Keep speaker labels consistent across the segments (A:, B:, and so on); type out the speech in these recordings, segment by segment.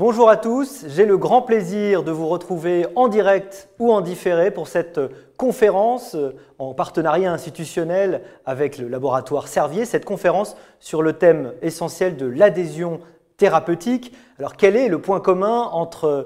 A: Bonjour à tous, j'ai le grand plaisir de vous retrouver en direct ou en différé pour cette conférence en partenariat institutionnel avec le laboratoire Servier, cette conférence sur le thème essentiel de l'adhésion thérapeutique. Alors quel est le point commun entre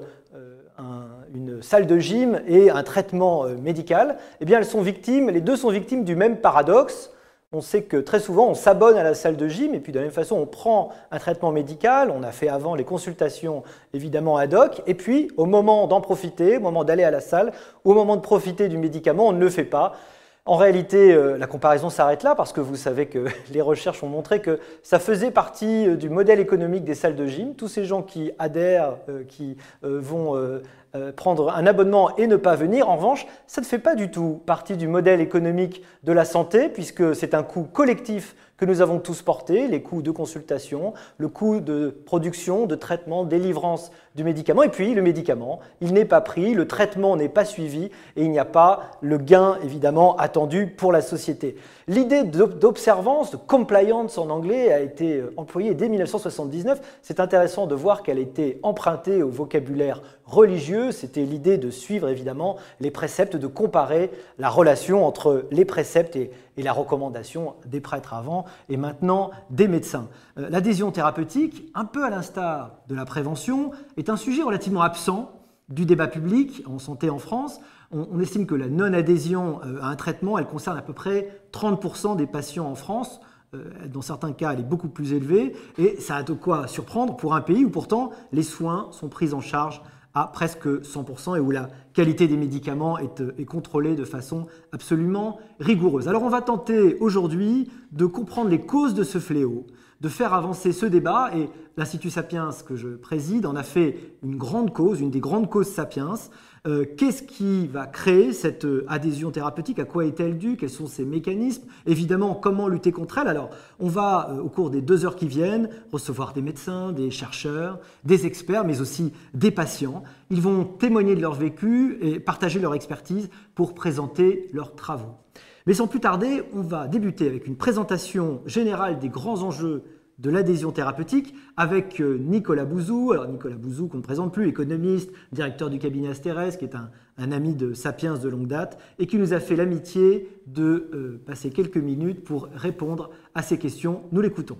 A: une salle de gym et un traitement médical? Eh bien les deux sont victimes du même paradoxe. On sait que très souvent, on s'abonne à la salle de gym et puis de la même façon, on prend un traitement médical. On a fait avant les consultations évidemment ad hoc. Et puis, au moment d'en profiter, au moment d'aller à la salle, au moment de profiter du médicament, on ne le fait pas. En réalité, la comparaison s'arrête là parce que vous savez que les recherches ont montré que ça faisait partie du modèle économique des salles de gym. Tous ces gens qui adhèrent, qui vont prendre un abonnement et ne pas venir. En revanche, ça ne fait pas du tout partie du modèle économique de la santé puisque c'est un coût collectif que nous avons tous porté, les coûts de consultation, le coût de production, de traitement, délivrance du médicament. Et puis le médicament, il n'est pas pris, le traitement n'est pas suivi et il n'y a pas le gain évidemment attendu pour la société. L'idée d'observance, de compliance en anglais, a été employée dès 1979. C'est intéressant de voir qu'elle a été empruntée au vocabulaire religieux. C'était l'idée de suivre évidemment les préceptes, de comparer la relation entre les préceptes et la recommandation des prêtres avant et maintenant des médecins. L'adhésion thérapeutique, un peu à l'instar de la prévention, est un sujet relativement absent du débat public en santé en France. On estime que la non-adhésion à un traitement, elle concerne à peu près 30% des patients en France. Dans certains cas, elle est beaucoup plus élevée et ça a de quoi surprendre pour un pays où pourtant les soins sont pris en charge à presque 100% et où la qualité des médicaments est contrôlée de façon absolument rigoureuse. Alors on va tenter aujourd'hui de comprendre les causes de ce fléau, de faire avancer ce débat et l'Institut Sapiens que je préside en a fait une grande cause, une des grandes causes Sapiens. Qu'est-ce qui va créer cette adhésion thérapeutique? À quoi est-elle due? Quels sont ses mécanismes? Évidemment, comment lutter contre elle? Alors, on va, au cours des 2 heures qui viennent, recevoir des médecins, des chercheurs, des experts, mais aussi des patients. Ils vont témoigner de leur vécu et partager leur expertise pour présenter leurs travaux. Mais sans plus tarder, on va débuter avec une présentation générale des grands enjeux de l'adhésion thérapeutique avec Nicolas Bouzou. Alors Nicolas Bouzou, qu'on ne présente plus, économiste, directeur du cabinet Asterès, qui est un ami de Sapiens de longue date et qui nous a fait l'amitié de passer quelques minutes pour répondre à ces questions. Nous l'écoutons.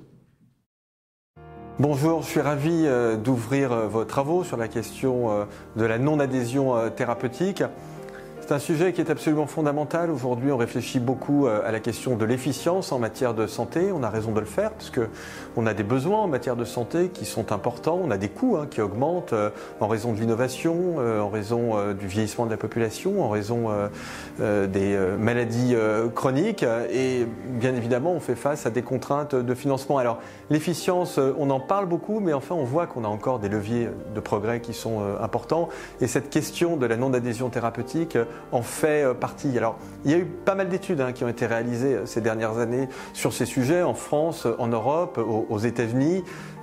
B: Bonjour, je suis ravi d'ouvrir vos travaux sur la question de la non-adhésion thérapeutique. C'est un sujet qui est absolument fondamental. Aujourd'hui, on réfléchit beaucoup à la question de l'efficience en matière de santé. On a raison de le faire parce qu'on a des besoins en matière de santé qui sont importants. On a des coûts qui augmentent en raison de l'innovation, en raison du vieillissement de la population, en raison des maladies chroniques. Et bien évidemment, on fait face à des contraintes de financement. Alors, l'efficience, on en parle beaucoup, mais enfin, on voit qu'on a encore des leviers de progrès qui sont importants. Et cette question de la non-adhésion thérapeutique en fait partie. Alors, il y a eu pas mal d'études qui ont été réalisées ces dernières années sur ces sujets en France, en Europe, aux États-Unis.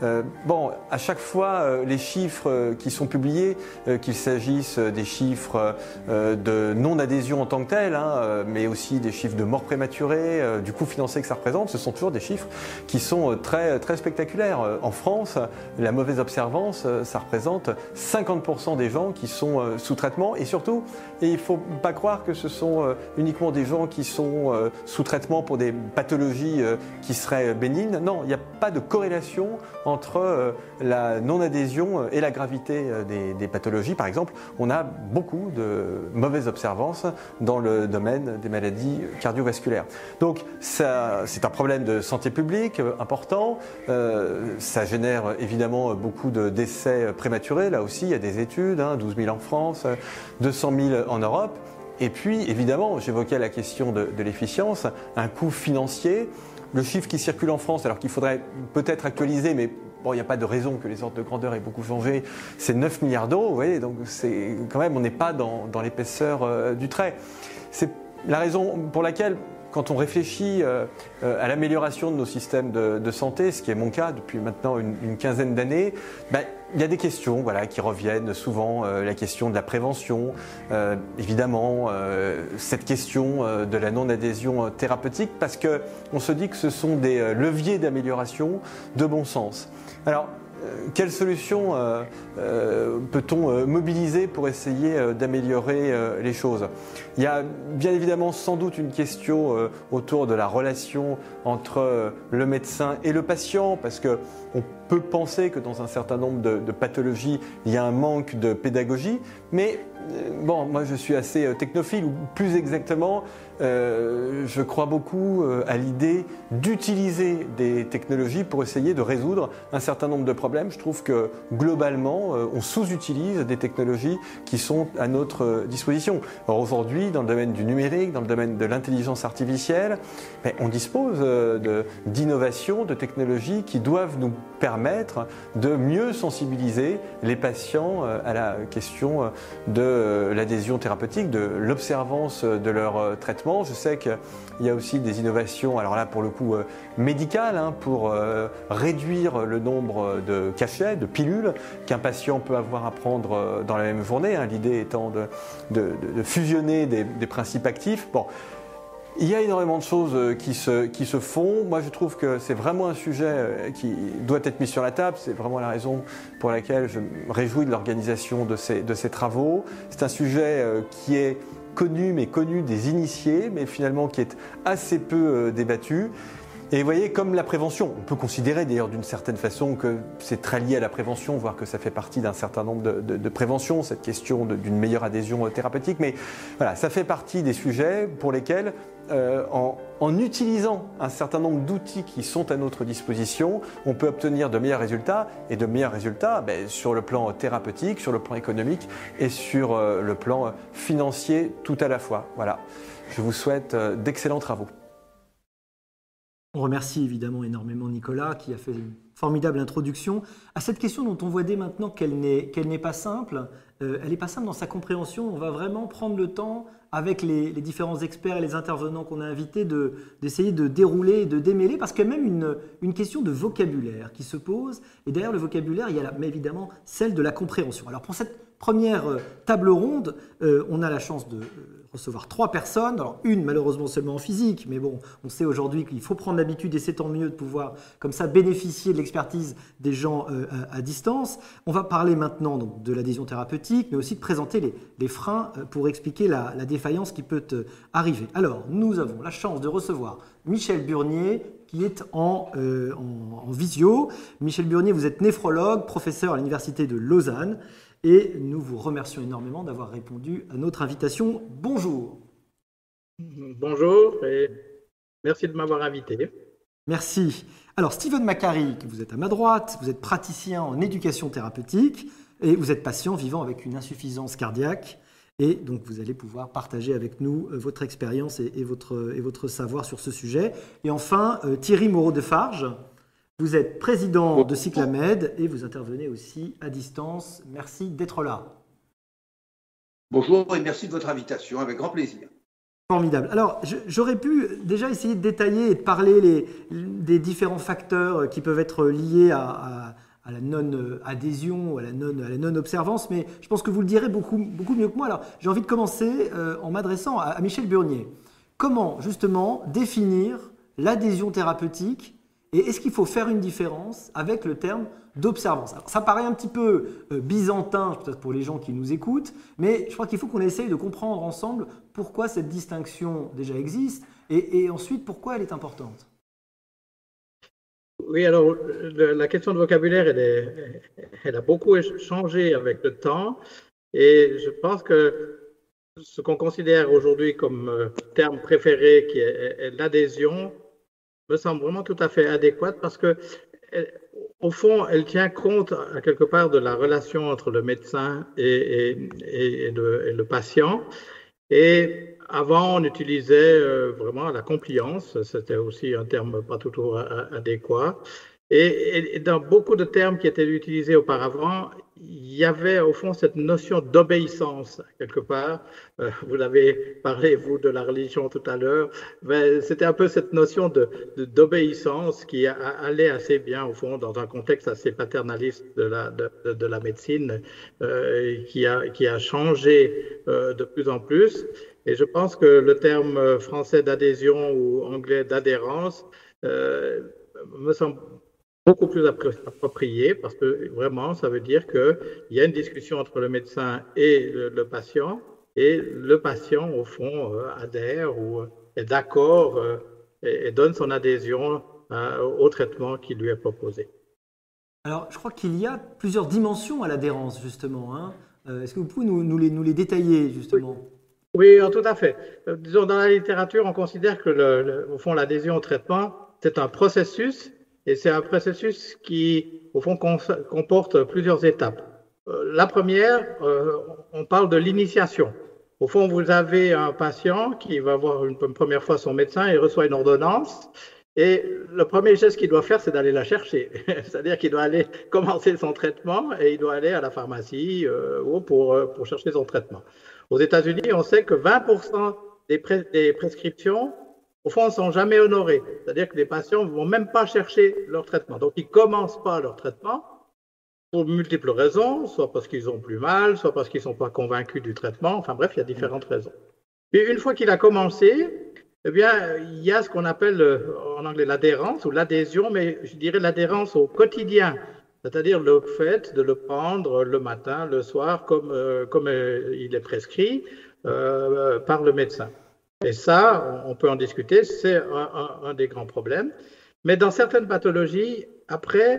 B: À chaque fois, les chiffres qui sont publiés, qu'il s'agisse des chiffres de non-adhésion en tant que tel, mais aussi des chiffres de mort prématurée, du coût financier que ça représente, ce sont toujours des chiffres qui sont très, très spectaculaires. En France, la mauvaise observance, ça représente 50% des gens qui sont sous traitement et surtout, il ne faut pas croire que ce sont uniquement des gens qui sont sous traitement pour des pathologies qui seraient bénignes. Non, il n'y a pas de corrélation entre la non-adhésion et la gravité des pathologies. Par exemple, on a beaucoup de mauvaises observances dans le domaine des maladies cardiovasculaires. Donc, c'est un problème de santé publique important. Ça génère évidemment beaucoup de décès prématurés. Là aussi, il y a des études, 12 000 en France, 200 000 en Europe. Et puis, évidemment, j'évoquais la question de l'efficience, un coût financier. Le chiffre qui circule en France, alors qu'il faudrait peut-être actualiser, mais bon, il n'y a pas de raison que les ordres de grandeur aient beaucoup changé, c'est 9 milliards d'euros, vous voyez, donc c'est quand même, on n'est pas dans l'épaisseur du trait. C'est la raison pour laquelle, quand on réfléchit à l'amélioration de nos systèmes de santé, ce qui est mon cas depuis maintenant une quinzaine d'années, il y a des questions qui reviennent souvent, la question de la prévention, évidemment, cette question de la non-adhésion thérapeutique, parce qu'on se dit que ce sont des leviers d'amélioration de bon sens. Alors, quelles solutions peut-on mobiliser pour essayer d'améliorer les choses? Il y a bien évidemment sans doute une question autour de la relation entre le médecin et le patient, parce qu'on peut penser que dans un certain nombre de pathologies, il y a un manque de pédagogie, mais bon, moi je suis assez technophile, ou plus exactement, je crois beaucoup à l'idée d'utiliser des technologies pour essayer de résoudre un certain nombre de problèmes. Je trouve que globalement, on sous-utilise des technologies qui sont à notre disposition. Alors aujourd'hui, dans le domaine du numérique, dans le domaine de l'intelligence artificielle, on dispose d'innovations, de technologies qui doivent nous permettre de mieux sensibiliser les patients à la question de l'adhésion thérapeutique, de l'observance de leur traitement. Je sais qu'il y a aussi des innovations, alors là pour le coup médicales, pour réduire le nombre de cachets, de pilules qu'un patient peut avoir à prendre dans la même journée, l'idée étant de fusionner des principes actifs. Bon. Il y a énormément de choses qui se font. Moi, je trouve que c'est vraiment un sujet qui doit être mis sur la table. C'est vraiment la raison pour laquelle je me réjouis de l'organisation de ces travaux. C'est un sujet qui est connu, mais connu des initiés, mais finalement qui est assez peu débattu. Et vous voyez, comme la prévention, on peut considérer d'ailleurs d'une certaine façon que c'est très lié à la prévention, voire que ça fait partie d'un certain nombre de préventions, cette question d'une meilleure adhésion thérapeutique. Mais voilà, ça fait partie des sujets pour lesquels, en utilisant un certain nombre d'outils qui sont à notre disposition, on peut obtenir de meilleurs résultats, et de meilleurs résultats sur le plan thérapeutique, sur le plan économique et sur le plan financier tout à la fois. Voilà, je vous souhaite d'excellents travaux.
A: On remercie évidemment énormément Nicolas qui a fait une formidable introduction à cette question dont on voit dès maintenant qu'elle n'est pas simple. Elle n'est pas simple dans sa compréhension. On va vraiment prendre le temps avec les différents experts et les intervenants qu'on a invités d'essayer de dérouler et de démêler, parce qu'il y a même une question de vocabulaire qui se pose. Et derrière le vocabulaire, il y a évidemment celle de la compréhension. Alors pour cette première table ronde, on a la chance de recevoir 3 personnes, alors une malheureusement seulement en physique, mais bon, on sait aujourd'hui qu'il faut prendre l'habitude et c'est tant mieux de pouvoir comme ça bénéficier de l'expertise des gens à distance. On va parler maintenant donc, de l'adhésion thérapeutique, mais aussi de présenter les freins pour expliquer la défaillance qui peut arriver. Alors, nous avons la chance de recevoir Michel Burnier, qui est en visio. Michel Burnier, vous êtes néphrologue, professeur à l'Université de Lausanne. Et nous vous remercions énormément d'avoir répondu à notre invitation. Bonjour.
C: Bonjour et merci de m'avoir invité.
A: Merci. Alors, Stephen Macari, vous êtes à ma droite, vous êtes praticien en éducation thérapeutique et vous êtes patient vivant avec une insuffisance cardiaque. Et donc, vous allez pouvoir partager avec nous votre expérience et votre savoir sur ce sujet. Et enfin, Thierry Moreau-Defarge. Vous êtes président de Cyclamed et vous intervenez aussi à distance. Merci d'être là.
D: Bonjour et merci de votre invitation, avec grand plaisir.
A: Formidable. Alors, j'aurais pu déjà essayer de détailler et de parler des différents facteurs qui peuvent être liés à la non-adhésion, à la non-observance, mais je pense que vous le direz beaucoup mieux que moi. Alors, j'ai envie de commencer en m'adressant à Michel Burnier. Comment, justement, définir l'adhésion thérapeutique? Et est-ce qu'il faut faire une différence avec le terme d'observance? Alors, ça paraît un petit peu byzantin, peut-être pour les gens qui nous écoutent, mais je crois qu'il faut qu'on essaye de comprendre ensemble pourquoi cette distinction déjà existe et ensuite pourquoi elle est importante.
C: Oui, alors la question de vocabulaire, elle a beaucoup changé avec le temps et je pense que ce qu'on considère aujourd'hui comme terme préféré, qui est l'adhésion, me semble vraiment tout à fait adéquate parce que, au fond, elle tient compte à quelque part de la relation entre le médecin et le patient. Et avant, on utilisait vraiment la compliance, c'était aussi un terme pas toujours adéquat. Et dans beaucoup de termes qui étaient utilisés auparavant, il y avait au fond cette notion d'obéissance quelque part. Vous avez parlé, vous, de la religion tout à l'heure. C'était un peu cette notion d'obéissance qui allait assez bien, au fond, dans un contexte assez paternaliste de la médecine, qui a changé de plus en plus. Et je pense que le terme français d'adhésion ou anglais d'adhérence me semble beaucoup plus approprié parce que vraiment, ça veut dire qu'il y a une discussion entre le médecin et le patient et le patient, au fond, adhère ou est d'accord et donne son adhésion au traitement qui lui est proposé.
A: Alors, je crois qu'il y a plusieurs dimensions à l'adhérence, justement, hein. Est-ce que vous pouvez nous les détailler, justement?
C: Oui, tout à fait. Disons, dans la littérature, on considère que, au fond, l'adhésion au traitement, c'est un processus et c'est un processus qui, au fond, comporte plusieurs étapes. La première, on parle de l'initiation. Au fond, vous avez un patient qui va voir une première fois son médecin et reçoit une ordonnance. Et le premier geste qu'il doit faire, c'est d'aller la chercher. C'est-à-dire qu'il doit aller commencer son traitement et il doit aller à la pharmacie pour chercher son traitement. Aux États-Unis, on sait que 20% des prescriptions, au fond, ne sont jamais honorées. C'est-à-dire que les patients ne vont même pas chercher leur traitement. Donc, ils ne commencent pas leur traitement pour multiples raisons, soit parce qu'ils ont plus mal, soit parce qu'ils ne sont pas convaincus du traitement. Enfin bref, il y a différentes raisons. Et une fois qu'il a commencé, eh bien, il y a ce qu'on appelle en anglais l'adhérence ou l'adhésion, mais je dirais l'adhérence au quotidien. C'est-à-dire le fait de le prendre le matin, le soir, comme il est prescrit par le médecin. Et ça, on peut en discuter, c'est un des grands problèmes. Mais dans certaines pathologies, après,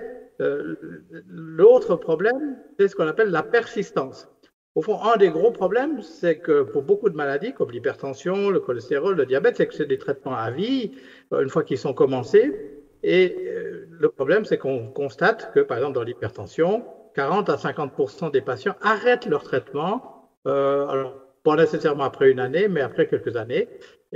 C: l'autre problème, c'est ce qu'on appelle la persistance. Au fond, un des gros problèmes, c'est que pour beaucoup de maladies, comme l'hypertension, le cholestérol, le diabète, c'est que c'est des traitements à vie, une fois qu'ils sont commencés. Et le problème, c'est qu'on constate que, par exemple, dans l'hypertension, 40 à 50% des patients arrêtent leur traitement, alors, pas nécessairement après une année, mais après quelques années.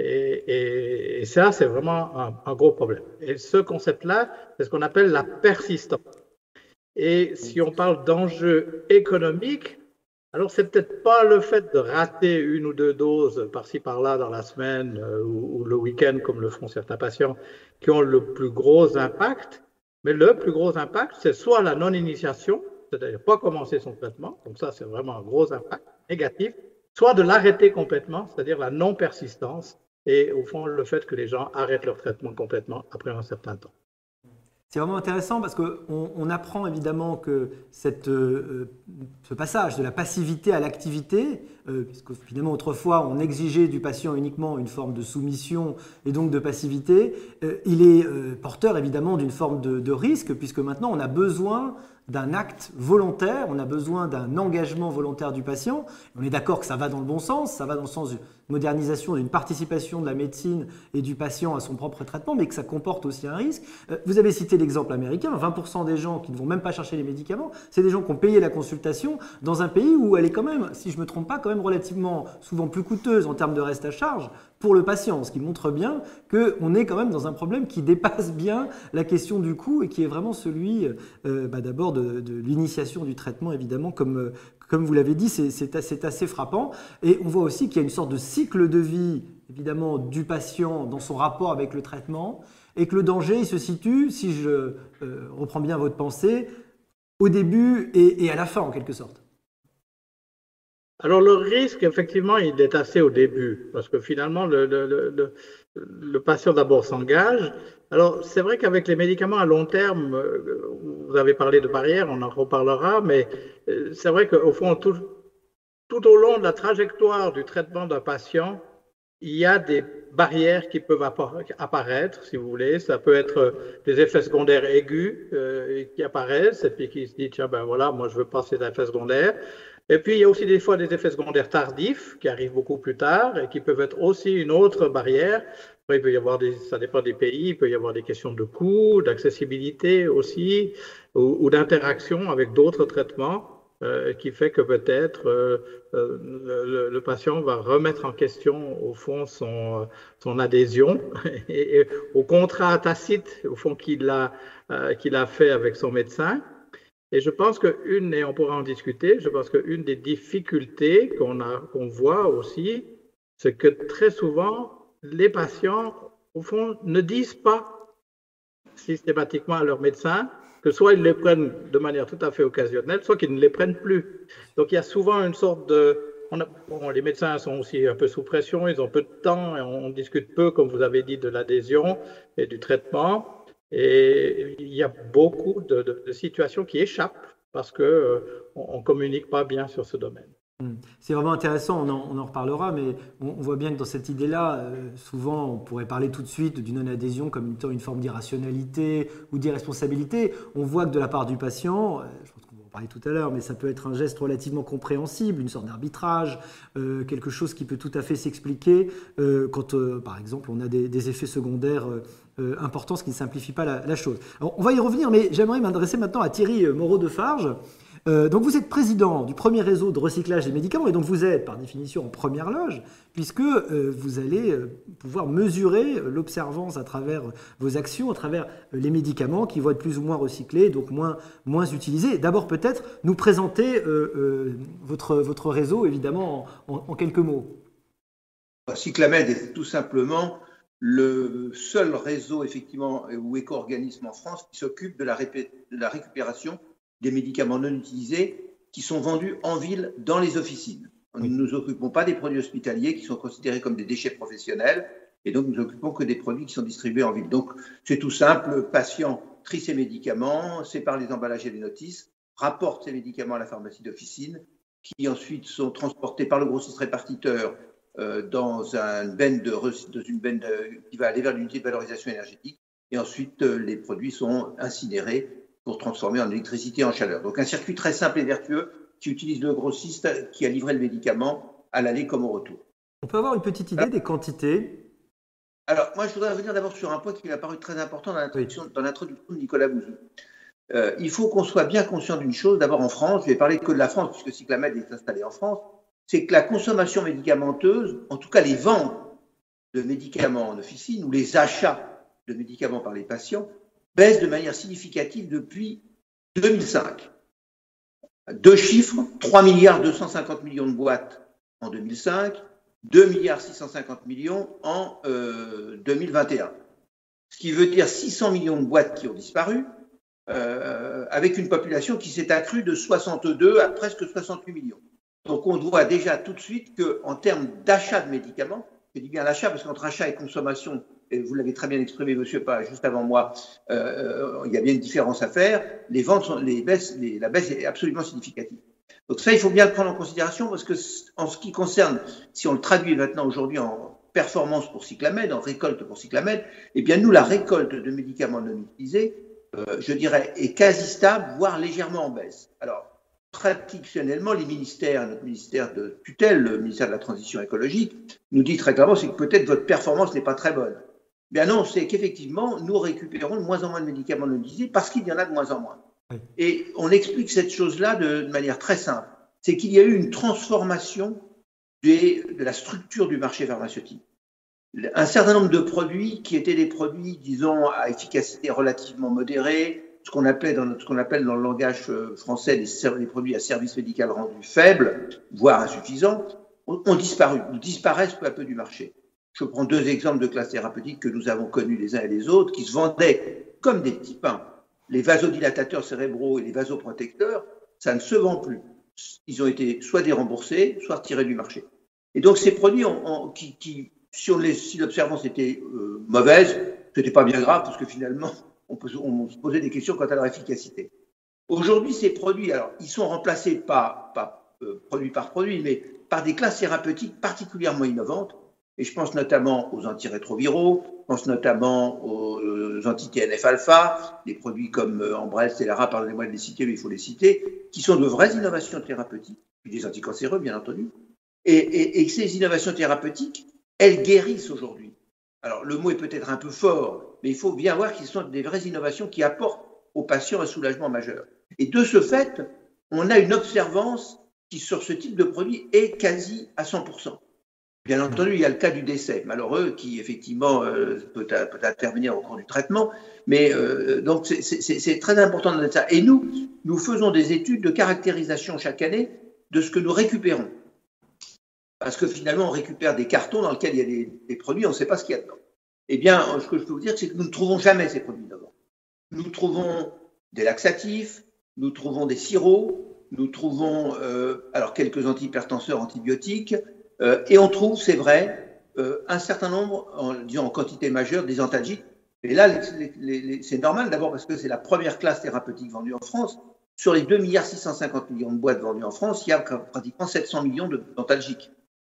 C: Et ça, c'est vraiment un gros problème. Et ce concept-là, c'est ce qu'on appelle la persistance. Et si on parle d'enjeux économiques, alors c'est peut-être pas le fait de rater une ou deux doses par-ci par-là dans la semaine ou le week-end, comme le font certains patients, qui ont le plus gros impact. Mais le plus gros impact, c'est soit la non-initiation, c'est-à-dire pas commencer son traitement, donc ça c'est vraiment un gros impact négatif, soit de l'arrêter complètement, c'est-à-dire la non-persistance, et au fond le fait que les gens arrêtent leur traitement complètement après un certain temps.
A: C'est vraiment intéressant parce qu'on apprend évidemment que ce passage de la passivité à l'activité, puisque finalement autrefois on exigeait du patient uniquement une forme de soumission et donc de passivité, il est porteur évidemment d'une forme de risque puisque maintenant on a besoin d'un acte volontaire, on a besoin d'un engagement volontaire du patient. On est d'accord que ça va dans le bon sens, ça va dans le sens d'une modernisation, d'une participation de la médecine et du patient à son propre traitement, mais que ça comporte aussi un risque. Vous avez cité l'exemple américain, 20% des gens qui ne vont même pas chercher les médicaments, c'est des gens qui ont payé la consultation dans un pays où elle est quand même, si je ne me trompe pas, quand même relativement souvent plus coûteuse en termes de reste à charge pour le patient, ce qui montre bien qu'on est quand même dans un problème qui dépasse bien la question du coût et qui est vraiment celui d'abord de l'initiation du traitement, évidemment, comme vous l'avez dit, c'est assez frappant. Et on voit aussi qu'il y a une sorte de cycle de vie, évidemment, du patient dans son rapport avec le traitement et que le danger, il se situe, si je reprends bien votre pensée, au début et à la fin, en quelque sorte.
C: Alors le risque, effectivement, il est assez au début, parce que finalement, le patient d'abord s'engage. Alors c'est vrai qu'avec les médicaments à long terme, vous avez parlé de barrières, on en reparlera, mais c'est vrai qu'au fond, tout au long de la trajectoire du traitement d'un patient, il y a des barrières qui peuvent apparaître, si vous voulez. Ça peut être des effets secondaires aigus qui apparaissent et puis qui se dit, tiens, ben voilà, moi je veux pas ces effets secondaires. Et puis, il y a aussi des fois des effets secondaires tardifs qui arrivent beaucoup plus tard et qui peuvent être aussi une autre barrière. Après, il peut y avoir ça dépend des pays, il peut y avoir des questions de coût, d'accessibilité aussi, ou d'interaction avec d'autres traitements qui fait que peut-être le patient va remettre en question, au fond, son adhésion et au contrat tacite, au fond, qu'il a fait avec son médecin. Et je pense et on pourra en discuter, je pense qu'une des difficultés qu'on voit aussi, c'est que très souvent, les patients, au fond, ne disent pas systématiquement à leur médecin que soit ils les prennent de manière tout à fait occasionnelle, soit qu'ils ne les prennent plus. Donc il y a souvent une sorte les médecins sont aussi un peu sous pression, ils ont peu de temps et on discute peu, comme vous avez dit, de l'adhésion et du traitement. Et il y a beaucoup de situations qui échappent parce qu'on ne communique pas bien sur ce domaine.
A: C'est vraiment intéressant, on en reparlera, mais on voit bien que dans cette idée-là, souvent on pourrait parler tout de suite d'une non-adhésion comme étant une forme d'irrationalité ou d'irresponsabilité. On voit que de la part du patient, je pense qu'on va en parler tout à l'heure, mais ça peut être un geste relativement compréhensible, une sorte d'arbitrage, quelque chose qui peut tout à fait s'expliquer quand, par exemple, on a des effets secondaires importants, ce qui ne simplifie pas la chose. Alors, on va y revenir, mais j'aimerais m'adresser maintenant à Thierry Moreau-Defarge. Donc vous êtes président du premier réseau de recyclage des médicaments et donc vous êtes par définition en première loge puisque vous allez pouvoir mesurer l'observance à travers vos actions, à travers les médicaments qui vont être plus ou moins recyclés, donc moins utilisés. D'abord peut-être nous présenter votre réseau évidemment en quelques mots.
D: Cyclamed est tout simplement le seul réseau effectivement ou éco-organisme en France qui s'occupe de la récupération des médicaments non utilisés qui sont vendus en ville dans les officines. Nous ne nous occupons pas des produits hospitaliers qui sont considérés comme des déchets professionnels et donc nous nous occupons que des produits qui sont distribués en ville. Donc c'est tout simple, le patient trie ses médicaments, sépare les emballages et les notices, rapporte ses médicaments à la pharmacie d'officine qui ensuite sont transportés par le grossiste répartiteur dans une benne qui va aller vers l'unité de valorisation énergétique et ensuite les produits sont incinérés pour transformer en électricité et en chaleur. Donc un circuit très simple et vertueux qui utilise le grossiste qui a livré le médicament à l'aller comme au retour.
A: On peut avoir une petite idée des quantités?
D: Alors moi je voudrais revenir d'abord sur un point qui m'a paru très important dans l'introduction de Nicolas Bouzou. Il faut qu'on soit bien conscient d'une chose, d'abord en France, je vais parler que de la France puisque Cyclamed est installé en France, c'est que la consommation médicamenteuse, en tout cas les ventes de médicaments en officine ou les achats de médicaments par les patients, baisse de manière significative depuis 2005. Deux chiffres, 3 milliards 250 millions de boîtes en 2005, 2 milliards 650 millions en 2021. Ce qui veut dire 600 millions de boîtes qui ont disparu, avec une population qui s'est accrue de 62 à presque 68 millions. Donc on voit déjà tout de suite qu'en termes d'achat de médicaments, je dis bien l'achat parce qu'entre achat et consommation, et vous l'avez très bien exprimé, monsieur Pas, juste avant moi, il y a bien une différence à faire. Les ventes, la baisse est absolument significative. Donc ça, il faut bien le prendre en considération parce que en ce qui concerne, si on le traduit maintenant aujourd'hui en performance pour Cyclamed, en récolte pour Cyclamed, eh bien nous, la récolte de médicaments non utilisés, je dirais, est quasi stable, voire légèrement en baisse. Alors, traditionnellement, les ministères, notre ministère de tutelle, le ministère de la Transition écologique, nous dit très clairement, c'est que peut-être votre performance n'est pas très bonne. Bien non, c'est qu'effectivement, nous récupérons de moins en moins de médicaments non utilisés parce qu'il y en a de moins en moins. Oui. Et on explique cette chose-là de manière très simple. C'est qu'il y a eu une transformation de la structure du marché pharmaceutique. Un certain nombre de produits qui étaient des produits, disons, à efficacité relativement modérée, ce qu'on appelle dans le langage français des produits à service médical rendu faible, voire insuffisant, ont disparu, disparaissent peu à peu du marché. Je prends deux exemples de classes thérapeutiques que nous avons connus les uns et les autres, qui se vendaient comme des petits pains. Les vasodilatateurs cérébraux et les vasoprotecteurs, ça ne se vend plus. Ils ont été soit déremboursés, soit retirés du marché. Et donc ces produits, si l'observance était mauvaise, ce n'était pas bien grave, parce que finalement, on se posait des questions quant à leur efficacité. Aujourd'hui, ces produits, alors, ils sont remplacés pas produit par produit, mais par des classes thérapeutiques particulièrement innovantes. Et je pense notamment aux antirétroviraux, je pense notamment aux anti-TNF-alpha, des produits comme Enbrel, Stelara, pardonnez-moi de les citer, mais il faut les citer, qui sont de vraies innovations thérapeutiques, puis des anticancéreux, bien entendu. Et ces innovations thérapeutiques, elles guérissent aujourd'hui. Alors, le mot est peut-être un peu fort, mais il faut bien voir qu'ils sont des vraies innovations qui apportent aux patients un soulagement majeur. Et de ce fait, on a une observance qui, sur ce type de produit, est quasi à 100%. Bien entendu, il y a le cas du décès malheureux qui, effectivement, peut intervenir au cours du traitement. Mais donc, c'est très important de noter ça. Et nous faisons des études de caractérisation chaque année de ce que nous récupérons. Parce que finalement, on récupère des cartons dans lesquels il y a des produits, on ne sait pas ce qu'il y a dedans. Eh bien, ce que je peux vous dire, c'est que nous ne trouvons jamais ces produits dedans. Nous trouvons des laxatifs, nous trouvons des sirops, nous trouvons alors quelques antihypertenseurs, antibiotiques, et on trouve, c'est vrai, un certain nombre, disons en quantité majeure, des antalgiques, Et là, c'est normal d'abord parce que c'est la première classe thérapeutique vendue en France. Sur les 2,650 milliards de boîtes vendues en France, il y a pratiquement 700 millions d'antalgiques.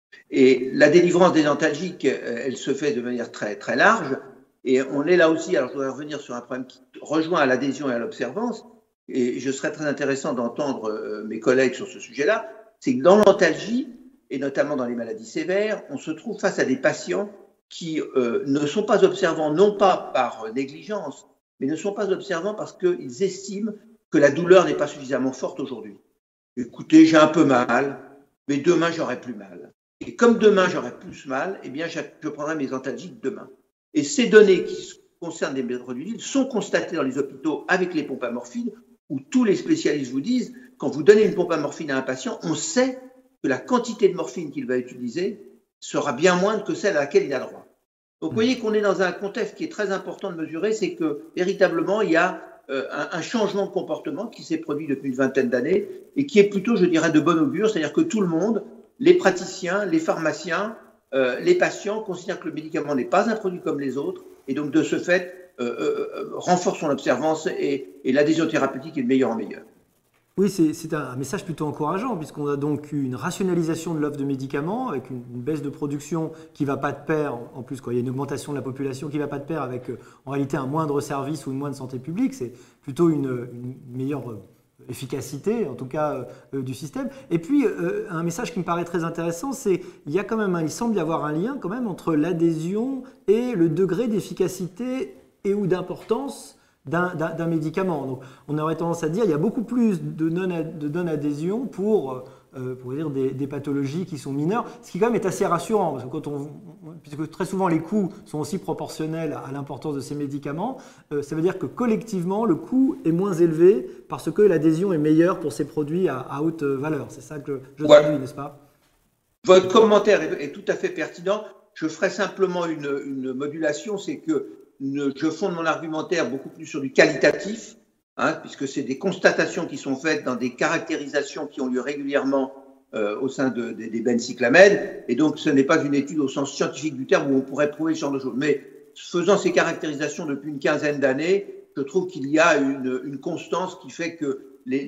D: Et la délivrance des antalgiques, elle se fait de manière très, très large. Et on est là aussi, alors je voudrais revenir sur un problème qui rejoint à l'adhésion et à l'observance, et je serais très intéressant d'entendre mes collègues sur ce sujet-là, c'est que dans l'antalgie, et notamment dans les maladies sévères, on se trouve face à des patients qui ne sont pas observants, non pas par négligence, mais ne sont pas observants parce qu'ils estiment que la douleur n'est pas suffisamment forte aujourd'hui. Écoutez, j'ai un peu mal, mais demain j'aurai plus mal. Et comme demain j'aurai plus mal, eh bien je prendrai mes antalgiques demain. Et ces données qui concernent des produits liquides sont constatées dans les hôpitaux avec les pompes à morphine, où tous les spécialistes vous disent, quand vous donnez une pompe à morphine à un patient, on sait que la quantité de morphine qu'il va utiliser sera bien moindre que celle à laquelle il a droit. Donc vous voyez qu'on est dans un contexte qui est très important de mesurer, c'est que véritablement il y a un changement de comportement qui s'est produit depuis une vingtaine d'années et qui est plutôt, je dirais, de bon augure, c'est-à-dire que tout le monde, les praticiens, les pharmaciens, les patients considèrent que le médicament n'est pas un produit comme les autres et donc de ce fait renforce son observance et l'adhésion thérapeutique est de meilleure en meilleure.
A: Oui, c'est un message plutôt encourageant puisqu'on a donc eu une rationalisation de l'offre de médicaments avec une baisse de production qui ne va pas de pair, en plus quand il y a une augmentation de la population qui ne va pas de pair avec en réalité un moindre service ou une moindre santé publique, c'est plutôt une meilleure efficacité en tout cas du système. Et puis un message qui me paraît très intéressant, c'est il y a quand même il semble y avoir un lien quand même entre l'adhésion et le degré d'efficacité et ou d'importance d'un médicament. Donc, on aurait tendance à dire qu'il y a beaucoup plus de non-adhésion pour dire des pathologies qui sont mineures, ce qui quand même est assez rassurant, parce que puisque très souvent les coûts sont aussi proportionnels à l'importance de ces médicaments, ça veut dire que collectivement, le coût est moins élevé parce que l'adhésion est meilleure pour ces produits à haute valeur. C'est ça que je traduis, n'est-ce pas?
D: Votre commentaire est tout à fait pertinent. Je ferai simplement une modulation, c'est que je fonde mon argumentaire beaucoup plus sur du qualitatif, puisque c'est des constatations qui sont faites dans des caractérisations qui ont lieu régulièrement au sein des benzyclamèdes, et donc ce n'est pas une étude au sens scientifique du terme où on pourrait prouver ce genre de choses. Mais faisant ces caractérisations depuis une quinzaine d'années, je trouve qu'il y a une constance qui fait que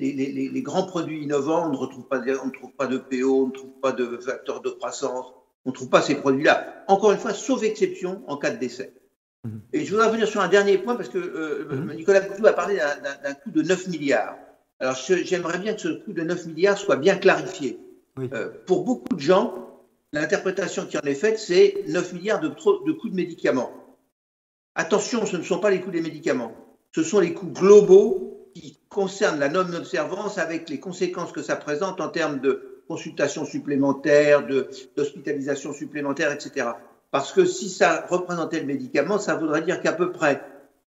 D: les grands produits innovants, on ne trouve pas de PO, on ne trouve pas de facteurs de croissance, on ne trouve pas ces produits-là. Encore une fois, sauf exception en cas de décès. Et je voudrais revenir sur un dernier point parce que Nicolas Bouzou a parlé d'un coût de 9 milliards. Alors j'aimerais bien que ce coût de 9 milliards soit bien clarifié. Oui. Pour beaucoup de gens, l'interprétation qui en est faite, c'est 9 milliards de coûts de médicaments. Attention, ce ne sont pas les coûts des médicaments. Ce sont les coûts globaux qui concernent la non-observance avec les conséquences que ça présente en termes de consultations supplémentaires, d'hospitalisation supplémentaire, etc. Parce que si ça représentait le médicament, ça voudrait dire qu'à peu près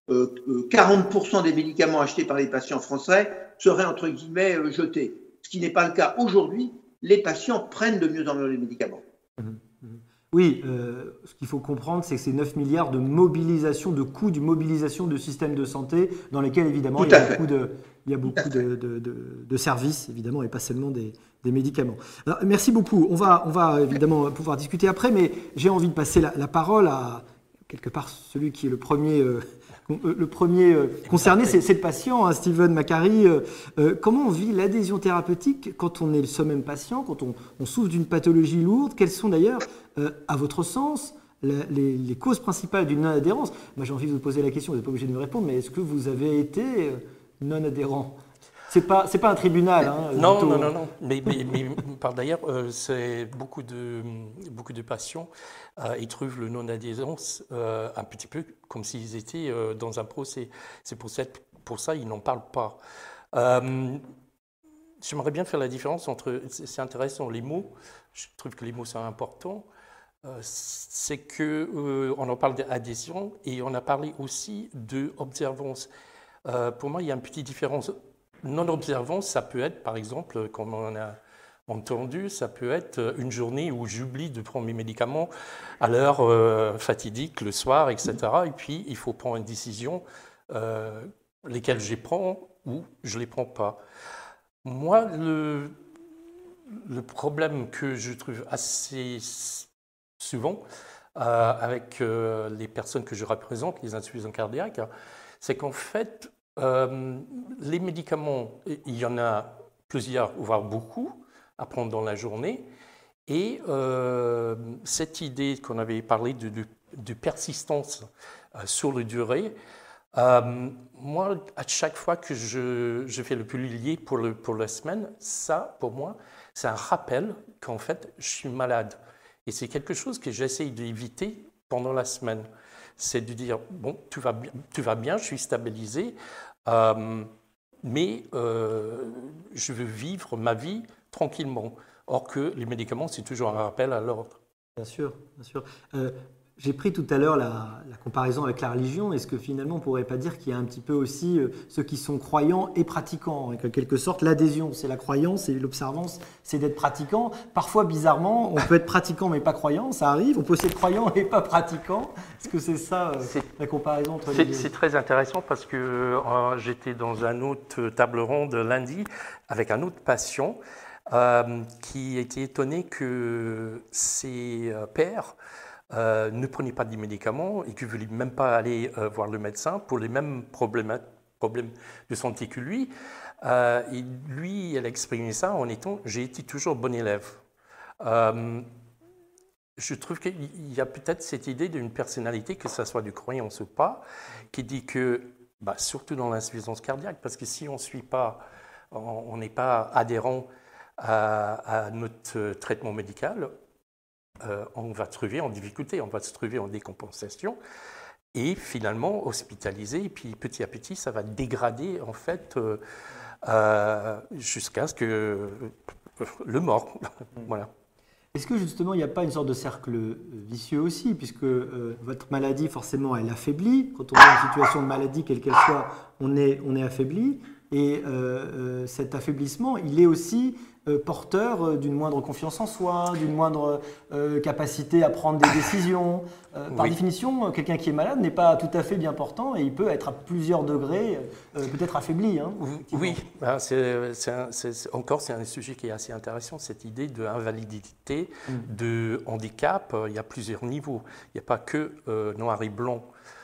D: 40% des médicaments achetés par les patients français seraient entre guillemets jetés. Ce qui n'est pas le cas aujourd'hui. Les patients prennent de mieux en mieux les médicaments.
A: Oui, ce qu'il faut comprendre, c'est que c'est 9 milliards de mobilisation, de coûts de mobilisation de systèmes de santé dans lesquels évidemment il y a beaucoup de services, évidemment, et pas seulement des médicaments. Alors, merci beaucoup. On va évidemment pouvoir discuter après, mais j'ai envie de passer la parole à quelque part celui qui est le premier concerné, c'est le patient, Stephen Macari. Comment on vit l'adhésion thérapeutique quand on est soi-même patient, quand on souffre d'une pathologie lourde? Quelles sont d'ailleurs, à votre sens, les causes principales d'une non-adhérence? Moi, j'ai envie de vous poser la question, vous n'êtes pas obligé de me répondre, mais est-ce que vous avez été non-adhérent? C'est pas un tribunal.
E: Non. Mais par d'ailleurs, c'est beaucoup de patients, ils trouvent le non-adhérence un petit peu comme s'ils étaient dans un procès. C'est pour ça ils n'en parlent pas. J'aimerais bien faire la différence entre, c'est intéressant, les mots. Je trouve que les mots sont importants. C'est que on en parle d'adhésion et on a parlé aussi d'observance. Pour moi, il y a une petite différence. Non-observance, ça peut être, par exemple, comme on a entendu, ça peut être une journée où j'oublie de prendre mes médicaments à l'heure fatidique, le soir, etc. Et puis, il faut prendre une décision, lesquelles je les prends ou je ne les prends pas. Moi, le problème que je trouve assez souvent, avec les personnes que je représente, les insuffisants cardiaques, c'est qu'en fait, les médicaments, il y en a plusieurs, voire beaucoup, à prendre dans la journée. Et cette idée qu'on avait parlé de persistance sur la durée, moi, à chaque fois que je fais le pilier pour la semaine, ça, pour moi, c'est un rappel qu'en fait, je suis malade. Et c'est quelque chose que j'essaye d'éviter pendant la semaine. C'est de dire, bon, tout va bien, je suis stabilisé, mais je veux vivre ma vie tranquillement. Or que les médicaments, c'est toujours un rappel à l'ordre.
A: Bien sûr, bien sûr. J'ai pris tout à l'heure la comparaison avec la religion. Est-ce que finalement on ne pourrait pas dire qu'il y a un petit peu aussi ceux qui sont croyants et pratiquants? En quelque sorte, l'adhésion, c'est la croyance, et l'observance, c'est d'être pratiquant. Parfois, bizarrement, on peut être pratiquant mais pas croyant, ça arrive. On peut être croyant et pas pratiquant. Est-ce que c'est ça la comparaison entre les deux?
E: C'est très intéressant parce que j'étais dans un autre table ronde lundi avec un autre patient qui était étonné que ses pères ne prenaient pas de médicaments et qui ne voulaient même pas aller voir le médecin pour les mêmes problèmes de santé que lui. Et lui, elle a exprimé ça en étant « j'ai été toujours bon élève ». Je trouve qu'il y a peut-être cette idée d'une personnalité, que ce soit du croyance ou pas, qui dit que, surtout dans l'insuffisance cardiaque, parce que si on suit pas, on n'est pas adhérent à notre traitement médical, on va se trouver en difficulté, on va se trouver en décompensation et finalement hospitalisé. Et puis petit à petit, ça va dégrader en fait jusqu'à ce que le mort. Voilà.
A: Est-ce que justement il n'y a pas une sorte de cercle vicieux aussi, puisque votre maladie forcément elle affaiblit. Quand on est en situation de maladie, quelle qu'elle soit, on est affaibli. Et cet affaiblissement, il est aussi porteur d'une moindre confiance en soi, d'une moindre capacité à prendre des décisions. Par définition, quelqu'un qui est malade n'est pas tout à fait bien portant et il peut être à plusieurs degrés peut-être affaibli. Hein,
E: oui, c'est un sujet qui est assez intéressant, cette idée d'invalidité, de handicap. Il y a plusieurs niveaux. Il n'y a pas que noir et blanc.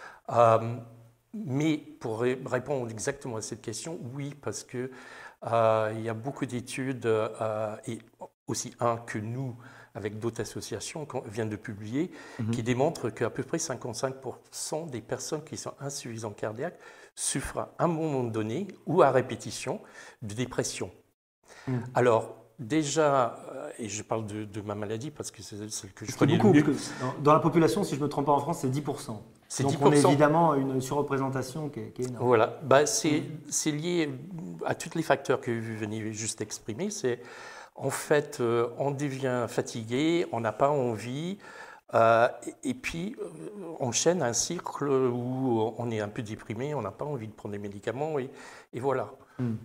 E: Mais pour répondre exactement à cette question, oui, parce que il y a beaucoup d'études, et aussi que nous, avec d'autres associations qu'on vient de publier, qui démontrent qu'à peu près 55% des personnes qui sont insuffisantes cardiaques souffrent à un moment donné ou à répétition de dépression. Alors, déjà, et je parle de ma maladie parce que c'est celle que je connais le mieux.
A: Dans la population, si je ne me trompe pas en France, c'est 10%. Donc 10%. On a évidemment une surreprésentation qui est énorme.
E: Voilà, c'est lié à tous les facteurs que vous venez juste exprimer. C'est en fait, on devient fatigué, on n'a pas envie, et puis on enchaîne un cycle où on est un peu déprimé, on n'a pas envie de prendre des médicaments, et voilà.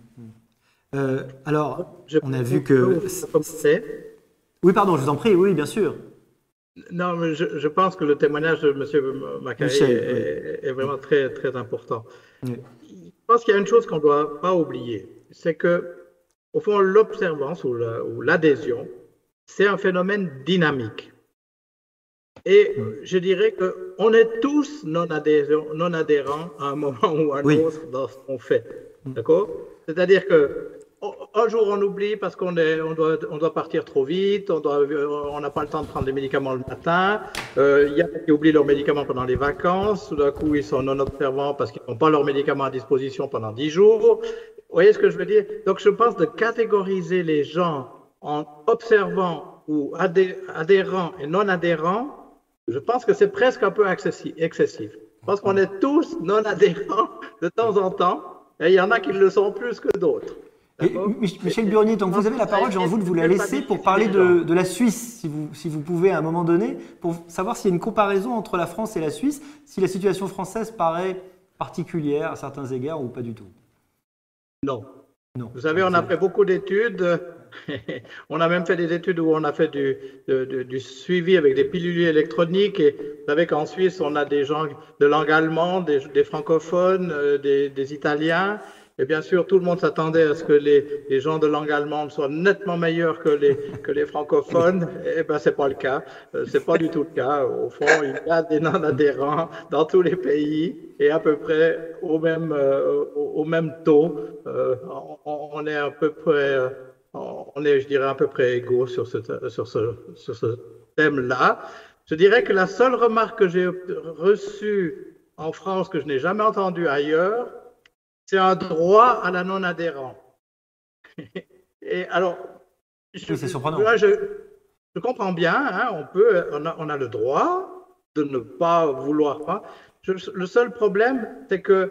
A: Alors, on a vu que... Oui, pardon, je vous en prie, oui, bien sûr.
C: Non, mais je pense que le témoignage de M. Macari est vraiment très, très important. Oui. Je pense qu'il y a une chose qu'on ne doit pas oublier, c'est que, au fond, l'observance ou l'adhésion, c'est un phénomène dynamique. Et je dirais qu'on est tous non-adhérents à un moment ou à un autre dans ce qu'on fait. D'accord ? C'est-à-dire qu'un jour on oublie parce qu'on doit partir trop vite, on n'a pas le temps de prendre des médicaments le matin, il y a ceux qui oublient leurs médicaments pendant les vacances, tout d'un coup ils sont non observants parce qu'ils n'ont pas leurs médicaments à disposition pendant 10 jours. Vous voyez ce que je veux dire? Donc je pense de catégoriser les gens en observants ou adhérents et non adhérents, je pense que c'est presque un peu excessif. Je pense qu'on est tous non adhérents de temps en temps. Et il y en a qui le sont plus que d'autres.
A: Michel Burnier, tant que vous avez la parole, j'ai envie de vous la laisser pour parler de la Suisse, si vous pouvez à un moment donné, pour savoir s'il y a une comparaison entre la France et la Suisse, si la situation française paraît particulière à certains égards ou pas du tout.
C: Non. Vous savez, on a fait beaucoup d'études. On a même fait des études où on a fait du suivi avec des pilules électroniques. Et vous savez qu'en Suisse, on a des gens de langue allemande, des francophones, des Italiens. Et bien sûr, tout le monde s'attendait à ce que les gens de langue allemande soient nettement meilleurs que les francophones. Eh bien, c'est pas le cas. C'est pas du tout le cas. Au fond, il y a des non-adhérents dans tous les pays et à peu près au même taux. On est à peu près, on est, je dirais, à peu près égaux sur ce thème-là. Je dirais que la seule remarque que j'ai reçue en France que je n'ai jamais entendue ailleurs, c'est un droit à la non-adhérence. Et alors,
A: c'est surprenant.
C: Là, je comprends bien, hein, on a le droit de ne pas vouloir. Le seul problème, c'est que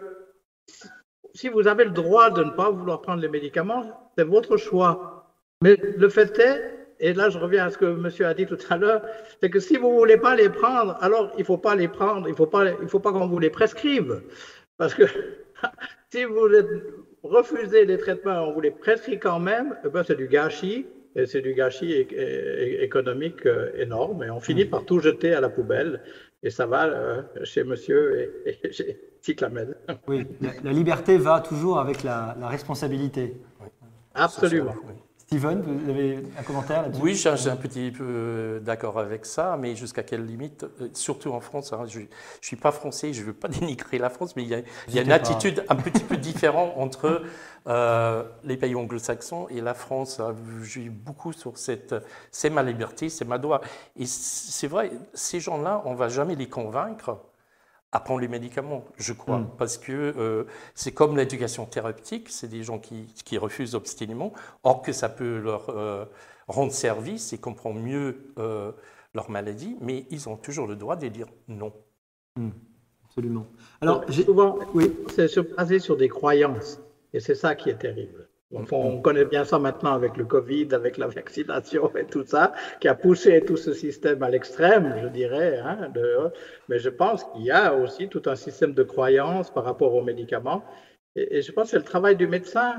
C: si vous avez le droit de ne pas vouloir prendre les médicaments, c'est votre choix. Mais le fait est, et là je reviens à ce que monsieur a dit tout à l'heure, c'est que si vous ne voulez pas les prendre, alors il ne faut pas les prendre, il ne faut pas qu'on vous les prescrive. Parce que si vous refusez les traitements, on vous les prescrit quand même, eh ben c'est du gâchis, et c'est du gâchis économique énorme, et on finit par tout jeter à la poubelle, et ça va chez monsieur et chez Cyclamède.
A: Oui, la liberté va toujours avec la responsabilité.
E: Oui.
C: Absolument.
E: Oui.
A: Steven, vous avez un commentaire là-dessus?
E: Oui, j'ai un petit peu d'accord avec ça, mais jusqu'à quelle limite, surtout en France, hein, je ne suis pas français, je ne veux pas dénigrer la France, mais il y a une attitude un petit peu différente entre les pays anglo-saxons et la France. J'ai eu beaucoup sur c'est ma liberté, c'est ma droit. Et c'est vrai, ces gens-là, on ne va jamais les convaincre à prendre les médicaments, je crois, parce que c'est comme l'éducation thérapeutique, c'est des gens qui refusent obstinément, or que ça peut leur rendre service et comprendre mieux leur maladie, mais ils ont toujours le droit de dire non.
A: Absolument. Alors,
C: souvent, oui, c'est basé sur des croyances, et c'est ça qui est terrible. On connaît bien ça maintenant avec le Covid, avec la vaccination et tout ça, qui a poussé tout ce système à l'extrême, je dirais. Hein, mais je pense qu'il y a aussi tout un système de croyances par rapport aux médicaments. Et je pense que c'est le travail du médecin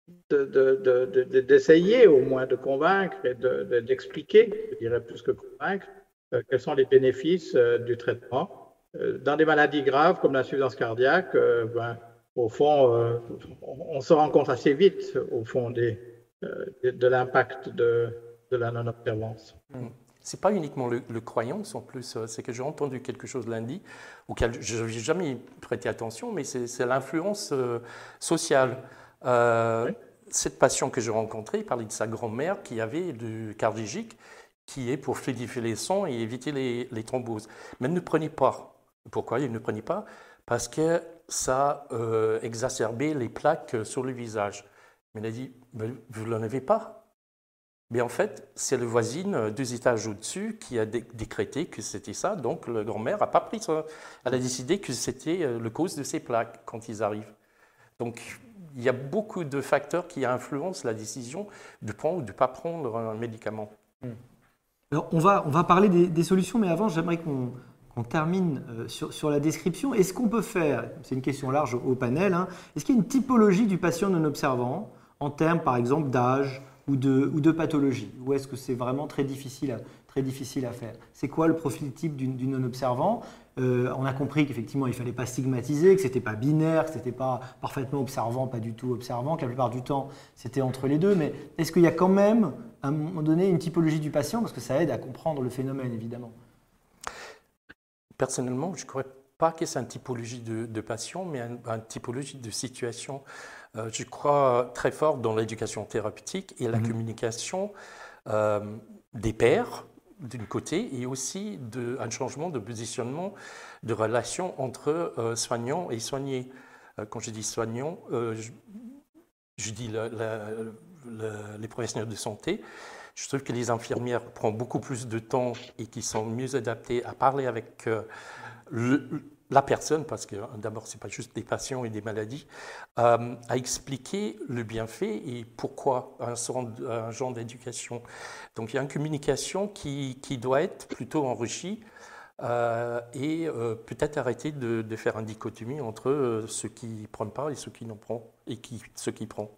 C: d'essayer au moins de convaincre et d'expliquer, je dirais plus que convaincre, quels sont les bénéfices du traitement. Dans des maladies graves comme l'insuffisance cardiaque, au fond, on se rend compte assez vite, au fond, de l'impact de la non-observance.
E: Ce n'est pas uniquement le croyance, en plus, c'est que j'ai entendu quelque chose lundi, auquel je n'ai jamais prêté attention, mais c'est l'influence sociale. Oui. Cette patiente que j'ai rencontrée parlait de sa grand-mère qui avait du cardiaque, qui est pour fluidifier les sangs et éviter les thromboses. Mais elle ne prenait pas. Pourquoi elle ne prenait pas? Parce que ça exacerbait les plaques sur le visage. Mais elle a dit, vous ne l'en avez pas? Mais en fait, c'est la voisine 2 étages au-dessus qui a décrété que c'était ça. Donc, la grand-mère n'a pas pris ça. Elle a décidé que c'était le cause de ces plaques quand ils arrivent. Donc, il y a beaucoup de facteurs qui influencent la décision de prendre ou de ne pas prendre un médicament.
A: Alors, on va parler des solutions, mais avant, j'aimerais qu'on termine sur la description. Est-ce qu'on peut faire, c'est une question large au panel, hein, est-ce qu'il y a une typologie du patient non observant en termes, par exemple, d'âge ou de pathologie? Ou est-ce que c'est vraiment très difficile à faire? C'est quoi le profil type du non-observant? On a compris qu'effectivement, il ne fallait pas stigmatiser, que ce n'était pas binaire, que ce n'était pas parfaitement observant, pas du tout observant, que la plupart du temps, c'était entre les deux. Mais est-ce qu'il y a quand même, à un moment donné, une typologie du patient? Parce que ça aide à comprendre le phénomène, évidemment.
E: Personnellement, je ne crois pas que c'est une typologie de patient, mais une typologie de situation. Je crois très fort dans l'éducation thérapeutique et la communication des pairs, d'un côté, et aussi un changement de positionnement, de relation entre soignants et soignés. Quand je dis soignants, je dis les professionnels de santé. Je trouve que les infirmières prennent beaucoup plus de temps et qui sont mieux adaptées à parler avec la personne, parce que d'abord, ce n'est pas juste des patients et des maladies, à expliquer le bienfait et pourquoi un genre d'éducation. Donc, il y a une communication qui doit être plutôt enrichie et peut-être arrêter de faire une dichotomie entre ceux qui ne prennent pas et ceux qui n'en prennent et ceux qui prennent.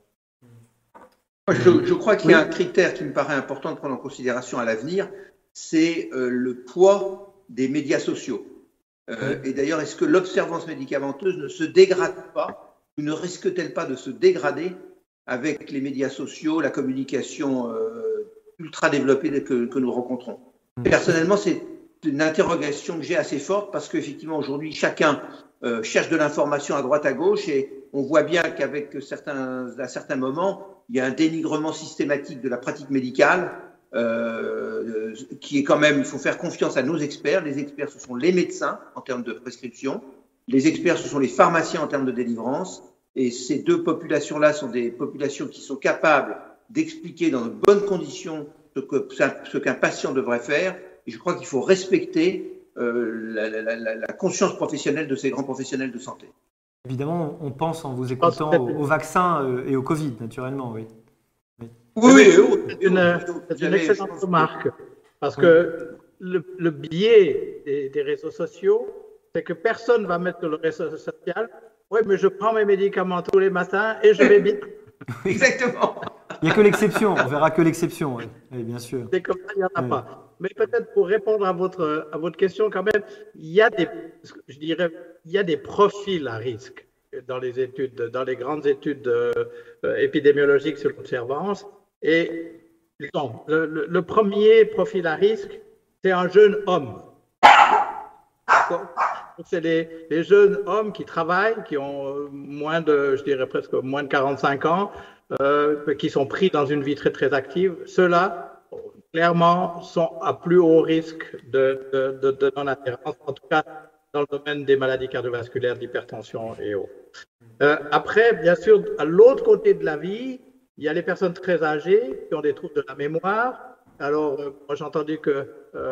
D: Je crois qu'il y a un critère qui me paraît important de prendre en considération à l'avenir, c'est le poids des médias sociaux. Et d'ailleurs, est-ce que l'observance médicamenteuse ne se dégrade pas ne risque-t-elle pas de se dégrader avec les médias sociaux, la communication ultra développée que nous rencontrons? Personnellement, c'est une interrogation que j'ai assez forte parce qu'effectivement, aujourd'hui, chacun cherche de l'information à droite, à gauche et on voit bien qu'avec à certains moments, il y a un dénigrement systématique de la pratique médicale qui est quand même, il faut faire confiance à nos experts. Les experts, ce sont les médecins en termes de prescription. Les experts, ce sont les pharmaciens en termes de délivrance. Et ces deux populations-là sont des populations qui sont capables d'expliquer dans de bonnes conditions ce qu'un patient devrait faire. Et je crois qu'il faut respecter la conscience professionnelle de ces grands professionnels de santé.
A: Évidemment, on pense en vous écoutant au vaccin et au Covid, naturellement, oui.
C: Oui, c'est une excellente remarque. Parce que le biais des réseaux sociaux, c'est que personne ne va mettre sur le réseau social « Oui, mais je prends mes médicaments tous les matins et je vais bien. »
D: Exactement.
A: Il n'y a que l'exception, on verra que l'exception, oui, bien sûr.
C: C'est comme ça, il n'y en a pas. Mais peut-être pour répondre à votre question quand même, il y a des profils à risque dans les études, dans les grandes études épidémiologiques sur l'observance. Et disons, le premier profil à risque, c'est un jeune homme. C'est les jeunes hommes qui travaillent, qui ont presque moins de 45 ans, qui sont pris dans une vie très, très active. Ceux-là, clairement, sont à plus haut risque de non-adhérence, en tout cas dans le domaine des maladies cardiovasculaires, d'hypertension et autres. Après, bien sûr, à l'autre côté de la vie, il y a les personnes très âgées qui ont des troubles de la mémoire. Alors, moi, j'ai entendu que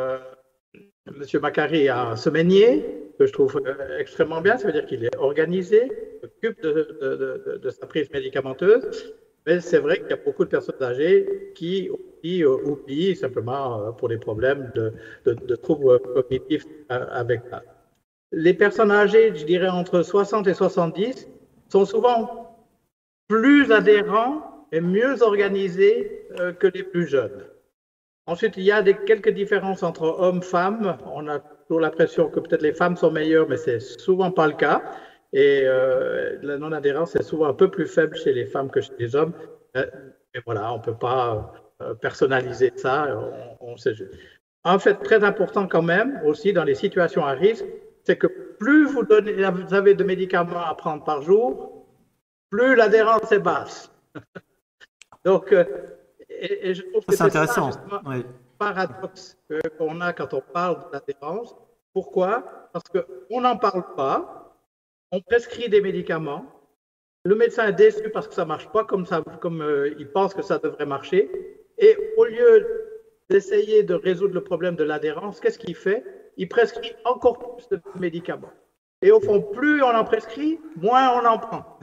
C: M. Macari a un semainier, que je trouve extrêmement bien. Ça veut dire qu'il est organisé, s'occupe de sa prise médicamenteuse. Mais c'est vrai qu'il y a beaucoup de personnes âgées qui oublient simplement pour des problèmes de troubles cognitifs avec ça. Les personnes âgées, je dirais entre 60 et 70, sont souvent plus adhérents et mieux organisés que les plus jeunes. Ensuite, il y a quelques différences entre hommes et femmes. On a toujours l'impression que peut-être les femmes sont meilleures, mais c'est souvent pas le cas. Et la non-adhérence est souvent un peu plus faible chez les femmes que chez les hommes. Mais voilà, on ne peut pas personnaliser ça. On sait juste. Un fait très important quand même, aussi dans les situations à risque, c'est que plus vous avez de médicaments à prendre par jour, plus l'adhérence est basse. Donc, et je trouve que c'est intéressant. Ça, oui. Le paradoxe qu'on a quand on parle de l'adhérence. Pourquoi? Parce qu'on n'en parle pas, on prescrit des médicaments, le médecin est déçu parce que ça ne marche pas comme il pense que ça devrait marcher, et au lieu d'essayer de résoudre le problème de l'adhérence, qu'est-ce qu'il fait? Il prescrit encore plus de médicaments. Et au fond, plus on en prescrit, moins on en prend.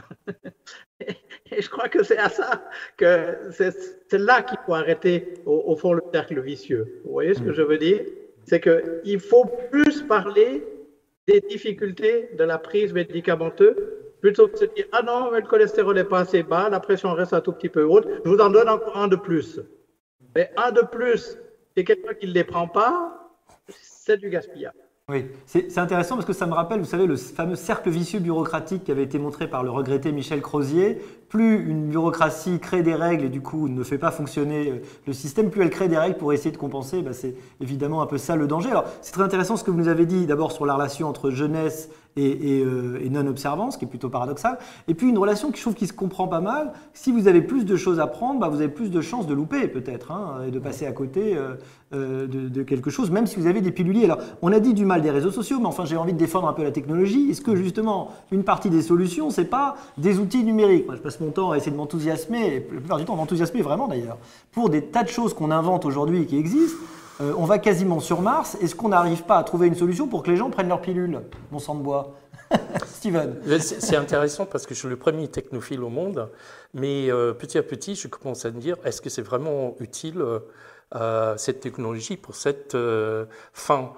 C: Et je crois que c'est à ça que c'est là qu'il faut arrêter, au fond, le cercle vicieux. Vous voyez ce que je veux dire? C'est qu'il faut plus parler des difficultés de la prise médicamenteuse plutôt que de se dire « Ah non, mais le cholestérol n'est pas assez bas, la pression reste un tout petit peu haute, je vous en donne encore un de plus. » Mais un de plus, c'est quelqu'un qui ne les prend pas, c'est du gaspillage.
A: Oui, c'est intéressant parce que ça me rappelle, vous savez, le fameux cercle vicieux bureaucratique qui avait été montré par le regretté Michel Crozier. Plus une bureaucratie crée des règles et du coup ne fait pas fonctionner le système, plus elle crée des règles pour essayer de compenser. C'est évidemment un peu ça le danger. Alors, c'est très intéressant ce que vous nous avez dit d'abord sur la relation entre jeunesse et non-observance, qui est plutôt paradoxal. Et puis une relation que je trouve qui se comprend pas mal. Si vous avez plus de choses à prendre, vous avez plus de chances de louper peut-être, et de passer à côté de quelque chose, même si vous avez des piluliers. Alors, on a dit du mal des réseaux sociaux, mais enfin j'ai envie de défendre un peu la technologie. Est-ce que justement une partie des solutions, c'est pas des outils numériques? Moi, je passe mon temps à essayer de m'enthousiasmer, et la plupart du temps m'enthousiasmer vraiment d'ailleurs, pour des tas de choses qu'on invente aujourd'hui et qui existent. On va quasiment sur Mars. Est-ce qu'on n'arrive pas à trouver une solution pour que les gens prennent leur pilule, mon sang de bois? Steven.
E: C'est intéressant parce que je suis le premier technophile au monde, mais petit à petit, je commence à me dire, est-ce que c'est vraiment utile cette technologie pour cette fin?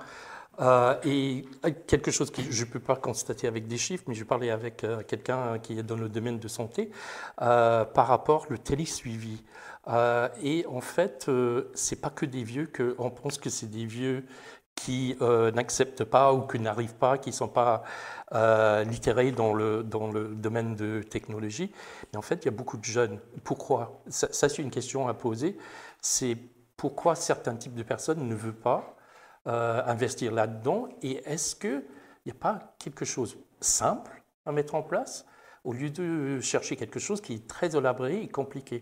E: Et quelque chose que je ne peux pas constater avec des chiffres, mais je parlais avec quelqu'un qui est dans le domaine de santé par rapport au télésuivi. Et en fait, ce n'est pas que des vieux, on pense que c'est des vieux qui n'acceptent pas ou qui n'arrivent pas, qui ne sont pas littérés dans le domaine de technologie. Et en fait, il y a beaucoup de jeunes. Pourquoi? Ça c'est une question à poser. C'est pourquoi certains types de personnes ne veulent pas investir là-dedans, et est-ce qu'il n'y a pas quelque chose simple à mettre en place au lieu de chercher quelque chose qui est très élaboré et compliqué?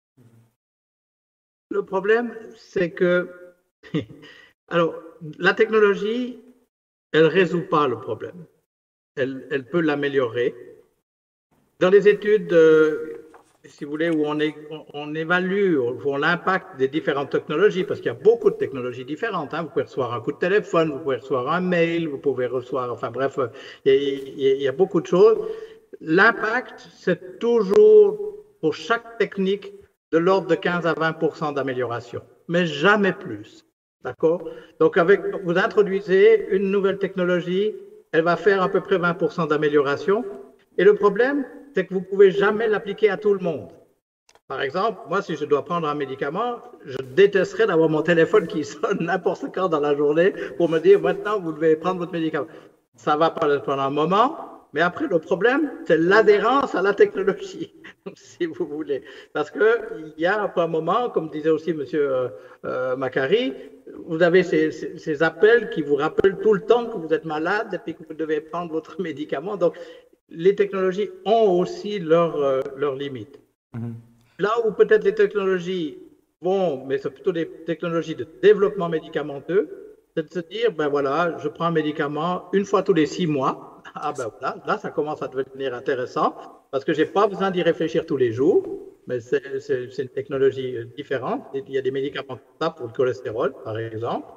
C: Le problème, c'est que alors, la technologie, elle ne résout pas le problème. Elle peut l'améliorer. Dans les études, si vous voulez, où on évalue l'impact des différentes technologies, parce qu'il y a beaucoup de technologies différentes. Vous pouvez recevoir un coup de téléphone, vous pouvez recevoir un mail, vous pouvez recevoir, enfin bref, il y a beaucoup de choses. L'impact, c'est toujours, pour chaque technique, de l'ordre de 15 à 20% d'amélioration, mais jamais plus. D'accord? Donc, vous introduisez une nouvelle technologie, elle va faire à peu près 20% d'amélioration. Et le problème, c'est que vous ne pouvez jamais l'appliquer à tout le monde. Par exemple, moi, si je dois prendre un médicament, je détesterais d'avoir mon téléphone qui sonne n'importe quand dans la journée pour me dire, maintenant, vous devez prendre votre médicament. Ça va pas pendant un moment, mais après, le problème, c'est l'adhérence à la technologie, si vous voulez. Parce qu'il y a un moment, comme disait aussi M. Macari, vous avez ces appels qui vous rappellent tout le temps que vous êtes malade et puis que vous devez prendre votre médicament. Donc, les technologies ont aussi leurs limites. Mm-hmm. Là où peut-être les technologies vont, mais c'est plutôt des technologies de développement médicamenteux, c'est de se dire, ben voilà, je prends un médicament une fois tous les 6 mois. Ah ben voilà, là ça commence à devenir intéressant parce que je n'ai pas besoin d'y réfléchir tous les jours, mais c'est une technologie différente. Il y a des médicaments pour le cholestérol, par exemple.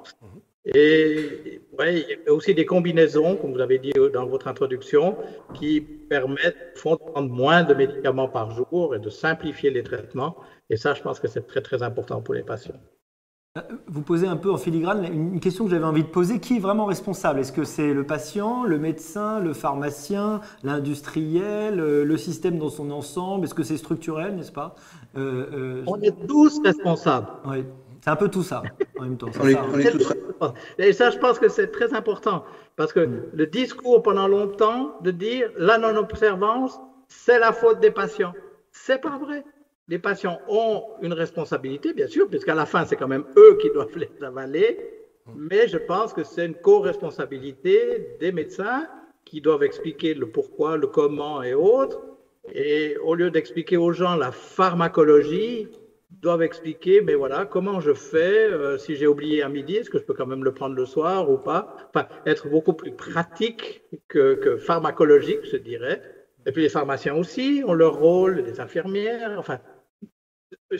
C: Et ouais, il y a aussi des combinaisons, comme vous avez dit dans votre introduction, qui permettent de prendre moins de médicaments par jour et de simplifier les traitements. Et ça, je pense que c'est très, très important pour les patients.
A: Vous posez un peu en filigrane une question que j'avais envie de poser. Qui est vraiment responsable? Est-ce que c'est le patient, le médecin, le pharmacien, l'industriel, le système dans son ensemble? Est-ce que c'est structurel, n'est-ce pas?
C: On est tous responsables.
A: Oui, c'est un peu tout ça en même temps.
C: On est tous responsables. Et ça, je pense que c'est très important parce que le discours pendant longtemps de dire la non-observance, c'est la faute des patients. C'est pas vrai. Les patients ont une responsabilité, bien sûr, puisqu'à la fin, c'est quand même eux qui doivent les avaler, mais je pense que c'est une co-responsabilité des médecins qui doivent expliquer le pourquoi, le comment et autres. Et au lieu d'expliquer aux gens la pharmacologie, ils doivent expliquer, mais voilà, comment je fais, si j'ai oublié à midi, est-ce que je peux quand même le prendre le soir ou pas? Enfin, être beaucoup plus pratique que pharmacologique, je dirais. Et puis les pharmaciens aussi ont leur rôle, les infirmières, enfin... Et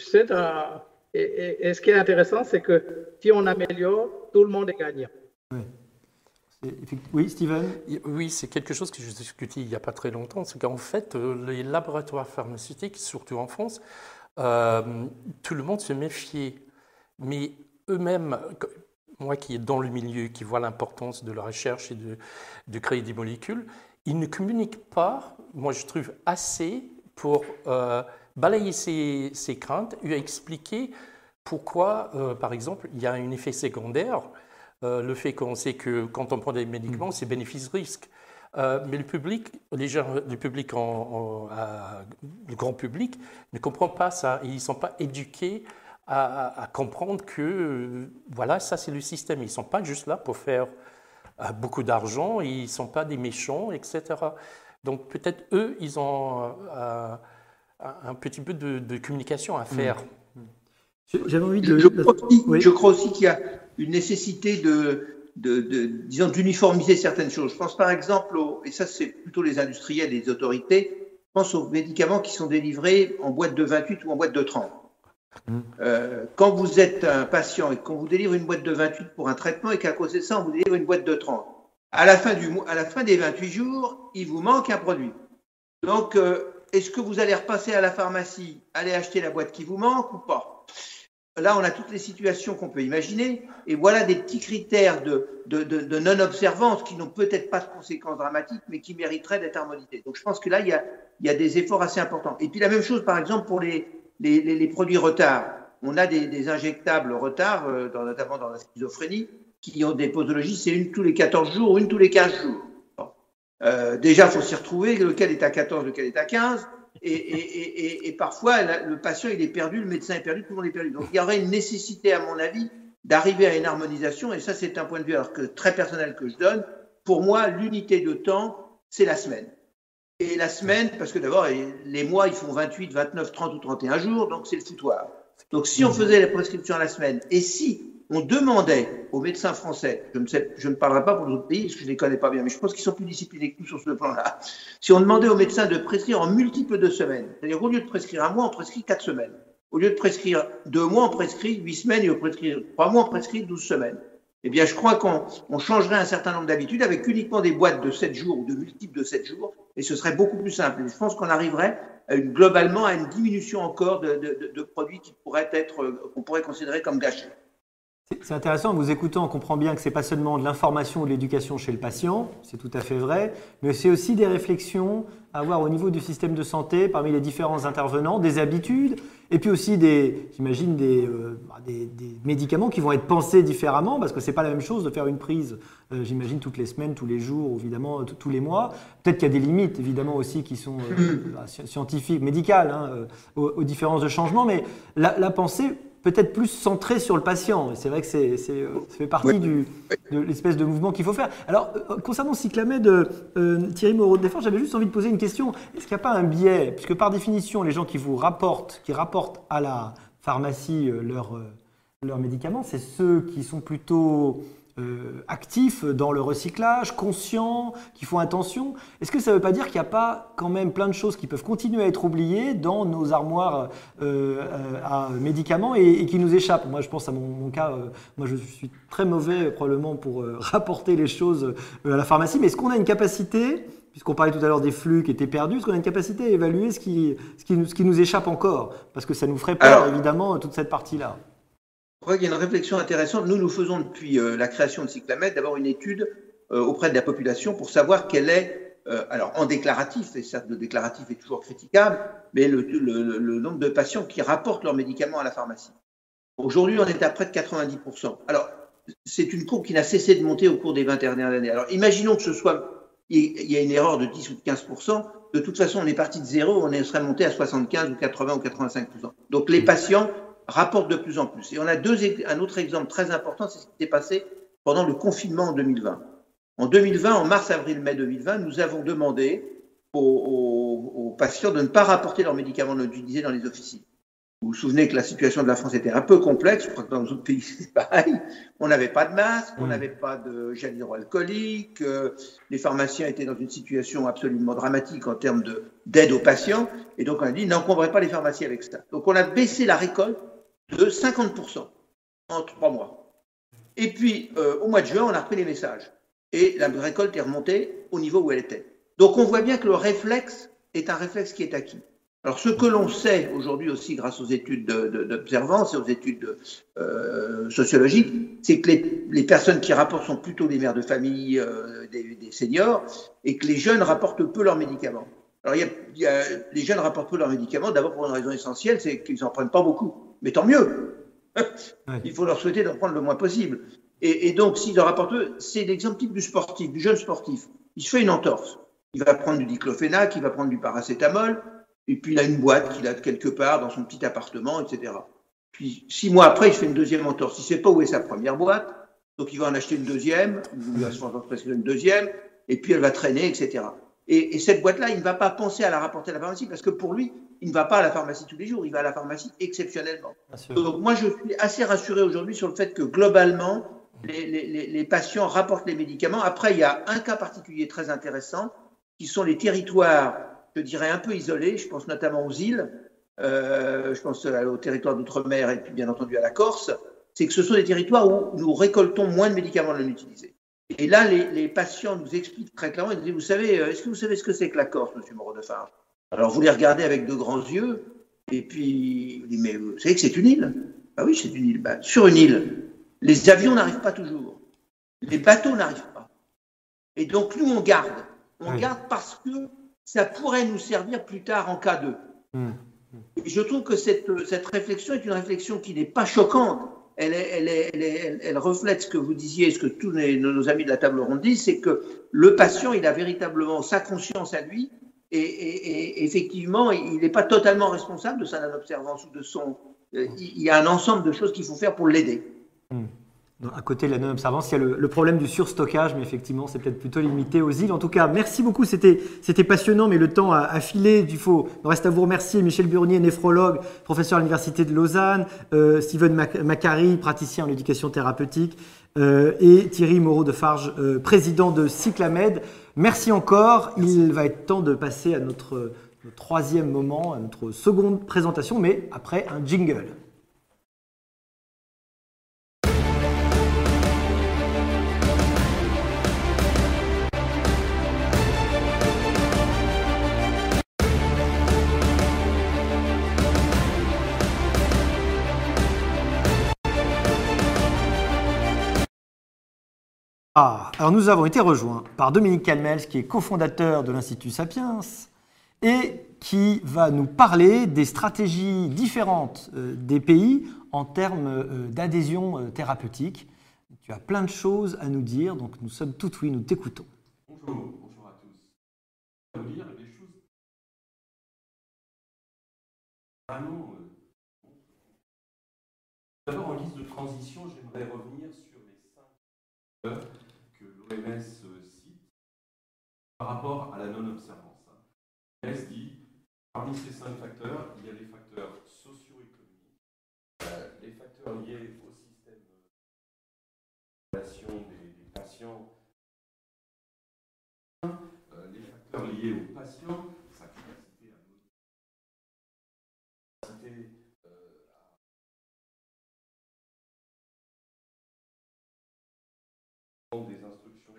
C: ce qui est intéressant, c'est que si on améliore, tout le monde est gagnant.
A: Oui, Steven?
E: Oui, c'est quelque chose que je discutais il n'y a pas très longtemps. C'est qu'en fait, les laboratoires pharmaceutiques, surtout en France, tout le monde se méfiait. Mais eux-mêmes, moi qui est dans le milieu, qui vois l'importance de la recherche et de créer des molécules, ils ne communiquent pas, moi je trouve, assez pour balayer ces craintes et expliquer pourquoi, par exemple, il y a un effet secondaire, le fait qu'on sait que quand on prend des médicaments, c'est bénéfice-risque. Mais le public, le grand public ne comprend pas ça et ils ne sont pas éduqués à comprendre que, voilà, ça c'est le système. Ils ne sont pas juste là pour faire beaucoup d'argent, ils ne sont pas des méchants, etc. Donc peut-être eux, ils ont un petit peu de communication à faire.
A: J'avais envie de...
D: Je crois aussi qu'il y a une nécessité disons, d'uniformiser certaines choses. Je pense par exemple, et ça c'est plutôt les industriels et les autorités, je pense aux médicaments qui sont délivrés en boîte de 28 ou en boîte de 30. Quand vous êtes un patient et qu'on vous délivre une boîte de 28 pour un traitement et qu'à cause de ça, on vous délivre une boîte de 30, à la fin des 28 jours, il vous manque un produit. Donc, est-ce que vous allez repasser à la pharmacie, aller acheter la boîte qui vous manque ou pas? Là, on a toutes les situations qu'on peut imaginer. Et voilà des petits critères de non-observance qui n'ont peut-être pas de conséquences dramatiques, mais qui mériteraient d'être harmonisés. Donc, je pense que là, il y a des efforts assez importants. Et puis, la même chose, par exemple, pour les produits retard. On a des injectables retard, notamment dans la schizophrénie. qui ont des posologies, c'est une tous les 14 jours ou une tous les 15 jours. Déjà, il faut s'y retrouver, lequel est à 14, lequel est à 15. Et parfois, le patient, il est perdu, le médecin est perdu, tout le monde est perdu. Donc, il y aurait une nécessité, à mon avis, d'arriver à une harmonisation. Et ça, c'est un point de vue très personnel que je donne. Pour moi, l'unité de temps, c'est la semaine. Et la semaine, parce que d'abord, les mois, ils font 28, 29, 30 ou 31 jours, donc c'est le foutoir. Donc, si on faisait la prescription à la semaine, et si on demandait aux médecins français, je ne parlerai pas pour les autres pays, parce que je ne les connais pas bien, mais je pense qu'ils sont plus disciplinés que nous sur ce plan-là. Si on demandait aux médecins de prescrire en multiples de semaines, c'est-à-dire au lieu de prescrire 1 mois, on prescrit 4 semaines. Au lieu de prescrire 2 mois, on prescrit 8 semaines, et au lieu de prescrire 3 mois, on prescrit 12 semaines. Eh bien, je crois qu'on changerait un certain nombre d'habitudes avec uniquement des boîtes de 7 jours ou de multiples de 7 jours, et ce serait beaucoup plus simple. Et je pense qu'on arriverait globalement à une diminution encore de produits qu'on pourrait considérer comme gâchés.
A: C'est intéressant, en vous écoutant, on comprend bien que ce n'est pas seulement de l'information ou de l'éducation chez le patient, c'est tout à fait vrai, mais c'est aussi des réflexions à avoir au niveau du système de santé parmi les différents intervenants, des habitudes, et puis aussi j'imagine des médicaments qui vont être pensés différemment, parce que ce n'est pas la même chose de faire une prise, j'imagine, toutes les semaines, tous les jours, évidemment, tous les mois. Peut-être qu'il y a des limites, évidemment, aussi qui sont scientifiques, médicales, aux différences de changement, mais la pensée peut-être plus centré sur le patient. Et c'est vrai que ça fait partie de l'espèce de mouvement qu'il faut faire. Alors, concernant Cyclamed, Thierry Moreau de Défense, j'avais juste envie de poser une question. Est-ce qu'il n'y a pas un biais? Puisque par définition, les gens qui rapportent à la pharmacie leurs médicaments, c'est ceux qui sont plutôt actifs dans le recyclage, conscients, qui font attention. Est-ce que ça ne veut pas dire qu'il n'y a pas quand même plein de choses qui peuvent continuer à être oubliées dans nos armoires à médicaments et qui nous échappent? Moi, je pense à mon cas, moi je suis très mauvais probablement pour rapporter les choses à la pharmacie, mais est-ce qu'on a une capacité, puisqu'on parlait tout à l'heure des flux qui étaient perdus, est-ce qu'on a une capacité à évaluer ce qui nous échappe encore? Parce que ça nous ferait peur, évidemment, toute cette partie-là.
D: Je crois qu'il y a une réflexion intéressante. Nous faisons depuis la création de Cyclamed d'abord une étude auprès de la population pour savoir quel est, alors en déclaratif, et certes le déclaratif est toujours critiquable, mais le nombre de patients qui rapportent leurs médicaments à la pharmacie. Aujourd'hui, on est à près de 90%. Alors, c'est une courbe qui n'a cessé de monter au cours des 20 dernières années. Alors, imaginons que il y a une erreur de 10 ou de 15%. De toute façon, on est parti de zéro, on serait monté à 75 ou 80 ou 85%. Donc, les patients rapportent de plus en plus. Et on a un autre exemple très important, c'est ce qui s'est passé pendant le confinement en 2020. En 2020, en mars, avril, mai 2020, nous avons demandé aux patients de ne pas rapporter leurs médicaments non utilisés dans les officines. Vous vous souvenez que la situation de la France était un peu complexe, je crois que dans les autres pays c'est pareil. On n'avait pas de masque, on n'avait pas de gel hydroalcoolique, les pharmaciens étaient dans une situation absolument dramatique en termes d'aide aux patients, et donc on a dit n'encombrez pas les pharmacies avec ça. Donc on a baissé la récolte de 50% en 3 mois. Et puis, au mois de juin, on a repris les messages. Et la récolte est remontée au niveau où elle était. Donc, on voit bien que le réflexe est un réflexe qui est acquis. Alors, ce que l'on sait aujourd'hui aussi grâce aux études d'observance et aux études sociologiques, c'est que les personnes qui rapportent sont plutôt des mères de famille, des seniors, et que les jeunes rapportent peu leurs médicaments. Alors, les jeunes rapportent peu leurs médicaments, d'abord pour une raison essentielle, c'est qu'ils n'en prennent pas beaucoup. Mais tant mieux. Il faut leur souhaiter d'en prendre le moins possible. Et donc, s'ils en rapportent peu, c'est l'exemple type du sportif, du jeune sportif. Il se fait une entorse. Il va prendre du diclofénac, il va prendre du paracétamol, et puis il a une boîte qu'il a quelque part dans son petit appartement, etc. Puis 6 mois après, il se fait une deuxième entorse. Il ne sait pas où est sa première boîte, donc il va en acheter une deuxième, il va se faire prescrire une deuxième, et puis elle va traîner, etc. Et cette boîte-là, il ne va pas penser à la rapporter à la pharmacie parce que pour lui, il ne va pas à la pharmacie tous les jours, il va à la pharmacie exceptionnellement. Donc moi, je suis assez rassuré aujourd'hui sur le fait que globalement, les patients rapportent les médicaments. Après, il y a un cas particulier très intéressant qui sont les territoires, je dirais, un peu isolés. Je pense notamment aux îles, je pense au territoire d'outre-mer et puis bien entendu à la Corse. C'est que ce sont des territoires où nous récoltons moins de médicaments non utilisés. Et là, les patients nous expliquent très clairement, ils disent, est-ce que vous savez ce que c'est que la Corse, monsieur Moreau-Defarge? Alors, vous les regardez avec de grands yeux, et puis, vous dites, mais vous savez que c'est une île? Ah oui, c'est une île. Ben, sur une île, les avions n'arrivent pas toujours. Les bateaux n'arrivent pas. Et donc, nous, on garde. On garde parce que ça pourrait nous servir plus tard en cas de. Et je trouve que cette réflexion est une réflexion qui n'est pas choquante. elle reflète ce que vous disiez, ce que tous nos amis de la table ronde disent, c'est que le patient, il a véritablement sa conscience à lui, et effectivement, il n'est pas totalement responsable de sa non-observance ou de son... Il y a un ensemble de choses qu'il faut faire pour l'aider.
A: À côté de la non-observance, il y a le problème du surstockage, mais effectivement, c'est peut-être plutôt limité aux îles. En tout cas, merci beaucoup, c'était passionnant, mais le temps a filé. Il me reste à vous remercier, Michel Burnier, néphrologue, professeur à l'Université de Lausanne, Steven Macari, praticien en éducation thérapeutique, et Thierry Moreau-Defarge, président de Cyclamed. Merci encore. Il va être temps de passer à notre troisième moment, à notre seconde présentation, mais après un jingle. Alors nous avons été rejoints par Dominique Calmels, qui est cofondateur de l'Institut Sapiens et qui va nous parler des stratégies différentes des pays en termes d'adhésion thérapeutique. Tu as plein de choses à nous dire, donc nous sommes tout oui, nous t'écoutons.
F: Bonjour à tous. Je vais vous dire des choses vraiment... D'abord, en guise de transition, j'aimerais revenir sur les 5 facteurs que l'OMS cite par rapport à la non-observance. L'OMS dit, parmi ces 5 facteurs, il y a les facteurs socio-économiques, les facteurs liés au système de relation des patients, les facteurs liés aux patients, sa capacité à des instructions.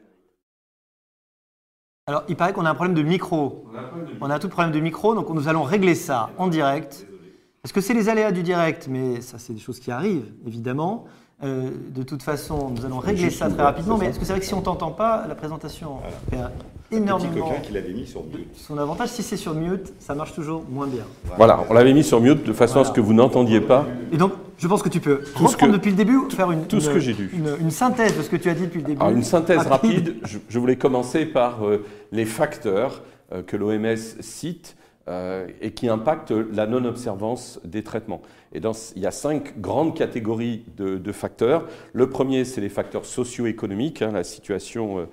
A: Alors, il paraît qu'on a un problème de micro. On a tout problème de micro, donc nous allons régler ça en direct. Parce que c'est les aléas du direct, mais ça, c'est des choses qui arrivent, évidemment. De toute façon, nous allons régler ça très rapidement. Mais est-ce que c'est vrai que si on ne t'entend pas, la présentation perd énormément
G: petit coquin qui l'avait mis sur mute.
A: Son avantage, si c'est sur mute, ça marche toujours moins bien.
F: Voilà, on l'avait mis sur mute de façon à ce que vous n'entendiez pas.
A: Et donc, je pense que tu peux reprendre depuis le début, faire une synthèse de ce que tu as dit depuis le début.
F: Alors, une synthèse rapide. Je voulais commencer par les facteurs que l'OMS cite et qui impactent la non-observance des traitements. Et il y a 5 grandes catégories de facteurs. Le premier, c'est les facteurs socio-économiques, la situation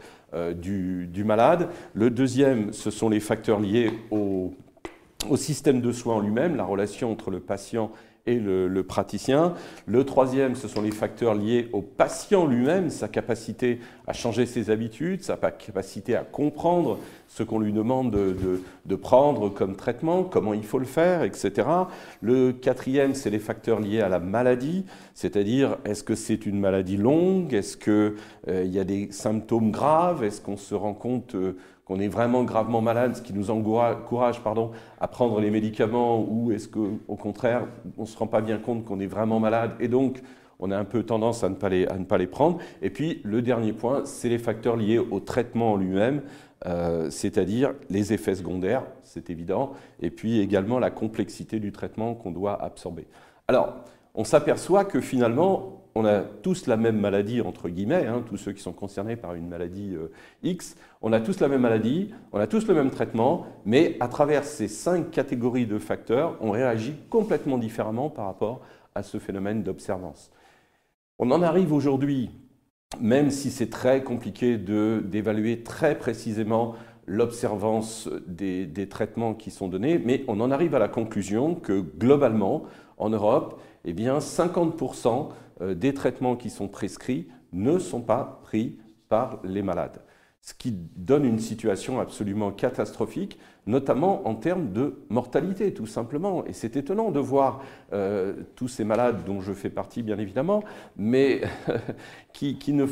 F: du malade. Le deuxième, ce sont les facteurs liés au système de soins en lui-même, la relation entre le patient et le praticien. Le troisième, ce sont les facteurs liés au patient lui-même, sa capacité à changer ses habitudes, sa capacité à comprendre ce qu'on lui demande de prendre comme traitement, comment il faut le faire, etc. Le quatrième, c'est les facteurs liés à la maladie, c'est-à-dire est-ce que c'est une maladie longue, est-ce qu'il y a des symptômes graves, est-ce qu'on se rend compte qu'on est vraiment gravement malade, ce qui nous encourage à prendre les médicaments, ou est-ce qu'au contraire, on ne se rend pas bien compte qu'on est vraiment malade et donc on a un peu tendance à ne pas les prendre. Et puis le dernier point, c'est les facteurs liés au traitement en lui-même, c'est-à-dire les effets secondaires, c'est évident, et puis également la complexité du traitement qu'on doit absorber. Alors, on s'aperçoit que finalement, on a tous la même maladie, entre guillemets, tous ceux qui sont concernés par une maladie X, on a tous la même maladie, on a tous le même traitement, mais à travers ces 5 catégories de facteurs, on réagit complètement différemment par rapport à ce phénomène d'observance. On en arrive aujourd'hui, même si c'est très compliqué d'évaluer très précisément l'observance des traitements qui sont donnés, mais on en arrive à la conclusion que globalement, en Europe, eh bien 50% des traitements qui sont prescrits ne sont pas pris par les malades. Ce qui donne une situation absolument catastrophique, notamment en termes de mortalité, tout simplement. Et c'est étonnant de voir tous ces malades, dont je fais partie bien évidemment, mais qui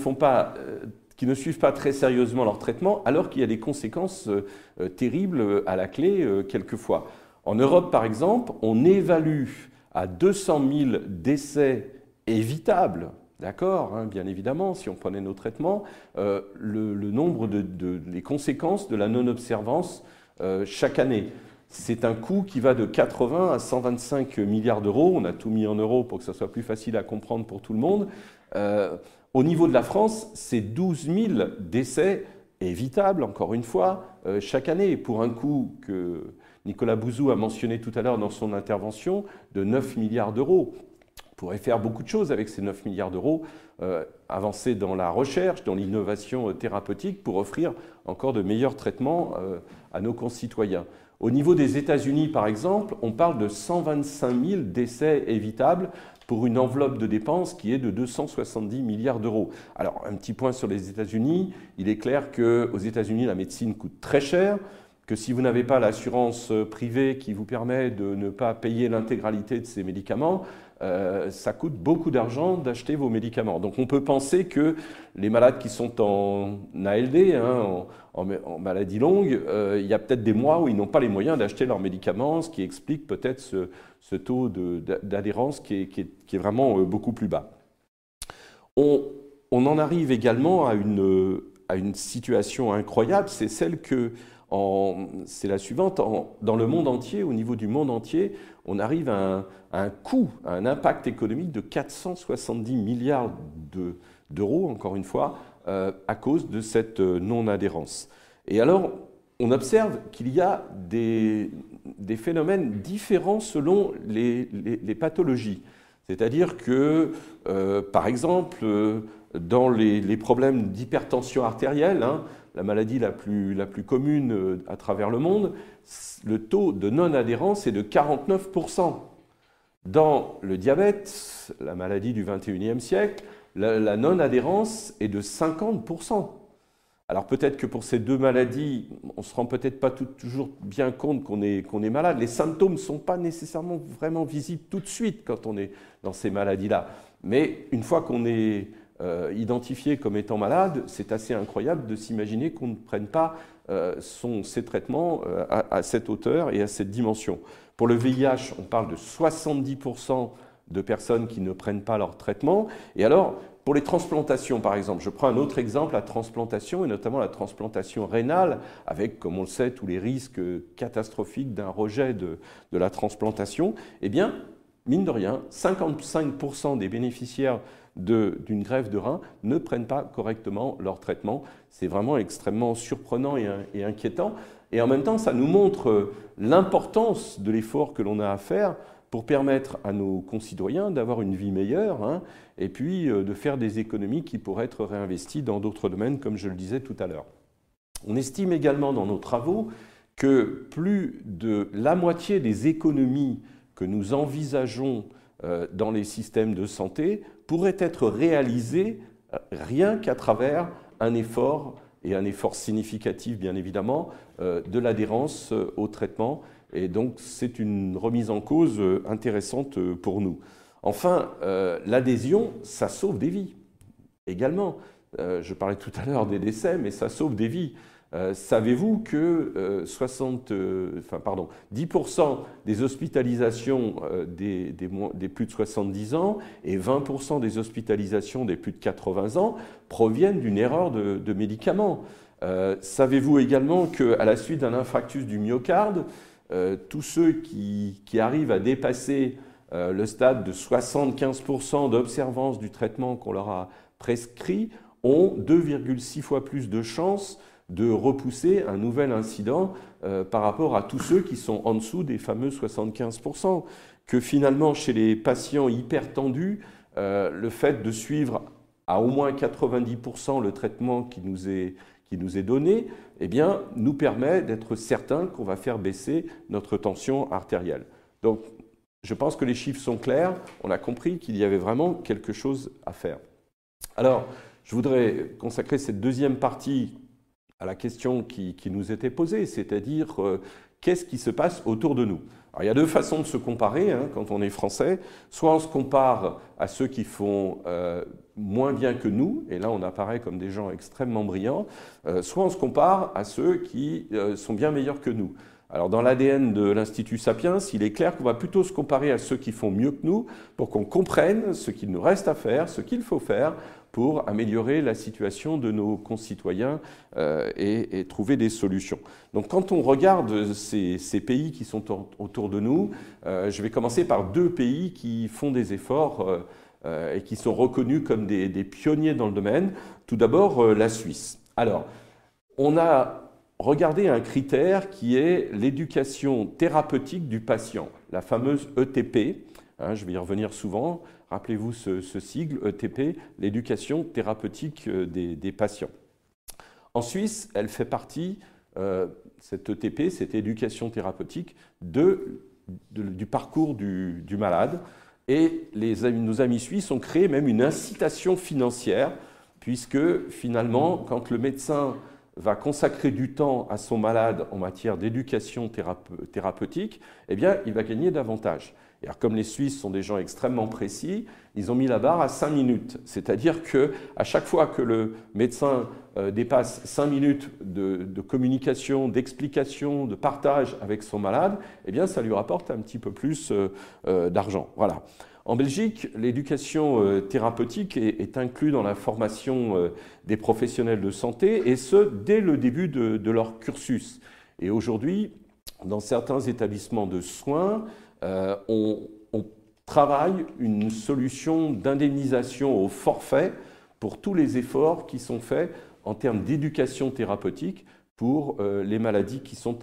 F: ne suivent pas très sérieusement leur traitement, alors qu'il y a des conséquences terribles à la clé quelquefois. En Europe, par exemple, on évalue à 200 000 décès évitables, d'accord, bien évidemment, si on prenait nos traitements, le nombre les conséquences de la non-observance chaque année. c'est un coût qui va de 80 à 125 milliards d'euros. On a tout mis en euros pour que ça soit plus facile à comprendre pour tout le monde. Au niveau de la France, c'est 12 000 décès évitables, encore une fois, chaque année, pour un coût que Nicolas Bouzou a mentionné tout à l'heure dans son intervention, de 9 milliards d'euros. On pourrait faire beaucoup de choses avec ces 9 milliards d'euros, avancer dans la recherche, dans l'innovation thérapeutique pour offrir encore de meilleurs traitements à nos concitoyens. Au niveau des États-Unis, par exemple, on parle de 125 000 décès évitables pour une enveloppe de dépenses qui est de 270 milliards d'euros. Alors, un petit point sur les États-Unis. Il est clair qu'aux États-Unis, la médecine coûte très cher, que si vous n'avez pas l'assurance privée qui vous permet de ne pas payer l'intégralité de ces médicaments, ça coûte beaucoup d'argent d'acheter vos médicaments. Donc on peut penser que les malades qui sont en ALD, en maladie longue, il y a peut-être des mois où ils n'ont pas les moyens d'acheter leurs médicaments, ce qui explique peut-être ce taux d'adhérence qui est vraiment beaucoup plus bas. On en arrive également à une situation incroyable, c'est celle que c'est la suivante, dans le monde entier, au niveau du monde entier, on arrive à un coût, à un impact économique de 470 milliards d'euros, encore une fois, à cause de cette non-adhérence. Et alors, on observe qu'il y a des phénomènes différents selon les pathologies. C'est-à-dire que, par exemple, dans les problèmes d'hypertension artérielle, la maladie la plus commune à travers le monde, le taux de non-adhérence est de 49%. Dans le diabète, la maladie du XXIe siècle, la non-adhérence est de 50%. Alors peut-être que pour ces deux maladies, on ne se rend peut-être pas toujours bien compte qu'on est malade. Les symptômes ne sont pas nécessairement vraiment visibles tout de suite quand on est dans ces maladies-là. Mais une fois qu'on est identifié comme étant malade, c'est assez incroyable de s'imaginer qu'on ne prenne pas ces traitements à cette hauteur et à cette dimension. Pour le VIH, on parle de 70% de personnes qui ne prennent pas leur traitement. Et alors, pour les transplantations, par exemple, je prends un autre exemple, la transplantation, et notamment la transplantation rénale, avec, comme on le sait, tous les risques catastrophiques d'un rejet de la transplantation. Eh bien, mine de rien, 55% des bénéficiaires d'une greffe de rein ne prennent pas correctement leur traitement. C'est vraiment extrêmement surprenant et inquiétant. Et en même temps, ça nous montre l'importance de l'effort que l'on a à faire pour permettre à nos concitoyens d'avoir une vie meilleure, et puis de faire des économies qui pourraient être réinvesties dans d'autres domaines, comme je le disais tout à l'heure. On estime également dans nos travaux que plus de la moitié des économies que nous envisageons dans les systèmes de santé pourraient être réalisées rien qu'à travers un effort, et un effort significatif bien évidemment, de l'adhérence au traitement. Et donc c'est une remise en cause intéressante pour nous. Enfin, l'adhésion, ça sauve des vies également. Je parlais tout à l'heure des décès, mais ça sauve des vies. Savez-vous que 10% des hospitalisations des plus de 70 ans et 20% des hospitalisations des plus de 80 ans proviennent d'une erreur de médicaments? Savez-vous également qu'à la suite d'un infarctus du myocarde, tous ceux qui arrivent à dépasser le stade de 75% d'observance du traitement qu'on leur a prescrit ont 2,6 fois plus de chances de repousser un nouvel incident par rapport à tous ceux qui sont en dessous des fameux 75%. Que finalement, chez les patients hypertendus, le fait de suivre à au moins 90% le traitement qui nous est donné, eh bien, nous permet d'être certains qu'on va faire baisser notre tension artérielle. Donc, je pense que les chiffres sont clairs. On a compris qu'il y avait vraiment quelque chose à faire. Alors, je voudrais consacrer cette deuxième partie à la question qui nous était posée, c'est-à-dire qu'est-ce qui se passe autour de nous. Alors, il y a deux façons de se comparer quand on est français. Soit on se compare à ceux qui font moins bien que nous, et là on apparaît comme des gens extrêmement brillants, soit on se compare à ceux qui sont bien meilleurs que nous. Alors dans l'ADN de l'Institut Sapiens, il est clair qu'on va plutôt se comparer à ceux qui font mieux que nous pour qu'on comprenne ce qu'il nous reste à faire, ce qu'il faut faire pour améliorer la situation de nos concitoyens et trouver des solutions. Donc quand on regarde ces pays qui sont autour de nous, je vais commencer par 2 pays qui font des efforts et qui sont reconnus comme des pionniers dans le domaine. Tout d'abord, la Suisse. Alors, on a regardé un critère qui est l'éducation thérapeutique du patient, la fameuse ETP. Je vais y revenir souvent. Rappelez-vous ce sigle ETP, l'éducation thérapeutique des patients. En Suisse, elle fait partie, cette ETP, cette éducation thérapeutique, du parcours du malade. Et nos amis suisses ont créé même une incitation financière, puisque finalement, quand le médecin va consacrer du temps à son malade en matière d'éducation thérapeutique, eh bien, il va gagner davantage. Et alors, comme les Suisses sont des gens extrêmement précis, ils ont mis la barre à 5 minutes. C'est-à-dire qu'à chaque fois que le médecin dépasse 5 minutes de communication, d'explication, de partage avec son malade, eh bien, ça lui rapporte un petit peu plus d'argent. Voilà. En Belgique, l'éducation thérapeutique est inclue dans la formation des professionnels de santé, et ce, dès le début de leur cursus. Et aujourd'hui, dans certains établissements de soins, on travaille une solution d'indemnisation au forfait pour tous les efforts qui sont faits en termes d'éducation thérapeutique pour les malades qui sont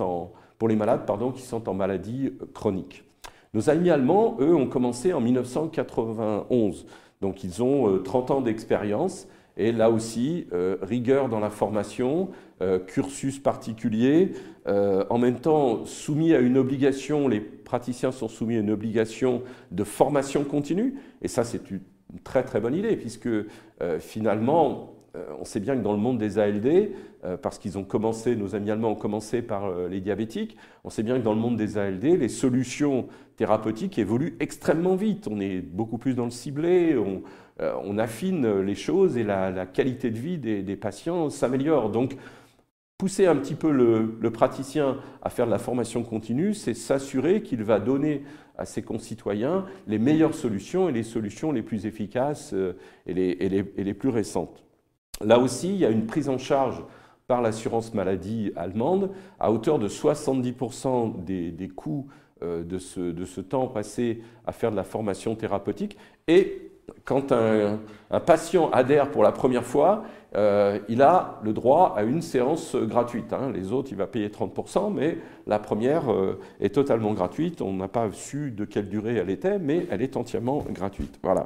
F: en maladie chronique. Nos amis allemands, eux, ont commencé en 1991, donc ils ont 30 ans d'expérience, et là aussi, rigueur dans la formation, cursus particulier, en même temps soumis à une obligation, les praticiens sont soumis à une obligation de formation continue, et ça c'est une très très bonne idée, puisque finalement, on sait bien que dans le monde des ALD, parce qu'ils ont commencé, nos amis allemands ont commencé par les diabétiques, on sait bien que dans le monde des ALD, les solutions thérapeutiques évoluent extrêmement vite. On est beaucoup plus dans le ciblé, on affine les choses et la qualité de vie des patients s'améliore. Donc, pousser un petit peu le praticien à faire de la formation continue, c'est s'assurer qu'il va donner à ses concitoyens les meilleures solutions et les solutions les plus efficaces et les plus récentes. Là aussi, il y a une prise en charge par l'assurance maladie allemande à hauteur de 70% des coûts de ce temps passé à faire de la formation thérapeutique. Et quand un patient adhère pour la première fois, il a le droit à une séance gratuite. Les autres, il va payer 30%, mais la première est totalement gratuite. On n'a pas su de quelle durée elle était, mais elle est entièrement gratuite. Voilà.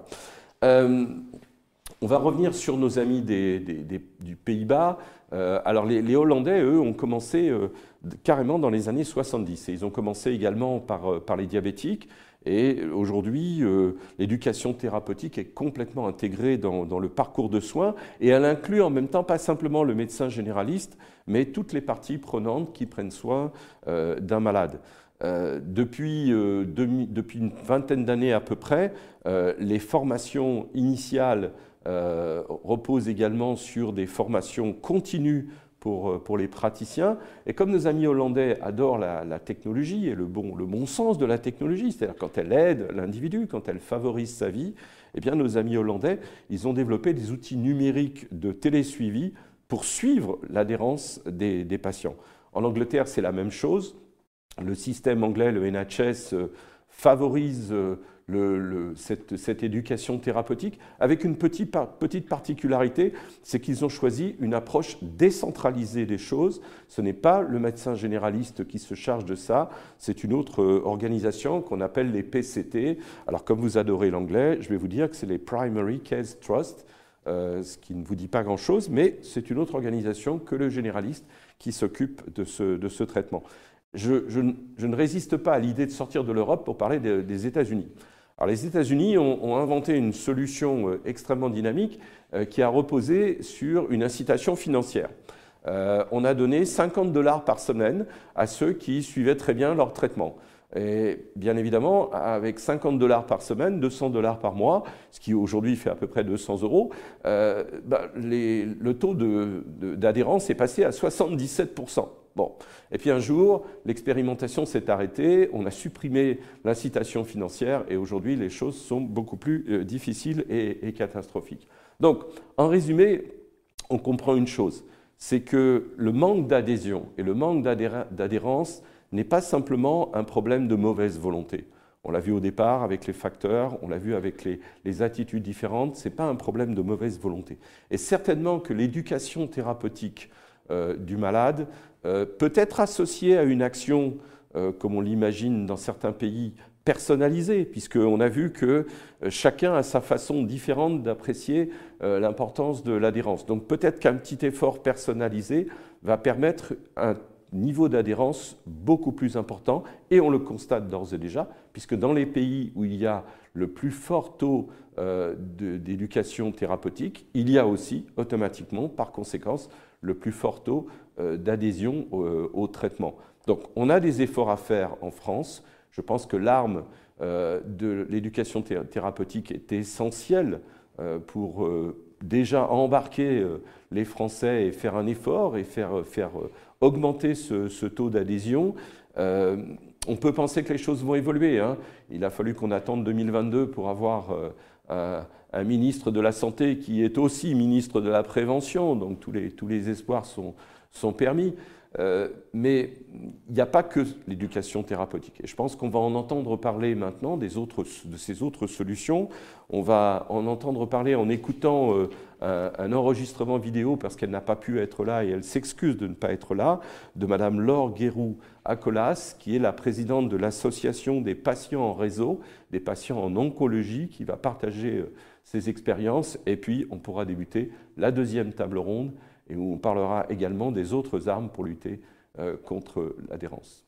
F: On va revenir sur nos amis du Pays-Bas. Alors les Hollandais, eux, ont commencé carrément dans les années 70. Et ils ont commencé également par les diabétiques. Et aujourd'hui, l'éducation thérapeutique est complètement intégrée dans le parcours de soins. Et elle inclut en même temps pas simplement le médecin généraliste, mais toutes les parties prenantes qui prennent soin d'un malade. Depuis une vingtaine d'années à peu près, les formations initiales reposent également sur des formations continues pour les praticiens. Et comme nos amis hollandais adorent la technologie et le bon sens de la technologie, c'est-à-dire quand elle aide l'individu, quand elle favorise sa vie, eh bien nos amis hollandais, ils ont développé des outils numériques de télésuivi pour suivre l'adhérence des patients. En Angleterre, c'est la même chose. Le système anglais, le NHS, favorise cette éducation thérapeutique avec une petite particularité, c'est qu'ils ont choisi une approche décentralisée des choses. Ce n'est pas le médecin généraliste qui se charge de ça, c'est une autre organisation qu'on appelle les PCT. Alors comme vous adorez l'anglais, je vais vous dire que c'est les Primary Care Trust, ce qui ne vous dit pas grand-chose, mais c'est une autre organisation que le généraliste qui s'occupe de ce traitement. Je ne résiste pas à l'idée de sortir de l'Europe pour parler des États-Unis. Alors, les États-Unis ont inventé une solution extrêmement dynamique qui a reposé sur une incitation financière. On a donné $50 par semaine à ceux qui suivaient très bien leur traitement. Et bien évidemment, avec $50 par semaine, $200 par mois, ce qui aujourd'hui fait à peu près 200 €, le taux d'adhérence est passé à 77%. Bon. Et puis un jour, l'expérimentation s'est arrêtée, on a supprimé l'incitation financière et aujourd'hui, les choses sont beaucoup plus difficiles et catastrophiques. Donc, en résumé, on comprend une chose, c'est que le manque d'adhésion et le manque d'adhérence n'est pas simplement un problème de mauvaise volonté. On l'a vu au départ avec les facteurs, on l'a vu avec les attitudes différentes, ce n'est pas un problème de mauvaise volonté. Et certainement que l'éducation thérapeutique du malade peut être associée à une action, comme on l'imagine dans certains pays, personnalisée, puisqu'on a vu que chacun a sa façon différente d'apprécier l'importance de l'adhérence. Donc peut-être qu'un petit effort personnalisé va permettre un niveau d'adhérence beaucoup plus important, et on le constate d'ores et déjà, puisque dans les pays où il y a le plus fort taux d'éducation thérapeutique, il y a aussi automatiquement, par conséquence, le plus fort taux d'adhésion au traitement. Donc on a des efforts à faire en France. Je pense que l'arme de l'éducation thérapeutique est essentielle pour déjà embarquer les Français et faire un effort et faire augmenter ce taux d'adhésion. On peut penser que les choses vont évoluer, hein. Il a fallu qu'on attende 2022 pour avoir un ministre de la Santé qui est aussi ministre de la Prévention, donc tous les espoirs sont permis. Mais il n'y a pas que l'éducation thérapeutique. Et je pense qu'on va en entendre parler maintenant de ces autres solutions. On va en entendre parler en écoutant un enregistrement vidéo, parce qu'elle n'a pas pu être là et elle s'excuse de ne pas être là, de Madame Laure Guéroux-Acolas, qui est la présidente de l'association des patients en réseau, des patients en oncologie, qui va partager ses expériences. Et puis on pourra débuter la deuxième table ronde, et où on parlera également des autres armes pour lutter contre l'adhérence.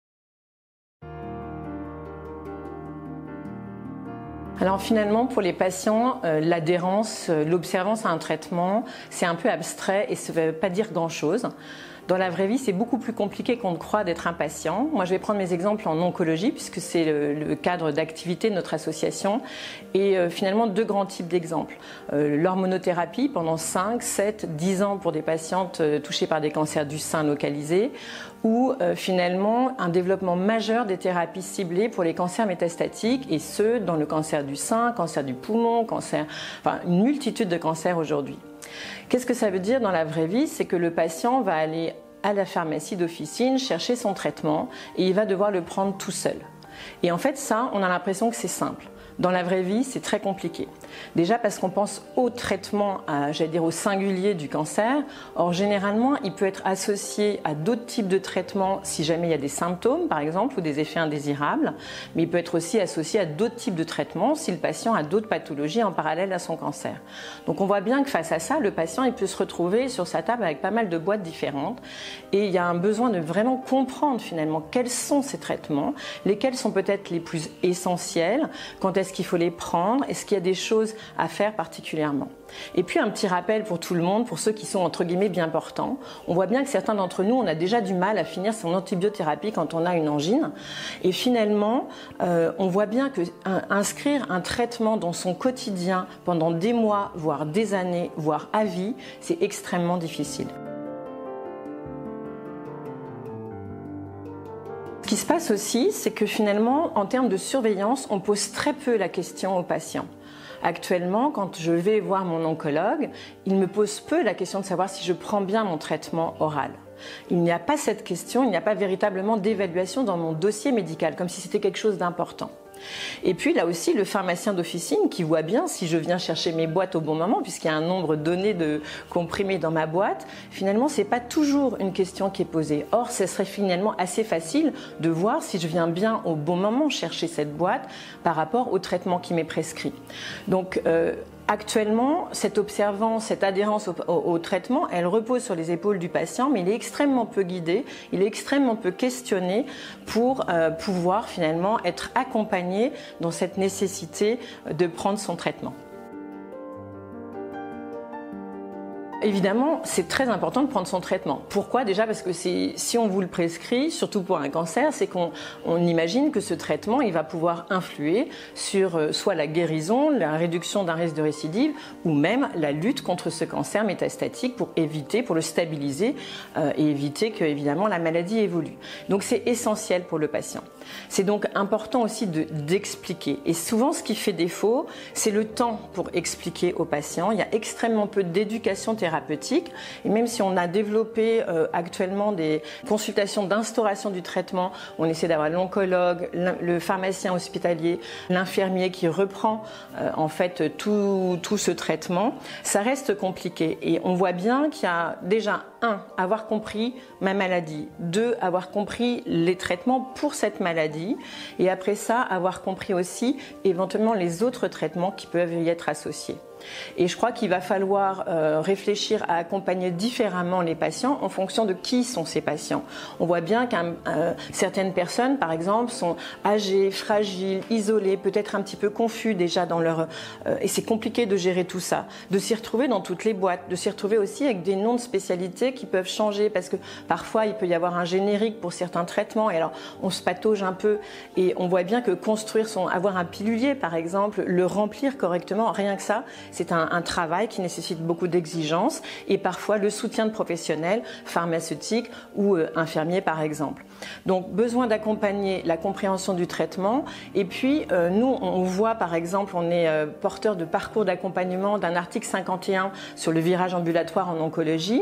G: Alors finalement, pour les patients, l'adhérence, l'observance à un traitement, c'est un peu abstrait et ça ne veut pas dire grand-chose. Dans la vraie vie, c'est beaucoup plus compliqué qu'on ne croit d'être un patient. Moi, je vais prendre mes exemples en oncologie, puisque c'est le cadre d'activité de notre association. Et finalement, deux grands types d'exemples. L'hormonothérapie pendant 5, 7, 10 ans pour des patientes touchées par des cancers du sein localisés, ou finalement un développement majeur des thérapies ciblées pour les cancers métastatiques, et ce, dans le cancer du sein, cancer du poumon, une multitude de cancers aujourd'hui. Qu'est-ce que ça veut dire dans la vraie vie? C'est que le patient va aller à la pharmacie d'officine chercher son traitement et il va devoir le prendre tout seul. Et en fait, ça, on a l'impression que c'est simple. Dans la vraie vie, c'est très compliqué. Déjà parce qu'on pense au traitement, j'allais dire au singulier du cancer. Or, généralement, il peut être associé à d'autres types de traitements si jamais il y a des symptômes, par exemple, ou des effets indésirables. Mais il peut être aussi associé à d'autres types de traitements si le patient a d'autres pathologies en parallèle à son cancer. Donc, on voit bien que face à ça, le patient il peut se retrouver sur sa table avec pas mal de boîtes différentes. Et il y a un besoin de vraiment comprendre finalement quels sont ces traitements, lesquels sont peut-être les plus essentiels, quand est-ce qu'il faut les prendre, est-ce qu'il y a des choses à faire particulièrement. Et puis un petit rappel pour tout le monde, pour ceux qui sont entre guillemets bien portants. On voit bien que certains d'entre nous, on a déjà du mal à finir son antibiothérapie quand on a une angine. Et finalement, on voit bien que inscrire un traitement dans son quotidien pendant des mois, voire des années, voire à vie, c'est extrêmement difficile. Ce qui se passe aussi, c'est que finalement, en termes de surveillance, on pose très peu la question aux patients. Actuellement, quand je vais voir mon oncologue, il me pose peu la question de savoir si je prends bien mon traitement oral. Il n'y a pas cette question, il n'y a pas véritablement d'évaluation dans mon dossier médical, comme si c'était quelque chose d'important. Et puis là aussi, le pharmacien d'officine qui voit bien si je viens chercher mes boîtes au bon moment, puisqu'il y a un nombre donné de comprimés dans ma boîte, finalement, ce n'est pas toujours une question qui est posée. Or, ce serait finalement assez facile de voir si je viens bien au bon moment chercher cette boîte par rapport au traitement qui m'est prescrit. Donc, actuellement, cette observance, cette adhérence au traitement, elle repose sur les épaules du patient, mais il est extrêmement peu guidé, il est extrêmement peu questionné pour pouvoir finalement être accompagné dans cette nécessité de prendre son traitement. évidemment, c'est très important de prendre son traitement. Pourquoi? Déjà parce que si on vous le prescrit, surtout pour un cancer, c'est qu'on imagine que ce traitement, il va pouvoir influer sur soit la guérison, la réduction d'un risque de récidive, ou même la lutte contre ce cancer métastatique pour le stabiliser et éviter que, évidemment, la maladie évolue. Donc c'est essentiel pour le patient. C'est donc important aussi d'expliquer. Et souvent, ce qui fait défaut, c'est le temps pour expliquer aux patients. Il y a extrêmement peu d'éducation thérapeutique. Et même si on a développé actuellement des consultations d'instauration du traitement, on essaie d'avoir l'oncologue, le pharmacien hospitalier, l'infirmier qui reprend en fait tout ce traitement, ça reste compliqué. Et on voit bien qu'il y a déjà, 1, avoir compris ma maladie, 2, avoir compris les traitements pour cette maladie, et après ça, avoir compris aussi éventuellement les autres traitements qui peuvent y être associés. Et je crois qu'il va falloir réfléchir à accompagner différemment les patients en fonction de qui sont ces patients. On voit bien que certaines personnes, par exemple, sont âgées, fragiles, isolées, peut-être un petit peu confus déjà dans leur... et c'est compliqué de gérer tout ça, de s'y retrouver dans toutes les boîtes, de s'y retrouver aussi avec des noms de spécialités qui peuvent changer, parce que parfois il peut y avoir un générique pour certains traitements, et alors on se patauge un peu, et on voit bien que avoir un pilulier, par exemple, le remplir correctement, rien que ça, c'est un travail qui nécessite beaucoup d'exigences et parfois le soutien de professionnels, pharmaceutiques ou infirmiers par exemple. Donc besoin d'accompagner la compréhension du traitement. Et puis nous, on voit par exemple, on est porteur de parcours d'accompagnement d'un article 51 sur le virage ambulatoire en oncologie.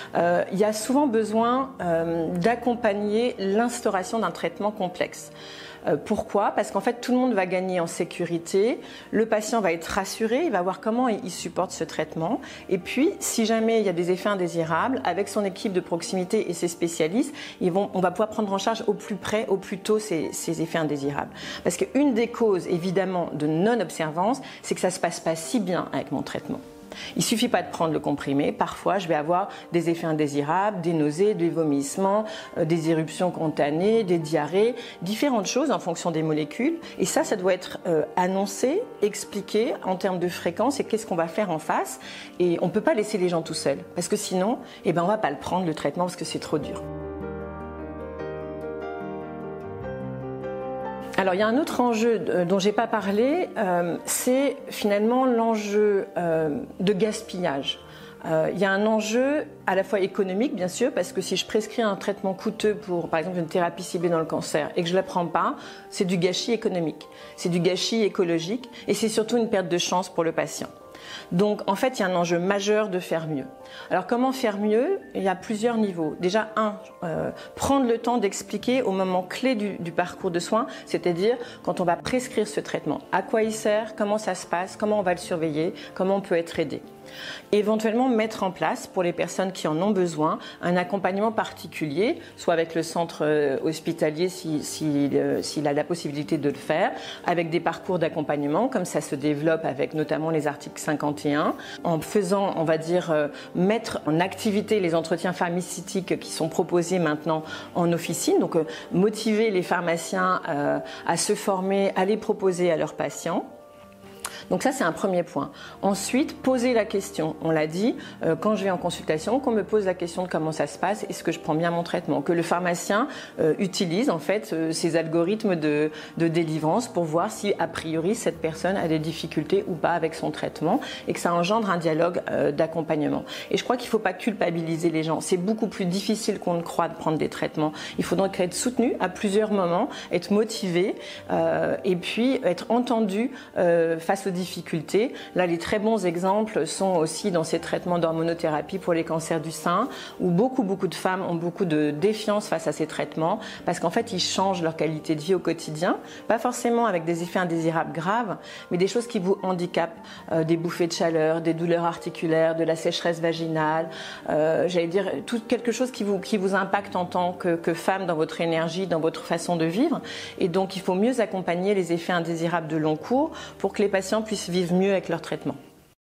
G: Il y a souvent besoin d'accompagner l'instauration d'un traitement complexe. Pourquoi? Parce qu'en fait, tout le monde va gagner en sécurité, le patient va être rassuré, il va voir comment il supporte ce traitement, et puis, si jamais il y a des effets indésirables, avec son équipe de proximité et ses spécialistes, on va pouvoir prendre en charge au plus près, au plus tôt ces effets indésirables. Parce qu'une des causes, évidemment, de non-observance, c'est que ça ne se passe pas si bien avec mon traitement. Il ne suffit pas de prendre le comprimé, parfois je vais avoir des effets indésirables, des nausées, des vomissements, des éruptions cutanées, des diarrhées, différentes choses en fonction des molécules. Et ça doit être annoncé, expliqué en termes de fréquence et qu'est-ce qu'on va faire en face. Et on ne peut pas laisser les gens tout seuls, parce que sinon, on ne va pas le prendre le traitement parce que c'est trop dur. Alors il y a un autre enjeu dont je n'ai pas parlé, c'est finalement l'enjeu de gaspillage. Il y a un enjeu à la fois économique, bien sûr, parce que si je prescris un traitement coûteux pour, par exemple, une thérapie ciblée dans le cancer et que je ne la prends pas, c'est du gâchis économique, c'est du gâchis écologique et c'est surtout une perte de chance pour le patient. Donc, en fait, il y a un enjeu majeur de faire mieux. Alors, comment faire mieux? Il y a plusieurs niveaux. Déjà, prendre le temps d'expliquer au moment clé du parcours de soins, c'est-à-dire quand on va prescrire ce traitement, à quoi il sert, comment ça se passe, comment on va le surveiller, comment on peut être aidé. Éventuellement mettre en place pour les personnes qui en ont besoin un accompagnement particulier, soit avec le centre hospitalier s'il a la possibilité de le faire, avec des parcours d'accompagnement comme ça se développe avec notamment les articles 51, en faisant, on va dire, mettre en activité les entretiens pharmaceutiques qui sont proposés maintenant en officine, donc motiver les pharmaciens à se former, à les proposer à leurs patients. Donc ça, c'est un premier point. Ensuite, poser la question. On l'a dit, quand je vais en consultation, qu'on me pose la question de comment ça se passe, est-ce que je prends bien mon traitement? Que le pharmacien utilise en fait ces algorithmes de délivrance pour voir si, a priori, cette personne a des difficultés ou pas avec son traitement et que ça engendre un dialogue d'accompagnement. Et je crois qu'il ne faut pas culpabiliser les gens. C'est beaucoup plus difficile qu'on ne croit de prendre des traitements. Il faut donc être soutenu à plusieurs moments, être motivé et puis être entendu face aux difficultés. Là, les très bons exemples sont aussi dans ces traitements d'hormonothérapie pour les cancers du sein, où beaucoup de femmes ont beaucoup de défiance face à ces traitements, parce qu'en fait, ils changent leur qualité de vie au quotidien, pas forcément avec des effets indésirables graves, mais des choses qui vous handicapent, des bouffées de chaleur, des douleurs articulaires, de la sécheresse vaginale, j'allais dire, quelque chose qui vous impacte en tant que femme dans votre énergie, dans votre façon de vivre. Et donc, il faut mieux accompagner les effets indésirables de long cours pour que les patients puissent vivre mieux avec leur traitement.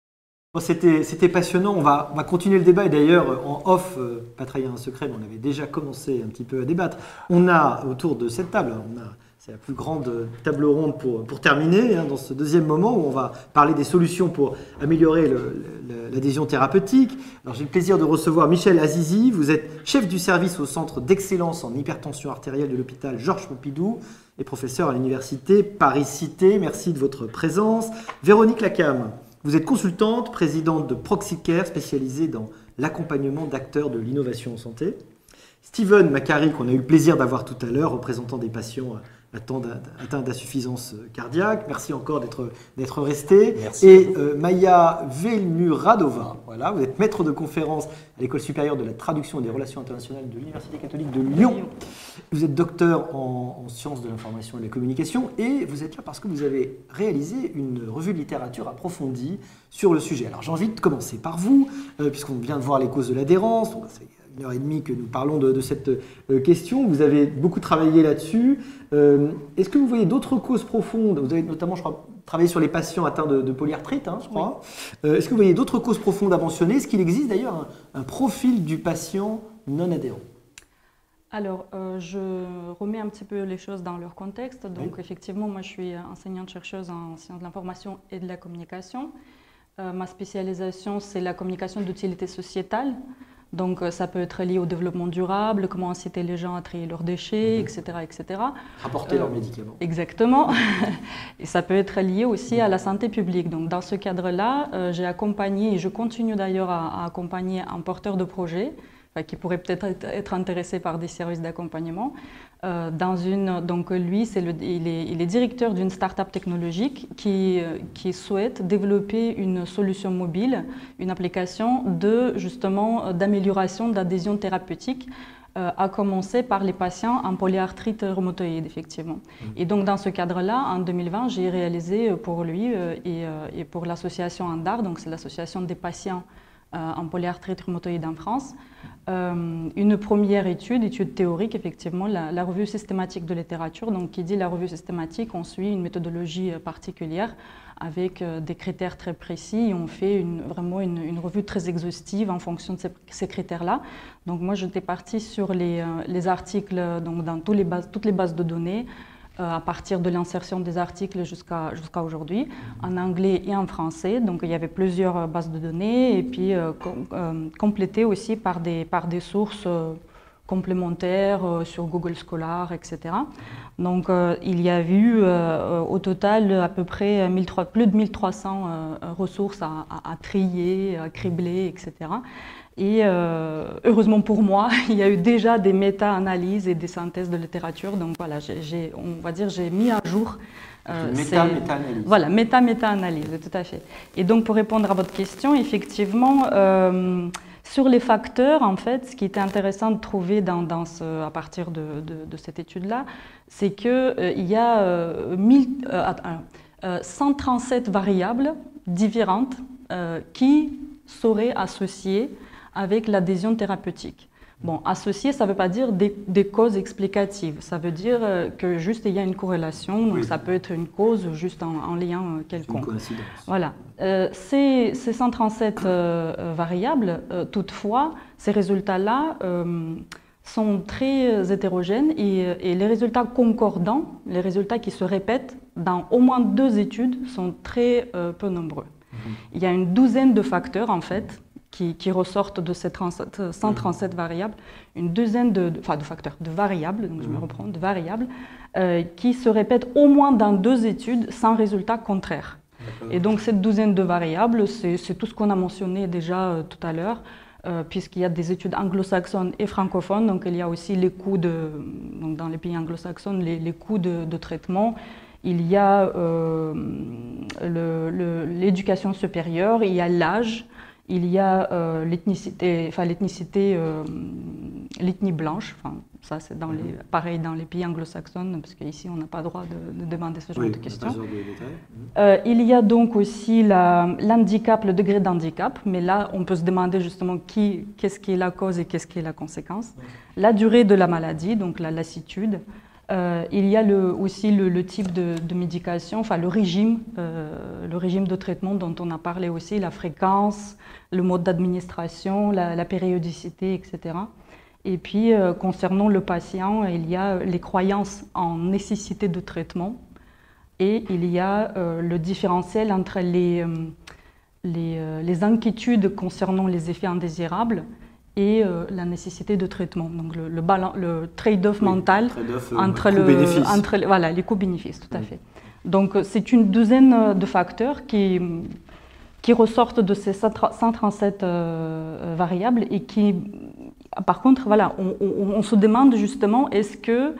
A: C'était passionnant, on va continuer le débat et d'ailleurs en off, pas trahir un secret, mais on avait déjà commencé un petit peu à débattre. On a autour de cette table, on a C'est la plus grande table ronde pour terminer, dans ce deuxième moment où on va parler des solutions pour améliorer l'adhésion thérapeutique. Alors j'ai le plaisir de recevoir Michel Azizi. Vous êtes chef du service au Centre d'excellence en hypertension artérielle de l'hôpital Georges Pompidou et professeur à l'université Paris-Cité. Merci de votre présence. Véronique Lacam, vous êtes consultante, présidente de Proxicare, spécialisée dans l'accompagnement d'acteurs de l'innovation en santé. Steven Macari, qu'on a eu le plaisir d'avoir tout à l'heure, représentant des patients atteints d'insuffisance cardiaque. Merci encore d'être resté.
E: Merci.
A: Et Maya Velmuradova, voilà, vous êtes maître de conférence à l'École supérieure de la traduction et des relations internationales de l'Université catholique de Lyon. Vous êtes docteur en sciences de l'information et de la communication et vous êtes là parce que vous avez réalisé une revue de littérature approfondie sur le sujet. Alors j'ai envie de commencer par vous, puisqu'on vient de voir les causes de l'adhérence. C'est 1h30 que nous parlons de cette question. Vous avez beaucoup travaillé là-dessus. Est-ce que vous voyez d'autres causes profondes? Vous avez notamment, je crois, travaillé sur les patients atteints de polyarthrite, je crois. Oui. Est-ce que vous voyez d'autres causes profondes à mentionner? Est-ce qu'il existe d'ailleurs un profil du patient non adhérent?
H: Alors, je remets un petit peu les choses dans leur contexte. Donc, oui. Effectivement, moi, je suis enseignante-chercheuse en sciences de l'information et de la communication. Ma spécialisation, c'est la communication d'utilité sociétale. Donc, ça peut être lié au développement durable, comment inciter les gens à trier leurs déchets, etc., etc.
A: Rapporter leurs médicaments.
H: Exactement. Et ça peut être lié aussi à la santé publique. Donc, dans ce cadre-là, j'ai accompagné, et je continue d'ailleurs à accompagner un porteur de projet, qui pourrait peut-être être intéressé par des services d'accompagnement. Donc lui, il est directeur d'une start-up technologique qui souhaite développer une solution mobile, une application d'amélioration d'adhésion thérapeutique, à commencer par les patients en polyarthrite rhumatoïde, effectivement. Et donc dans ce cadre-là, en 2020, j'ai réalisé pour lui et pour l'association ANDAR, donc c'est l'association des patients en polyarthrite rhumatoïde en France, une première étude théorique, effectivement, la revue systématique de littérature. Donc, qui dit la revue systématique, on suit une méthodologie particulière avec des critères très précis et on fait vraiment une revue très exhaustive en fonction de ces critères-là. Donc, moi, j'étais partie sur les articles donc, dans toutes les bases de données, à partir de l'insertion des articles jusqu'à aujourd'hui, en anglais et en français. Donc il y avait plusieurs bases de données et puis complétées aussi par des sources complémentaires sur Google Scholar, etc. Donc il y a eu au total à peu près plus de 1300 ressources à trier, à cribler, etc. Et heureusement pour moi, il y a eu déjà des méta-analyses et des synthèses de littérature. Donc voilà, on va dire j'ai mis à jour.
A: Méta-analyse.
H: Voilà, méta-analyse, tout à fait. Et donc pour répondre à votre question, effectivement, sur les facteurs, en fait, ce qui était intéressant de trouver à partir de cette étude-là, c'est qu'il y a 137 variables différentes qui seraient associées avec l'adhésion thérapeutique. Bon, associé, ça ne veut pas dire des causes explicatives. Ça veut dire que juste il y a une corrélation, donc oui. Ça peut être une cause juste en lien quelconque.
A: Une coïncidence.
H: Voilà. Ces 137 variables, toutefois, ces résultats-là sont très hétérogènes et les résultats concordants, les résultats qui se répètent dans au moins 2 études sont très peu nombreux. Il y a une douzaine de facteurs, en fait, qui ressortent de ces 137 variables, une douzaine de facteurs, de variables, donc je me reprends, de variables, qui se répètent au moins dans 2 études sans résultat contraire. Et donc cette douzaine de variables, c'est tout ce qu'on a mentionné déjà tout à l'heure, puisqu'il y a des études anglo-saxonnes et francophones, donc il y a aussi les coûts donc dans les pays anglo-saxons, les coûts de traitement. Il y a l'éducation supérieure, il y a l'âge, il y a l'ethnie blanche, ça c'est pareil dans les pays anglo-saxons, parce qu'ici on n'a pas le droit de demander ce genre de questions. Il y a donc aussi l'handicap, le degré d'handicap, mais là on peut se demander justement qu'est-ce qui est la cause et qu'est-ce qui est la conséquence. La durée de la maladie, donc la lassitude. Il y a aussi le type de médication, le régime de traitement dont on a parlé aussi, la fréquence, le mode d'administration, la périodicité, etc. Et puis, concernant le patient, il y a les croyances en nécessité de traitement et il y a le différentiel entre les inquiétudes concernant les effets indésirables et la nécessité de traitement. Donc le trade-off mental entre les coûts-bénéfices, tout à fait. Donc c'est une douzaine de facteurs qui ressortent de ces 137 variables et qui, par contre, voilà, on se demande justement, est-ce que,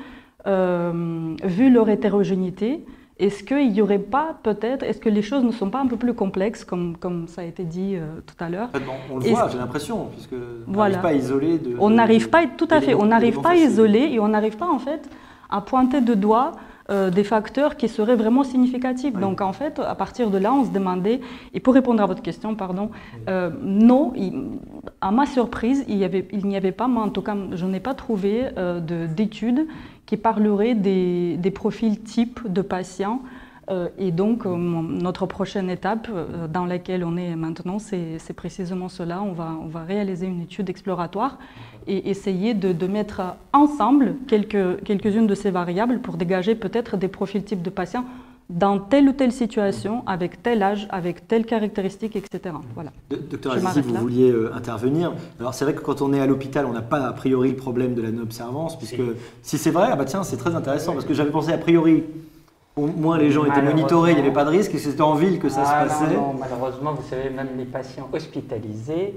H: vu leur hétérogénéité, est-ce qu'il n'y aurait pas peut-être, est-ce que les choses ne sont pas un peu plus complexes, comme ça a été dit tout à l'heure?
A: On le voit, j'ai l'impression, puisque on n'arrive pas à isoler.
H: On n'arrive pas, tout à fait, on n'arrive pas à isoler et on n'arrive pas en fait à pointer de doigt des facteurs qui seraient vraiment significatifs. Oui. Donc en fait, à partir de là, on se demandait, et pour répondre à votre question, pardon, non, à ma surprise, il n'y avait pas, moi en tout cas, je n'ai pas trouvé d'études qui parleraient des profils types de patients. Et donc, notre prochaine étape dans laquelle on est maintenant, c'est précisément cela. On va réaliser une étude exploratoire et essayer de mettre ensemble quelques-unes de ces variables pour dégager peut-être des profils types de patients dans telle ou telle situation, avec tel âge, avec telle caractéristique, etc. Voilà.
A: Docteur Azizi, vous vouliez intervenir. Alors c'est vrai que quand on est à l'hôpital, on n'a pas a priori le problème de la non-observance, puisque si c'est vrai, ah bah tiens, c'est très intéressant, parce que j'avais pensé a priori, au moins les gens étaient monitorés, il n'y avait pas de risque, et c'était en ville que ça se passait.
I: Non, malheureusement, vous savez, même les patients hospitalisés,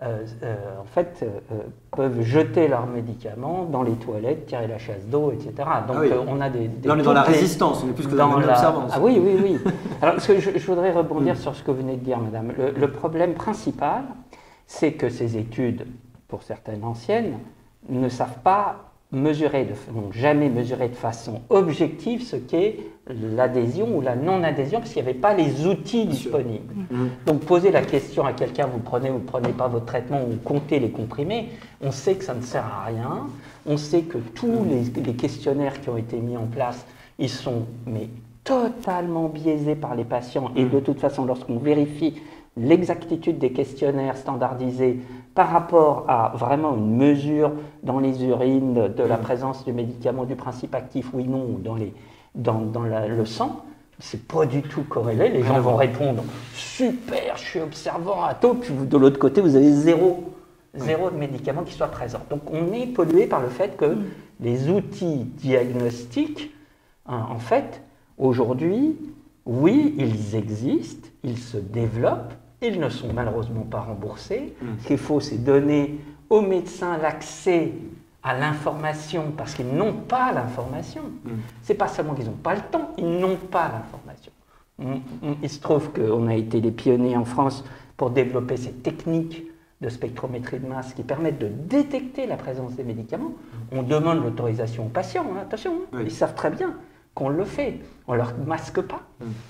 I: en fait, peuvent jeter leurs médecaments dans les toilettes, tirer la chasse d'eau, etc. Donc on a des
A: là, on est dans la résistance, on est plus que dans l'observance.
I: Ah oui, oui, oui. Alors, je voudrais rebondir sur ce que vous venez de dire, madame. Le problème principal, c'est que ces études, pour certaines anciennes, ne savent pas mesurer, donc jamais mesurer de façon objective ce qu'est l'adhésion ou la non-adhésion, parce qu'il n'y avait pas les outils disponibles. Donc poser la question à quelqu'un, vous prenez ou vous ne prenez pas votre traitement, ou comptez les comprimés, on sait que ça ne sert à rien, on sait que tous les questionnaires qui ont été mis en place, ils sont totalement biaisés par les patients, et de toute façon, lorsqu'on vérifie l'exactitude des questionnaires standardisés par rapport à vraiment une mesure dans les urines de la présence du médicament, du principe actif, oui, non, ou dans le sang, c'est pas du tout corrélé. Les gens vont répondre « super, je suis observant à taux », puis de l'autre côté, vous avez zéro de médicament qui soit présent. Donc on est pollué par le fait que les outils diagnostiques, en fait, aujourd'hui, oui, ils existent, ils se développent, ils ne sont malheureusement pas remboursés. Ce qu'il faut, c'est donner aux médecins l'accès à l'information, parce qu'ils n'ont pas l'information. Ce n'est pas seulement qu'ils n'ont pas le temps, ils n'ont pas l'information. Il se trouve qu'on a été les pionniers en France pour développer ces techniques de spectrométrie de masse qui permettent de détecter la présence des médicaments. On demande l'autorisation aux patients, attention, ils savent très bien qu'on le fait, on ne leur masque pas.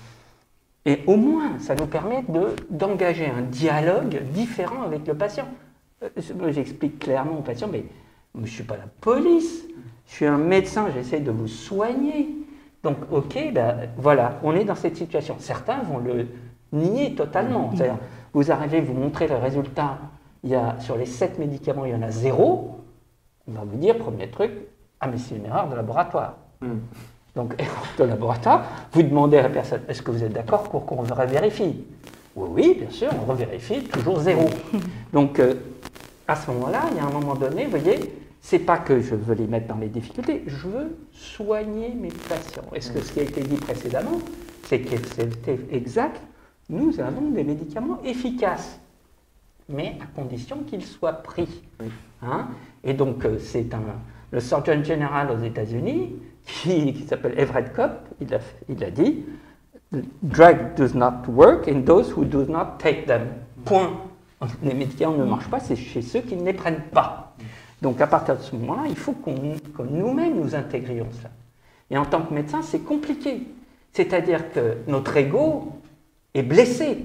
I: Et au moins, ça nous permet d'engager un dialogue différent avec le patient. J'explique clairement au patient, mais je ne suis pas la police, je suis un médecin, j'essaie de vous soigner. Donc, ok, voilà, on est dans cette situation. Certains vont le nier totalement. C'est-à-dire, vous arrivez, vous montrez le résultat, sur les 7 médicaments, il y en a 0. On va vous dire, premier truc, mais c'est une erreur de laboratoire. Donc, erreur de laboratoire, vous demandez à la personne, est-ce que vous êtes d'accord pour qu'on revérifie? Oui, bien sûr, on revérifie, toujours 0. Donc, à ce moment-là, il y a un moment donné, vous voyez, c'est pas que je veux les mettre dans les difficultés, je veux soigner mes patients. Est-ce que ce qui a été dit précédemment, c'est que c'était exact? Nous avons des médicaments efficaces, mais à condition qu'ils soient pris. Et donc, c'est le Surgeon General aux États-Unis, qui s'appelle Everett Kopp, il a dit « Drug does not work in those who do not take them ». Point. Les médicaments ne marchent pas, c'est chez ceux qui ne les prennent pas. Donc à partir de ce moment-là, il faut que nous-mêmes nous intégrions ça. Et en tant que médecin, c'est compliqué. C'est-à-dire que notre ego est blessé.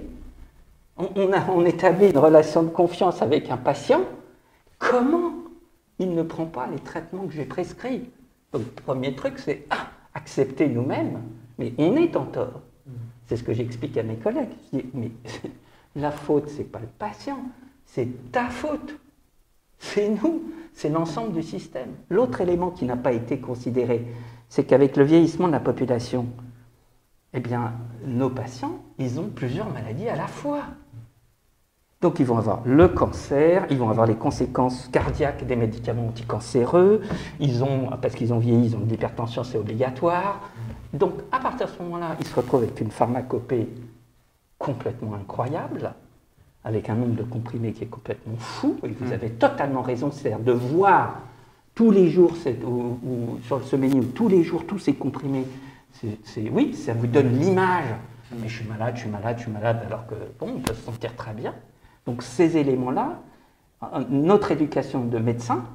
I: On établit une relation de confiance avec un patient. Comment il ne prend pas les traitements que j'ai prescrits? Donc, le premier truc, c'est accepter nous-mêmes, mais on est en tort. C'est ce que j'explique à mes collègues. Je dis, mais la faute, ce n'est pas le patient, c'est ta faute. C'est nous. c'est l'ensemble du système. L'autre élément qui n'a pas été considéré, c'est qu'avec le vieillissement de la population, eh bien, nos patients, ils ont plusieurs maladies à la fois. Donc ils vont avoir le cancer, ils vont avoir les conséquences cardiaques des médicaments anticancéreux, parce qu'ils ont vieilli, ils ont de l'hypertension, c'est obligatoire. Donc à partir de ce moment-là, ils se retrouvent avec une pharmacopée complètement incroyable, avec un nombre de comprimés qui est complètement fou, et vous avez totalement raison, c'est-à-dire de voir tous les jours, ou sur ce menu, tous les jours, tous ces comprimés, oui, ça vous donne l'image, mais je suis malade, alors que, bon, on peut se sentir très bien. Donc ces éléments-là, notre éducation de médecin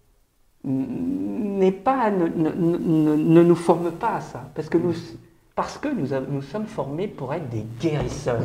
I: ne nous forme pas à ça, parce que nous sommes formés pour être des guérisseurs.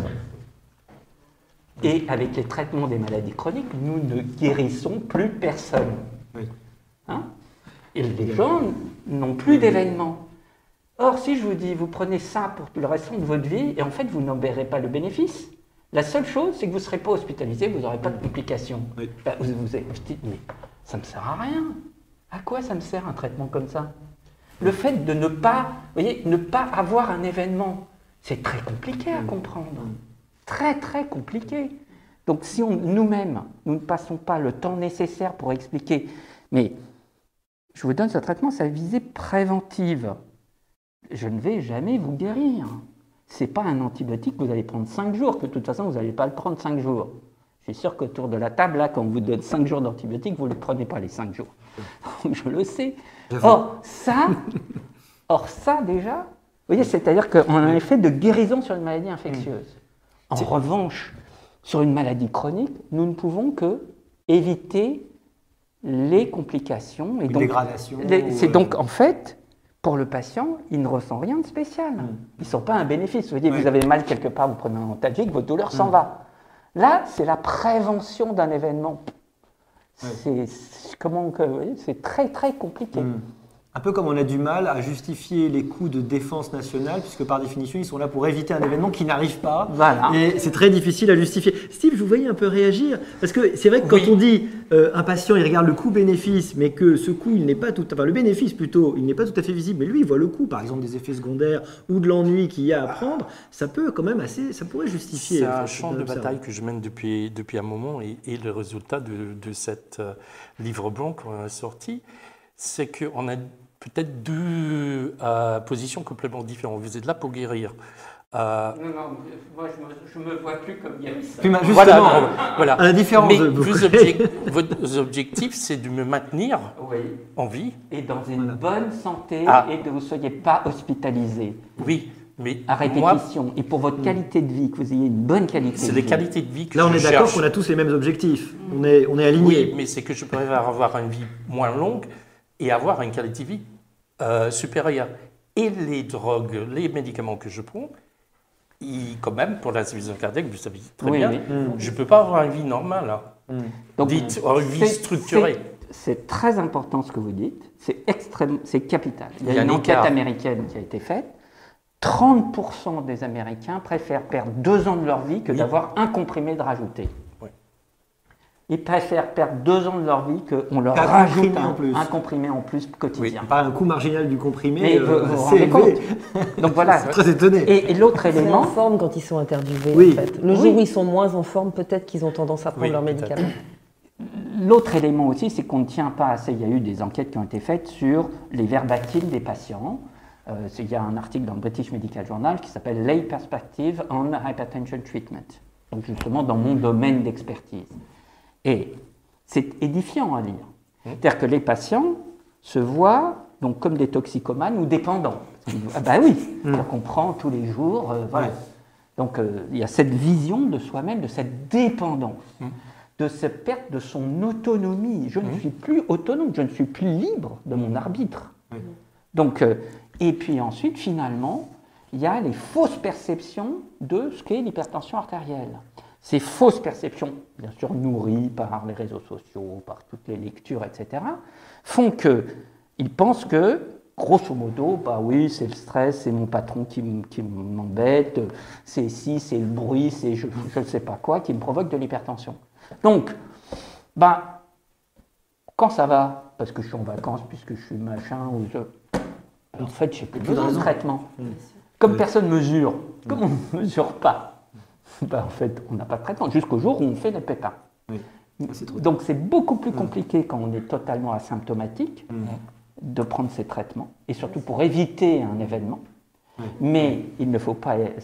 I: Et avec les traitements des maladies chroniques, nous ne guérissons plus personne.
A: Oui.
I: Hein? Et les gens n'ont plus d'événements. Or, si je vous dis, vous prenez ça pour le restant de votre vie, et en fait, vous n'en verrez pas le bénéfice. La seule chose, c'est que vous ne serez pas hospitalisé, vous n'aurez pas de complications. Oui. Ben, vous dites, mais ça ne me sert à rien. À quoi ça me sert un traitement comme ça? Le fait de ne pas avoir un événement, c'est très compliqué à comprendre. Très, très compliqué. Donc, si nous-mêmes, nous ne passons pas le temps nécessaire pour expliquer, mais je vous donne ce traitement, c'est à visée préventive. Je ne vais jamais vous guérir. Ce n'est pas un antibiotique que vous allez prendre 5 jours, que de toute façon, vous n'allez pas le prendre 5 jours. Je suis sûr qu'autour de la table, là, quand on vous donne 5 jours d'antibiotique, vous ne le prenez pas les 5 jours. Je le sais. Or, ça déjà, vous voyez, c'est-à-dire qu'on a un effet de guérison sur une maladie infectieuse. En revanche, sur une maladie chronique, nous ne pouvons que éviter les complications. Et donc,
A: dégradation.
I: C'est donc, en fait, pour le patient, il ne ressent rien de spécial. Ils ne sont pas un bénéfice. Vous voyez, vous avez mal quelque part, vous prenez un antalgique, votre douleur s'en va. Là, c'est la prévention d'un événement. C'est très, très compliqué.
A: Un peu comme on a du mal à justifier les coûts de défense nationale, puisque par définition, ils sont là pour éviter un événement qui n'arrive pas.
I: Voilà.
A: Et c'est très difficile à justifier. Steve, je vous voyais un peu réagir, parce que c'est vrai que quand on dit un patient, il regarde le coût-bénéfice, mais que ce coût, il n'est pas tout, enfin le bénéfice plutôt, il n'est pas tout à fait visible, mais lui, il voit le coût, par exemple des effets secondaires ou de l'ennui qu'il y a à prendre, ça peut quand même ça pourrait justifier.
E: C'est un champ de bataille que je mène depuis un moment, et le résultat de cet livre blanc qu'on a sorti, c'est qu'on a peut-être deux positions complètement différentes. Vous êtes là pour guérir.
I: Non, moi je me vois plus comme guérisseur.
A: Justement, voilà. À la différence
E: mais
A: de
E: vos objectifs, c'est de me maintenir en vie.
I: Et dans une bonne santé, et que vous ne soyez pas hospitalisé.
E: Oui, mais
I: à répétition. Et pour votre qualité de vie, que vous ayez une bonne qualité de vie.
E: C'est les qualités de vie que
A: là, on est d'accord qu'on a tous les mêmes objectifs. On est alignés.
E: Oui, mais c'est que je préfère avoir une vie moins longue et avoir une qualité de vie supérieure. Et les drogues, les médicaments que je prends, quand même, pour l'insuffisance cardiaque, vous savez très bien, je ne peux pas avoir une vie normale. Donc, dites, une vie structurée.
I: C'est très important ce que vous dites, c'est capital. Il y a une enquête américaine qui a été faite. 30% des Américains préfèrent perdre 2 ans de leur vie que d'avoir un comprimé de rajouter. Ils préfèrent perdre 2 ans de leur vie qu'on leur rajoute un comprimé en plus quotidien.
A: Oui, pas un coût marginal du comprimé,
I: mais vous rendez compte. Donc voilà.
A: C'est très étonné.
I: Et l'autre élément.
J: Ils sont en forme quand ils sont interduvés. En fait. Le jour où ils sont moins en forme, peut-être qu'ils ont tendance à prendre leurs médicaments.
I: L'autre élément aussi, c'est qu'on ne tient pas assez. Il y a eu des enquêtes qui ont été faites sur les verbatims des patients. Il y a un article dans le British Medical Journal qui s'appelle Lay Perspective on Hypertension Treatment. Donc justement dans mon domaine d'expertise. Et c'est édifiant à lire. C'est-à-dire que les patients se voient donc comme des toxicomanes ou dépendants. Ah bah oui, on prend tous les jours. Voilà. Donc il y a cette vision de soi-même, de cette dépendance, de cette perte de son autonomie. Je ne suis plus autonome, je ne suis plus libre de mon arbitre. Donc, et puis ensuite, finalement, il y a les fausses perceptions de ce qu'est l'hypertension artérielle. Ces fausses perceptions, bien sûr nourries par les réseaux sociaux, par toutes les lectures, etc., font qu'ils pensent que, grosso modo, bah oui, c'est le stress, c'est mon patron qui m'embête, c'est le bruit, c'est je ne sais pas quoi qui me provoque de l'hypertension. Donc, quand ça va, parce que je suis en vacances, puisque je suis machin, en fait, je n'ai plus besoin de traitement. Comme personne ne mesure, comme on ne mesure pas, en fait, on n'a pas de traitement, jusqu'au jour où on fait des pépins. Oui. Donc c'est beaucoup plus compliqué quand on est totalement asymptomatique de prendre ces traitements, et surtout pour éviter un événement. Mais il faut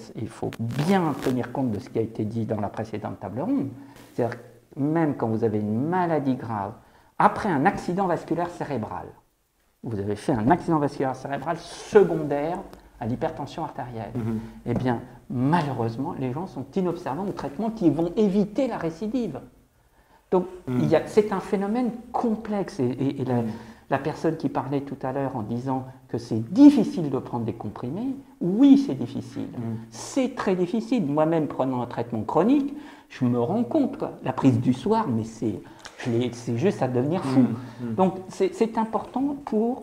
I: bien tenir compte de ce qui a été dit dans la précédente table ronde. C'est-à-dire que même quand vous avez une maladie grave, après un accident vasculaire cérébral, vous avez fait un accident vasculaire cérébral secondaire à l'hypertension artérielle, eh bien, malheureusement, les gens sont inobservants aux traitements qui vont éviter la récidive. Donc, c'est un phénomène complexe. Et la personne qui parlait tout à l'heure en disant que c'est difficile de prendre des comprimés, oui, c'est difficile. C'est très difficile. Moi-même, prenant un traitement chronique, je me rends compte, quoi. La prise du soir, mais c'est juste à devenir fou. Donc, c'est important pour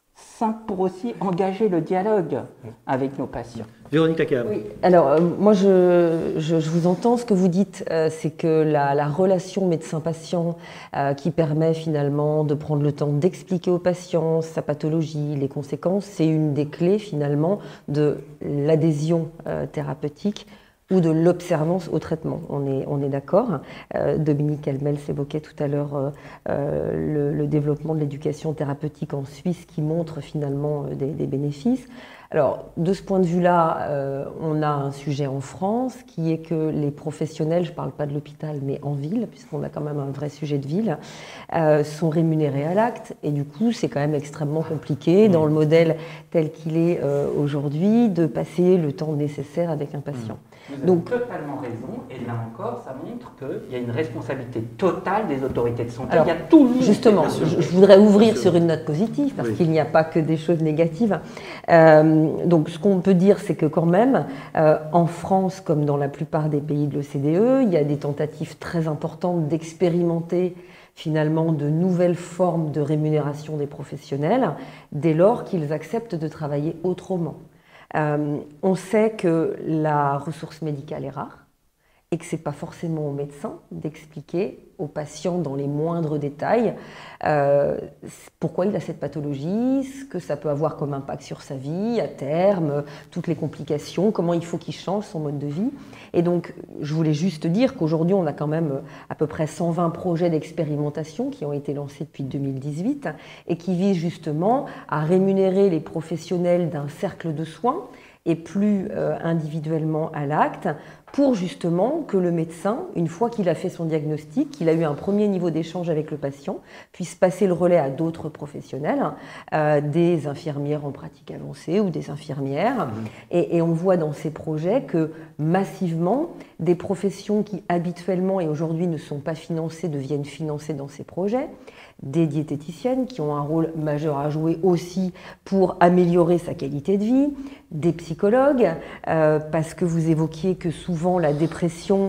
I: aussi engager le dialogue avec nos patients.
A: Véronique Lacave.
J: Oui. Alors, moi, je vous entends. Ce que vous dites, c'est que la relation médecin-patient qui permet finalement de prendre le temps d'expliquer au patient sa pathologie, les conséquences, c'est une des clés finalement de l'adhésion thérapeutique ou de l'observance au traitement. On est d'accord. Dominique Helmels évoquait tout à l'heure le développement de l'éducation thérapeutique en Suisse qui montre finalement des bénéfices. Alors, de ce point de vue-là, on a un sujet en France qui est que les professionnels, je ne parle pas de l'hôpital, mais en ville, puisqu'on a quand même un vrai sujet de ville, sont rémunérés à l'acte. Et du coup, c'est quand même extrêmement compliqué, dans le modèle tel qu'il est aujourd'hui, de passer le temps nécessaire avec un patient.
I: Vous avez totalement raison, et là encore, ça montre qu'il y a une responsabilité totale des autorités de santé.
J: Alors,
I: il y a tout le monde.
J: Justement, je voudrais ouvrir sur une note positive, parce qu'il n'y a pas que des choses négatives. Donc, ce qu'on peut dire, c'est que quand même, en France, comme dans la plupart des pays de l'OCDE, il y a des tentatives très importantes d'expérimenter finalement de nouvelles formes de rémunération des professionnels, dès lors qu'ils acceptent de travailler autrement. On sait que la ressource médicale est rare et que ce n'est pas forcément au médecin d'expliquer au patient dans les moindres détails pourquoi il a cette pathologie, ce que ça peut avoir comme impact sur sa vie à terme, toutes les complications, comment il faut qu'il change son mode de vie. Et donc, je voulais juste dire qu'aujourd'hui, on a quand même à peu près 120 projets d'expérimentation qui ont été lancés depuis 2018 et qui visent justement à rémunérer les professionnels d'un cercle de soins et plus individuellement à l'acte, pour justement que le médecin, une fois qu'il a fait son diagnostic, qu'il a eu un premier niveau d'échange avec le patient, puisse passer le relais à d'autres professionnels, des infirmières en pratique avancée ou des infirmières. Et on voit dans ces projets que massivement, des professions qui habituellement et aujourd'hui ne sont pas financées deviennent financées dans ces projets. Des diététiciennes qui ont un rôle majeur à jouer aussi pour améliorer sa qualité de vie, des psychologues, parce que vous évoquiez que souvent la dépression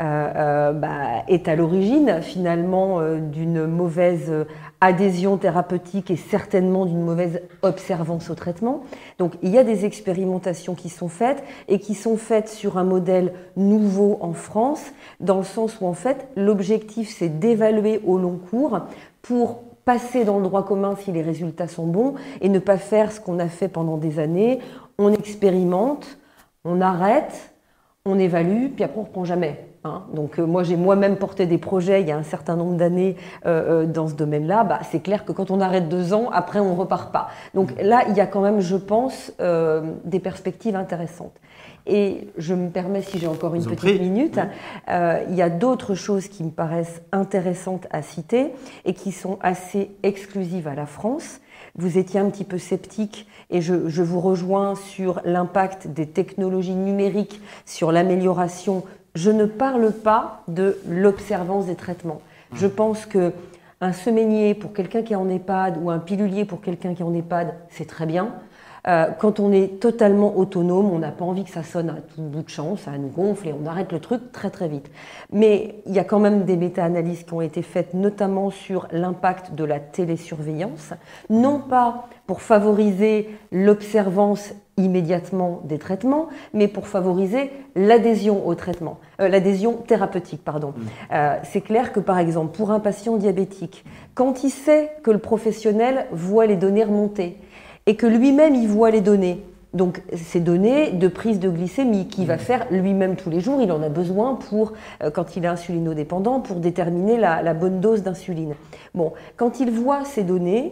J: est à l'origine finalement d'une mauvaise adhésion thérapeutique et certainement d'une mauvaise observance au traitement. Donc il y a des expérimentations qui sont faites et qui sont faites sur un modèle nouveau en France, dans le sens où en fait l'objectif c'est d'évaluer au long cours pour passer dans le droit commun si les résultats sont bons et ne pas faire ce qu'on a fait pendant des années. On expérimente, on arrête, on évalue, puis après on ne reprend jamais. Donc moi j'ai moi-même porté des projets il y a un certain nombre d'années dans ce domaine-là. C'est clair que quand on arrête 2 ans, après on ne repart pas. Donc là il y a quand même, je pense, des perspectives intéressantes. Et je me permets, si j'ai encore une petite minute, il y a d'autres choses qui me paraissent intéressantes à citer et qui sont assez exclusives à la France. Vous étiez un petit peu sceptique et je vous rejoins sur l'impact des technologies numériques sur l'amélioration. Je ne parle pas de l'observance des traitements. Je pense qu'un semainier pour quelqu'un qui est en EHPAD ou un pilulier pour quelqu'un qui est en EHPAD, c'est très bien. Quand on est totalement autonome, on n'a pas envie que ça sonne à tout bout de champ, ça nous gonfle et on arrête le truc très très vite. Mais il y a quand même des méta-analyses qui ont été faites, notamment sur l'impact de la télésurveillance, non pas pour favoriser l'observance immédiatement des traitements, mais pour favoriser l'adhésion au traitement, l'adhésion thérapeutique, pardon. C'est clair que, par exemple, pour un patient diabétique, quand il sait que le professionnel voit les données remonter et que lui-même il voit les données, donc ces données de prise de glycémie qu'il va faire lui-même tous les jours, il en a besoin pour, quand il est insulinodépendant, pour déterminer la bonne dose d'insuline. Bon, quand il voit ces données,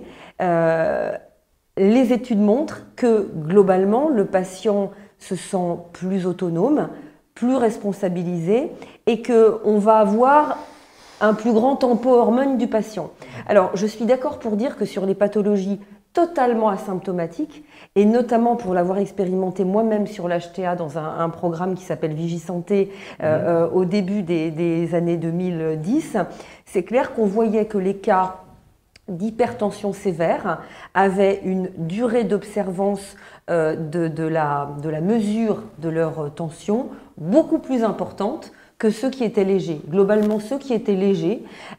J: les études montrent que globalement, le patient se sent plus autonome, plus responsabilisé et qu'on va avoir un plus grand tempo hormone du patient. Alors, je suis d'accord pour dire que sur les pathologies totalement asymptomatiques, et notamment pour l'avoir expérimenté moi-même sur l'HTA dans un programme qui s'appelle Vigisanté au début des années 2010, c'est clair qu'on voyait que les cas d'hypertension sévère avaient une durée d'observance de la mesure de leur tension beaucoup plus importante que ceux qui étaient légers. Globalement, ceux qui étaient légers,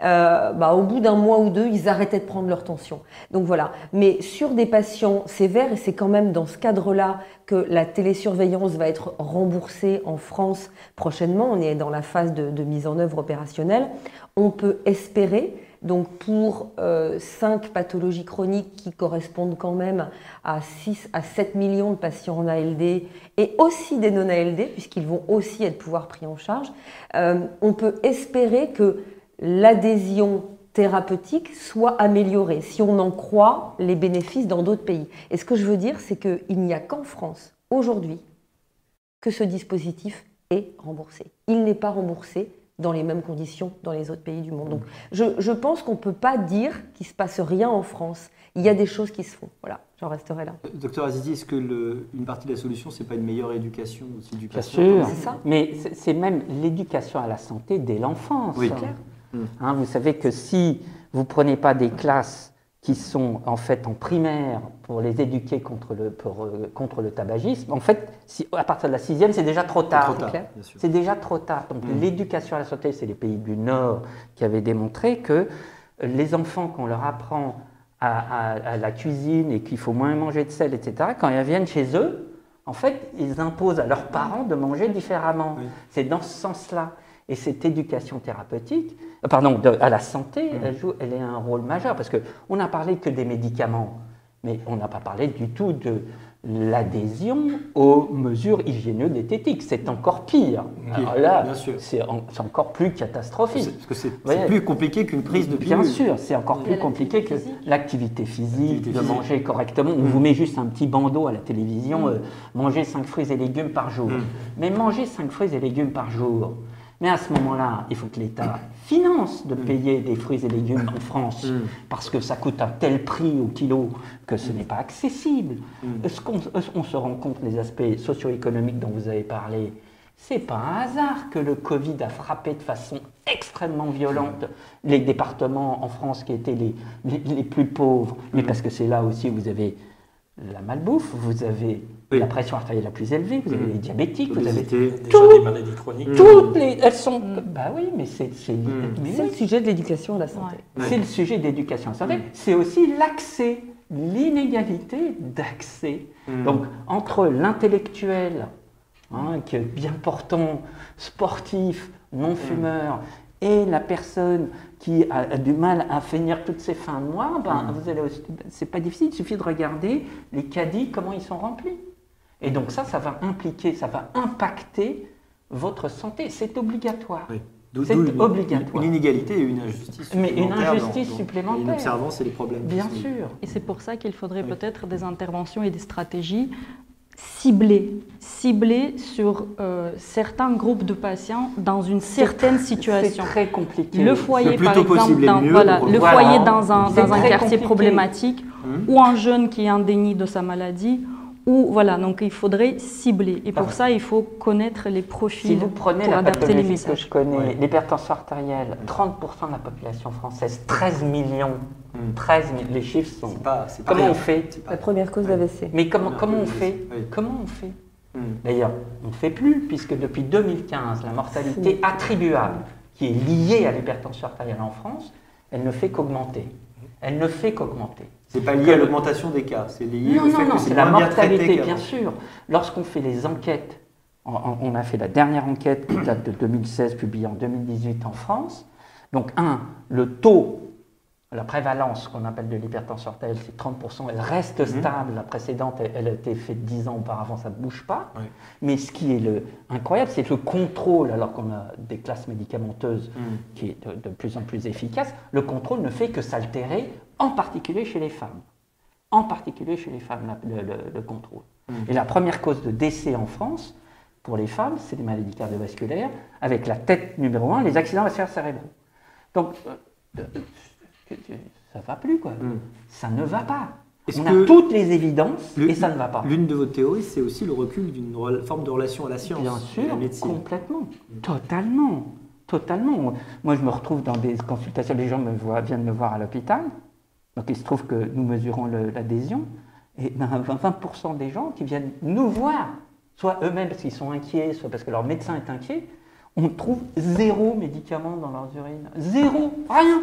J: au bout d'un mois ou deux, ils arrêtaient de prendre leur tension. Donc voilà. Mais sur des patients sévères, et c'est quand même dans ce cadre-là que la télésurveillance va être remboursée en France prochainement, on est dans la phase de mise en œuvre opérationnelle, on peut espérer, donc pour 5 pathologies chroniques qui correspondent quand même à 6 à 7 millions de patients en ALD et aussi des non-ALD, puisqu'ils vont aussi être pouvoir pris en charge, on peut espérer que l'adhésion thérapeutique soit améliorée, si on en croit les bénéfices dans d'autres pays. Et ce que je veux dire, c'est qu'il n'y a qu'en France, aujourd'hui, que ce dispositif est remboursé. Il n'est pas remboursé dans les mêmes conditions dans les autres pays du monde. Donc, je pense qu'on ne peut pas dire qu'il ne se passe rien en France. Il y a des choses qui se font. Voilà, j'en resterai là.
A: Docteur Azizi, est-ce que une partie de la solution, ce n'est pas une meilleure éducation aussi du patient?
I: Bien sûr,
J: c'est ça.
I: Mais c'est même l'éducation à la santé dès l'enfance.
A: Oui,
J: clair.
I: Hein, vous savez que si vous ne prenez pas des classes qui sont en fait en primaire pour les éduquer contre le tabagisme, en fait, à partir de la 6e, c'est déjà trop tard. C'est déjà trop tard. Donc l'éducation à la santé, c'est les pays du Nord qui avaient démontré que les enfants qu'on leur apprend à la cuisine et qu'il faut moins manger de sel, etc., quand ils viennent chez eux, en fait, ils imposent à leurs parents de manger différemment. Oui. C'est dans ce sens-là. Et cette éducation thérapeutique, à la santé, elle a un rôle majeur, parce qu'on n'a parlé que des médicaments, mais on n'a pas parlé du tout de l'adhésion aux mesures hygiéno-diététiques. C'est encore pire. Alors là, c'est encore plus catastrophique.
A: Parce que c'est plus compliqué qu'une prise de pilule.
I: Bien sûr, c'est encore plus compliqué que l'activité physique, de manger correctement. On vous met juste un petit bandeau à la télévision, manger 5 fruits et légumes par jour. Mais manger 5 fruits et légumes par jour, mais à ce moment-là, il faut que l'État finance de payer des fruits et légumes en France, parce que ça coûte un tel prix au kilo que ce n'est pas accessible. Est-ce qu'on se rend compte des aspects socio-économiques dont vous avez parlé? C'est pas un hasard que le Covid a frappé de façon extrêmement violente les départements en France qui étaient les plus pauvres, mais parce que c'est là aussi où vous avez la malbouffe, vous avez la pression artérielle la plus élevée, vous avez les diabétiques, vous avez
E: des maladies chroniques.
I: Elles sont. Bah oui, mais c'est
J: le sujet de l'éducation à la santé.
I: C'est le sujet de l'éducation à la santé. C'est aussi l'accès, l'inégalité d'accès. Donc entre l'intellectuel, qui est bien portant, sportif, non-fumeur, et la personne qui a du mal à finir toutes ses fins de mois, c'est pas difficile, il suffit de regarder les caddies, comment ils sont remplis. Et donc ça va impacter votre santé. C'est obligatoire.
A: Oui.
I: C'est obligatoire.
A: Une inégalité et une injustice supplémentaire.
I: Mais une injustice supplémentaire.
A: Une observance et les problèmes.
I: Bien sûr.
H: Et c'est pour ça qu'il faudrait peut-être des interventions et des stratégies ciblées sur certains groupes de patients dans une certaine situation.
I: C'est très compliqué.
H: Le foyer, par exemple, dans un quartier problématique, ou un jeune qui est en déni de sa maladie, donc il faudrait cibler. Et pour ça, il faut connaître les profils.
I: Si vous prenez
H: pour
I: la
H: adapter les
I: pathologie
H: messages.
I: que je connais, l'hypertension artérielle, 30% de la population française, 13 millions. 13 000, les chiffres sont. Comment on fait?
J: La première cause d'AVC.
I: Mais comment on fait? Comment on fait? D'ailleurs, on ne fait plus, puisque depuis 2015, la mortalité attribuable, qui est liée à l'hypertension artérielle en France, elle ne fait qu'augmenter. Elle ne fait qu'augmenter.
A: C'est pas lié à l'augmentation des cas, c'est lié au fait que c'est
I: la
A: moins bien traité
I: mortalité,
A: qu'avant.
I: bien sûr. Lorsqu'on fait les enquêtes, on a fait la dernière enquête qui date de 2016, publiée en 2018 en France. Donc, le taux, la prévalence qu'on appelle de l'hypertension artérielle, c'est 30%. Elle reste stable. La précédente, elle a été faite 10 ans auparavant, ça ne bouge pas. Oui. Mais ce qui est incroyable, c'est le contrôle, alors qu'on a des classes médicamenteuses qui est de plus en plus efficace, le contrôle ne fait que s'altérer, en particulier chez les femmes. En particulier chez les femmes, le contrôle. Et la première cause de décès en France, pour les femmes, c'est les maladies cardiovasculaires, avec la tête numéro 1, les accidents vasculaires cérébraux. Donc, ça ne va plus, quoi. Ça ne va pas. On a toutes les évidences et ça ne va pas.
A: L'une de vos théories, c'est aussi le recul d'une forme de relation à la science.
I: Bien sûr,
A: et à la médecine.
I: complètement. Totalement. Totalement. Moi, je me retrouve dans des consultations, les gens viennent me voir à l'hôpital. Donc, il se trouve que nous mesurons l'adhésion. Et 20% des gens qui viennent nous voir, soit eux-mêmes parce qu'ils sont inquiets, soit parce que leur médecin est inquiet, on trouve 0 médicament dans leurs urines. 0, rien.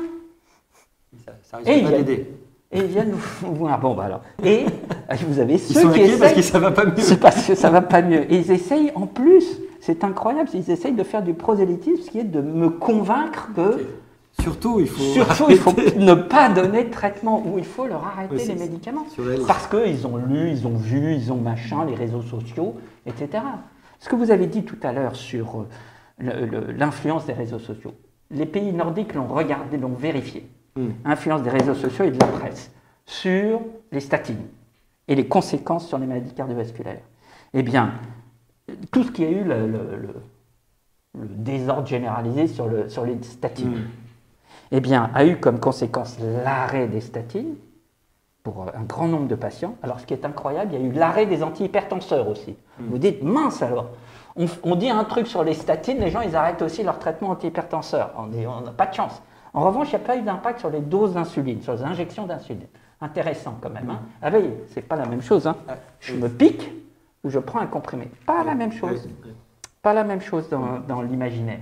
A: Ça risque pas d'aider.
I: Et ils viennent nous voir. Bon, bah alors. Et vous avez ceux
A: sont
I: qui
A: inquiets
I: essayent.
A: parce que ça va pas mieux.
I: C'est parce que ça va pas mieux. Et ils essayent en plus, c'est incroyable, ils essayent de faire du prosélytisme, ce qui est de me convaincre que.
A: Surtout, il faut
I: ne pas donner de traitement, ou il faut leur arrêter les médicaments. Parce qu'ils ont lu, ils ont vu, ils ont machin, les réseaux sociaux, etc. Ce que vous avez dit tout à l'heure sur l'influence des réseaux sociaux, les pays nordiques l'ont regardé, l'ont vérifié. Influence des réseaux sociaux et de la presse sur les statines et les conséquences sur les maladies cardiovasculaires. Eh bien, tout ce qui a eu le désordre généralisé sur les statines, eh bien, a eu comme conséquence l'arrêt des statines pour un grand nombre de patients. Alors, ce qui est incroyable, il y a eu l'arrêt des antihypertenseurs aussi. Vous dites, mince alors, on dit un truc sur les statines, les gens, ils arrêtent aussi leur traitement antihypertenseur. On n'a pas de chance. En revanche, il n'y a pas eu d'impact sur les doses d'insuline, sur les injections d'insuline. Intéressant quand même. Ah oui, c'est pas la même chose. Je me pique ou je prends un comprimé. Pas la même chose. Pas la même chose dans l'imaginaire.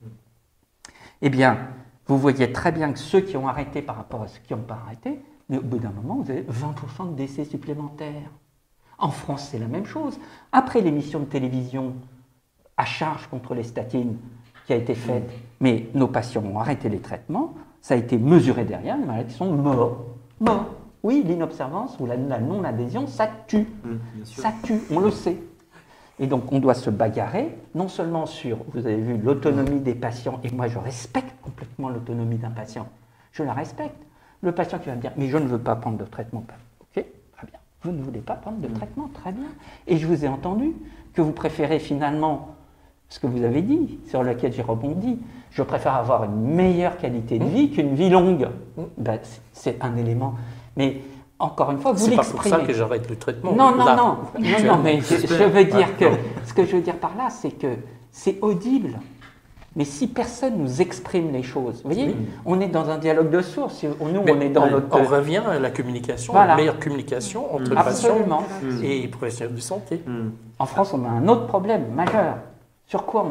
I: Eh bien, vous voyez très bien que ceux qui ont arrêté par rapport à ceux qui n'ont pas arrêté, mais au bout d'un moment, vous avez 20% de décès supplémentaires. En France, c'est la même chose. Après l'émission de télévision à charge contre les statines qui a été faite, mais nos patients ont arrêté les traitements, ça a été mesuré derrière, les malades sont morts. Morts. Oui, l'inobservance ou la non-adhésion, ça tue. Ça tue, on le sait. Et donc, on doit se bagarrer, non seulement sur, vous avez vu, l'autonomie des patients, et moi, je respecte complètement l'autonomie d'un patient. Je la respecte. Le patient qui va me dire, mais je ne veux pas prendre de traitement. Ok, très bien. Vous ne voulez pas prendre de traitement, très bien. Et je vous ai entendu que vous préférez finalement ce que vous avez dit, sur lequel j'ai rebondi. Je préfère avoir une meilleure qualité de vie qu'une vie longue. Ben, c'est un élément. Mais encore une fois, vous l'exprimez.
E: C'est pas pour ça que j'arrête le traitement.
I: Non, mais je veux dire que ce que je veux dire par là, c'est que c'est audible. Mais si personne nous exprime les choses, vous voyez, on est dans un dialogue de sourds. Nous, on est dans notre.
E: On revient à la communication, la meilleure communication entre le patient et les professionnels de santé.
I: En France, on a un autre problème majeur. Sur quoi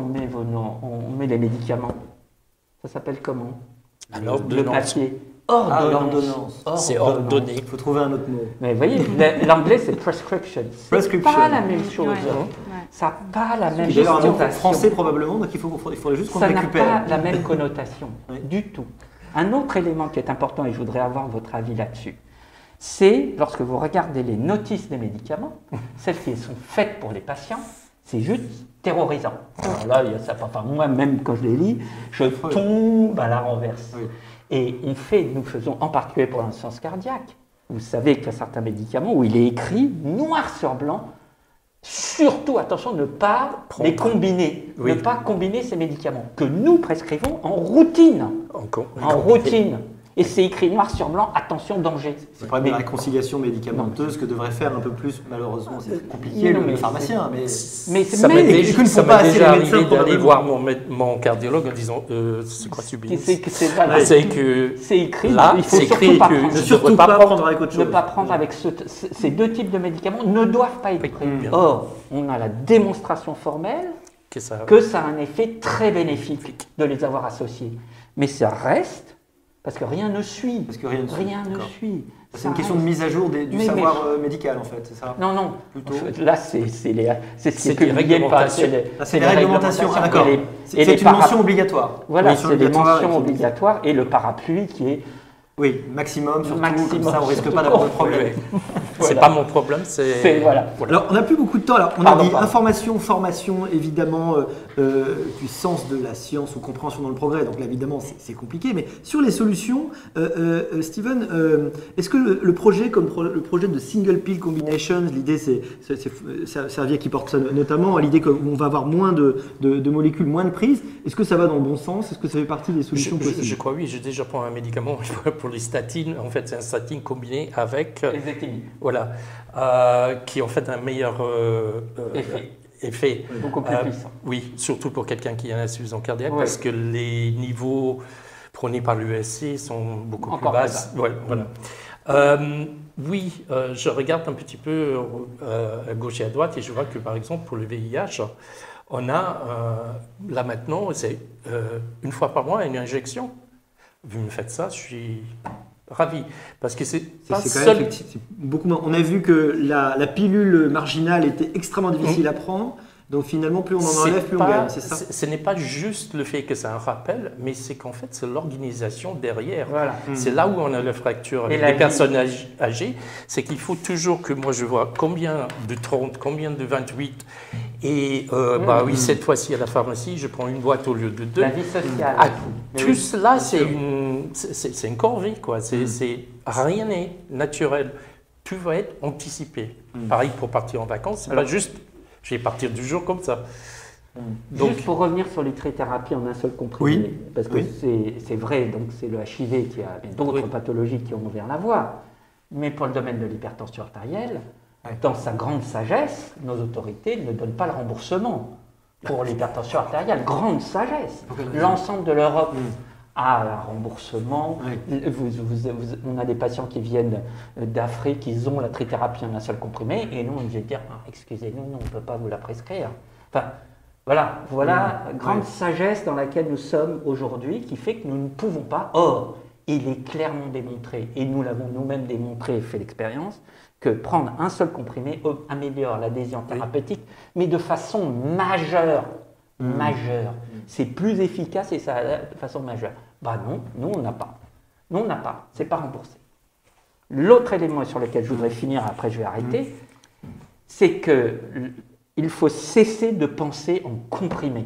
I: on met les médicaments? Ça s'appelle comment? Le papier.
A: Ordonnance.
E: C'est ordonné.
A: Il faut trouver un autre mot.
I: Mais vous voyez, l'anglais c'est prescription. C'est pas la même chose. Ça n'a pas la même
A: connotation.
I: D'ailleurs,
A: un mot français probablement, donc il faudrait juste qu'on le récupère.
I: Ça n'a pas la même connotation du tout. Un autre élément qui est important, et je voudrais avoir votre avis là-dessus, c'est lorsque vous regardez les notices des médicaments, celles qui sont faites pour les patients, c'est juste terrorisant. Alors là, il y a ça, enfin, moi-même quand je les lis, je tombe à la renverse. Et nous faisons en particulier pour l'insuffisance cardiaque. Vous savez qu'il y a certains médicaments où il est écrit noir sur blanc, surtout, attention, ne pas les combiner. Ne pas combiner ces médicaments que nous prescrivons en routine. En routine. Et c'est écrit noir sur blanc, attention, danger.
A: C'est le problème de la réconciliation médicamenteuse que devrait faire un peu plus, malheureusement, c'est compliqué, le pharmacien. Mais
E: ça m'est déjà arrivé d'aller voir mon cardiologue en disant c'est quoi ce business?
I: C'est écrit
E: là, il faut surtout pas prendre avec autre chose.
I: Ne pas prendre avec ces deux types de médicaments ne doivent pas être pris. Or, on a la démonstration formelle que ça a un effet très bénéfique de les avoir associés. Mais ça reste Parce que rien ne suit.
A: Parce que rien ne suit. C'est une question de mise à jour du savoir médical, en fait, c'est ça?
I: Non.
A: Plutôt.
I: Là, c'est ce qui est publié par...
A: C'est les réglementations. Ah, d'accord. C'est une mention obligatoire.
I: Voilà, c'est des mentions obligatoires et le parapluie qui est...
A: Oui, maximum, surtout, comme ça on ne risque pas d'avoir de problème.
E: C'est pas mon problème, c'est...
I: Voilà.
A: Alors, on n'a plus beaucoup de temps. Alors, on a dit information, formation, évidemment, du sens de la science ou compréhension dans le progrès. Donc là, évidemment, c'est compliqué. Mais sur les solutions, Steven, est-ce que le projet, comme le projet de Single Pill Combination, l'idée, c'est Servier qui porte ça notamment, à l'idée qu'on va avoir moins de molécules, moins de prises, est-ce que ça va dans le bon sens? Est-ce que ça fait partie des solutions possibles?
E: Je crois oui. J'ai déjà pris un médicament pour les statines. En fait, c'est un statine combiné avec...
I: les éthymines.
E: Voilà, qui en fait un meilleur effet.
I: Beaucoup plus puissant.
E: Oui, surtout pour quelqu'un qui a une insuffisance cardiaque, parce que les niveaux prônés par l'USC sont beaucoup plus bas. Ouais, voilà. Oui, je regarde un petit peu à gauche et à droite et je vois que par exemple pour le VIH, on a là maintenant, c'est une fois par mois une injection. Vous me faites ça, je suis... ravi, parce que c'est pas seul...
A: beaucoup moins. On a vu que la pilule marginale était extrêmement difficile à prendre, donc finalement plus on en enlève, plus on gagne, c'est ça?
E: Ce n'est pas juste le fait que c'est un rappel, mais c'est qu'en fait c'est l'organisation derrière.
I: Voilà.
E: C'est là où on a la fracture avec les personnes âgées, c'est qu'il faut toujours que moi je vois combien de 30, combien de 28, et oui, cette fois-ci à la pharmacie, je prends une boîte au lieu de 2.
I: La vie sociale.
E: Tout cela, c'est une corvée, quoi. Rien n'est naturel. Tout va être anticipé. Pareil pour partir en vacances, c'est pas juste, je vais partir du jour comme ça.
I: Donc, juste pour revenir sur les trithérapies en un seul comprimé, parce que c'est vrai, donc c'est le HIV qui a d'autres pathologies qui ont ouvert la voie, mais pour le domaine de l'hypertension artérielle, dans sa grande sagesse, nos autorités ne donnent pas le remboursement pour l'hypertension artérielle. Grande sagesse. L'ensemble de l'Europe a un remboursement. On a des patients qui viennent d'Afrique, ils ont la trithérapie en un seul comprimé, et nous, on dit excusez-nous, on ne peut pas vous la prescrire. Enfin, voilà, grande sagesse dans laquelle nous sommes aujourd'hui, qui fait que nous ne pouvons pas. Or, il est clairement démontré, et nous l'avons nous-mêmes démontré et fait l'expérience, que prendre un seul comprimé améliore l'adhésion thérapeutique, mais de façon majeure. C'est plus efficace et ça de façon majeure. Non, nous on n'a pas. C'est pas remboursé. L'autre élément sur lequel je voudrais finir, après je vais arrêter, c'est qu'il faut cesser de penser en comprimé.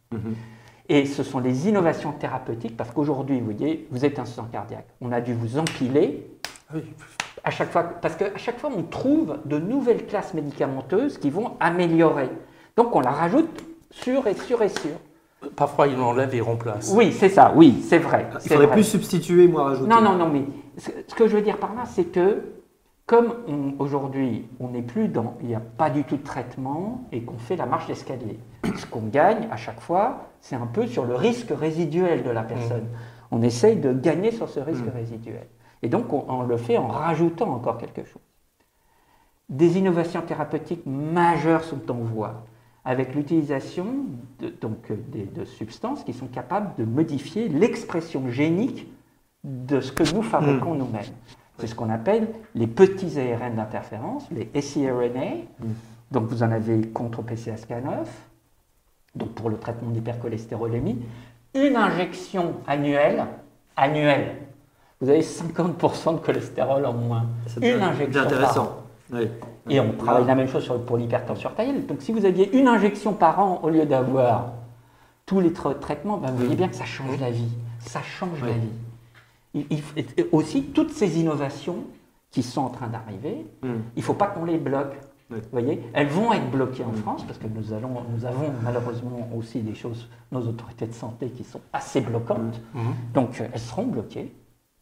I: Et ce sont les innovations thérapeutiques, parce qu'aujourd'hui, vous voyez, vous êtes insuffisant cardiaque. On a dû vous empiler à chaque fois, parce qu'à chaque fois, on trouve de nouvelles classes médicamenteuses qui vont améliorer. Donc, on la rajoute sur et sur et sur.
E: Parfois, ils l'enlèvent et remplacent.
I: Oui, c'est ça, oui, c'est vrai.
A: Il ne faudrait plus substituer, moi, rajouter.
I: Non, mais ce que je veux dire par là, c'est que, comme aujourd'hui, on n'est plus dans, il n'y a pas du tout de traitement et qu'on fait la marche d'escalier. Ce qu'on gagne à chaque fois, c'est un peu sur le risque résiduel de la personne. On essaye de gagner sur ce risque résiduel. Et donc, on le fait en rajoutant encore quelque chose. Des innovations thérapeutiques majeures sont en voie, avec l'utilisation de substances qui sont capables de modifier l'expression génique de ce que nous fabriquons nous-mêmes. C'est ce qu'on appelle les petits ARN d'interférence, les siRNA. Donc, vous en avez contre PCSK9, donc pour le traitement d'hypercholestérolémie. Une injection annuelle, vous avez 50% de cholestérol en moins. Une injection par an. Et on travaille la même chose pour l'hypertension artérielle. Donc si vous aviez une injection par an au lieu d'avoir tous les traitements, vous voyez bien que ça change la vie. Ça change la vie. Et aussi, toutes ces innovations qui sont en train d'arriver, il ne faut pas qu'on les bloque. Vous voyez, elles vont être bloquées en France parce que nous avons malheureusement aussi des choses, nos autorités de santé qui sont assez bloquantes. Donc elles seront bloquées.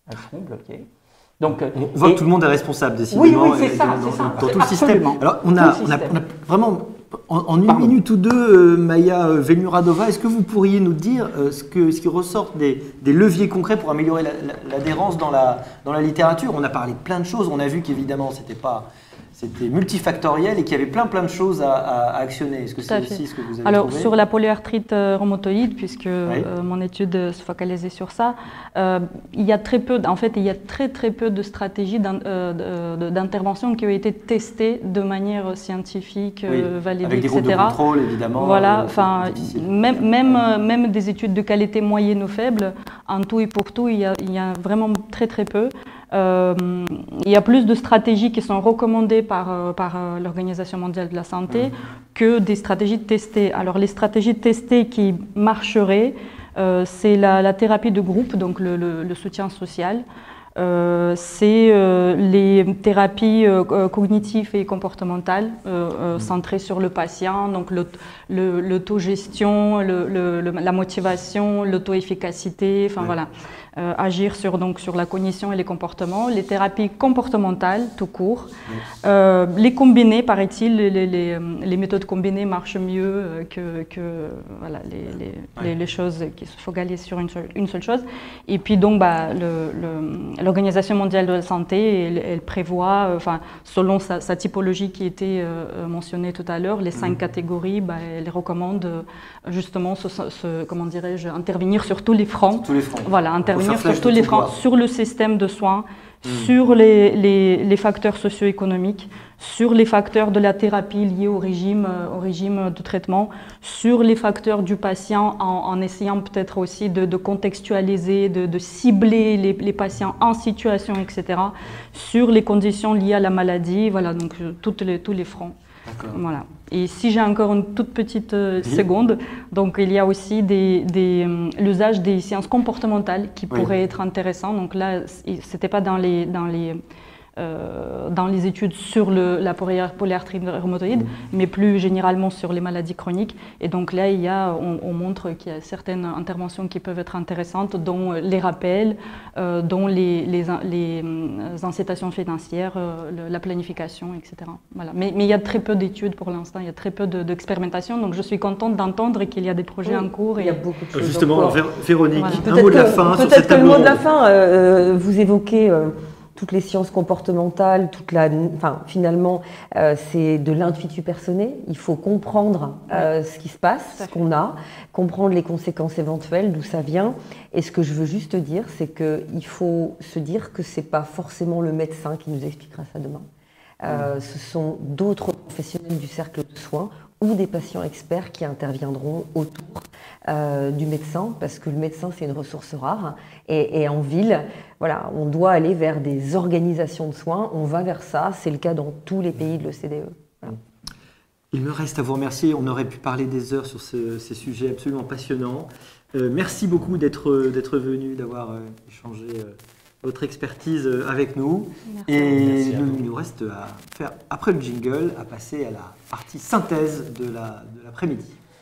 I: Donc,
A: on voit que tout le monde est responsable, décidément.
I: Oui, c'est ça.
A: Dans tout le système. Alors, on a vraiment, en une minute ou deux, Maya Velmuradova, est-ce que vous pourriez nous dire ce qui ressort des leviers concrets pour améliorer l'adhérence dans la littérature? On a parlé de plein de choses. On a vu qu'évidemment, c'était pas c'était multifactoriel et qu'il y avait plein de choses à actionner. Est-ce que c'est aussi ce que vous avez trouvé?
H: Sur la polyarthrite rhumatoïde, puisque mon étude se focalisait sur ça, il y a très peu, en fait, il y a très peu de stratégies d'intervention qui ont été testées de manière scientifique, validée,
A: avec des
H: etc.
A: groupes de contrôle, évidemment.
H: Voilà, même des études de qualité moyenne ou faible, en tout et pour tout, il y a vraiment très peu. Il y a plus de stratégies qui sont recommandées par l'Organisation mondiale de la santé que des stratégies testées. Alors les stratégies testées qui marcheraient, c'est la thérapie de groupe, donc le soutien social. C'est les thérapies cognitives et comportementales centrées sur le patient, donc l'autogestion, la motivation, l'auto-efficacité, enfin voilà. Agir sur la cognition et les comportements, les thérapies comportementales tout court, les combinés, paraît-il, les méthodes combinées marchent mieux que voilà, les choses qui se focalisent sur une seule chose. Et puis donc l'Organisation mondiale de la santé, elle prévoit, selon sa typologie qui était mentionnée tout à l'heure, les 5 catégories, elle recommande justement comment dirais-je, intervenir sur tous les fronts.
A: Sur tous les fronts.
H: Voilà, intervenir sur tous les fronts, sur le système de soins, sur les facteurs socio-économiques, sur les facteurs de la thérapie liés au régime de traitement, sur les facteurs du patient en essayant peut-être aussi de contextualiser, de cibler les patients en situation, etc., sur les conditions liées à la maladie, voilà, donc tous les fronts. Voilà. Et si j'ai encore une toute petite seconde, donc il y a aussi l'usage des sciences comportementales qui pourraient être intéressants. Donc là, c'était pas dans les études sur la polyarthrite rhumatoïde, mais plus généralement sur les maladies chroniques. Et donc là, on montre qu'il y a certaines interventions qui peuvent être intéressantes, dont les rappels, dont les incitations financières, la planification, etc. Voilà. Mais il y a très peu d'études pour l'instant, il y a très peu d'expérimentation. Donc je suis contente d'entendre qu'il y a des projets en cours.
J: Il y a beaucoup de choses.
A: Justement, Véronique,
J: voilà.
A: un mot de la fin sur cette table ronde.
J: Peut-être que le mot de la fin, vous évoquez toutes les sciences comportementales, finalement, c'est de l'intuitu personné. Il faut comprendre ce qui se passe, ce qu'on a, comprendre les conséquences éventuelles, d'où ça vient. Et ce que je veux juste dire, c'est qu'il faut se dire que ce n'est pas forcément le médecin qui nous expliquera ça demain. Ce sont d'autres professionnels du cercle de soins ou des patients experts qui interviendront autour du médecin, parce que le médecin, c'est une ressource rare. Et en ville, voilà, on doit aller vers des organisations de soins, on va vers ça, c'est le cas dans tous les pays de l'OCDE. Voilà.
A: Il me reste à vous remercier, on aurait pu parler des heures sur ces sujets absolument passionnants. Merci beaucoup d'être venu, d'avoir échangé votre expertise avec nous. Merci. Et il nous reste à faire, après le jingle, à passer à la partie synthèse de l'après-midi.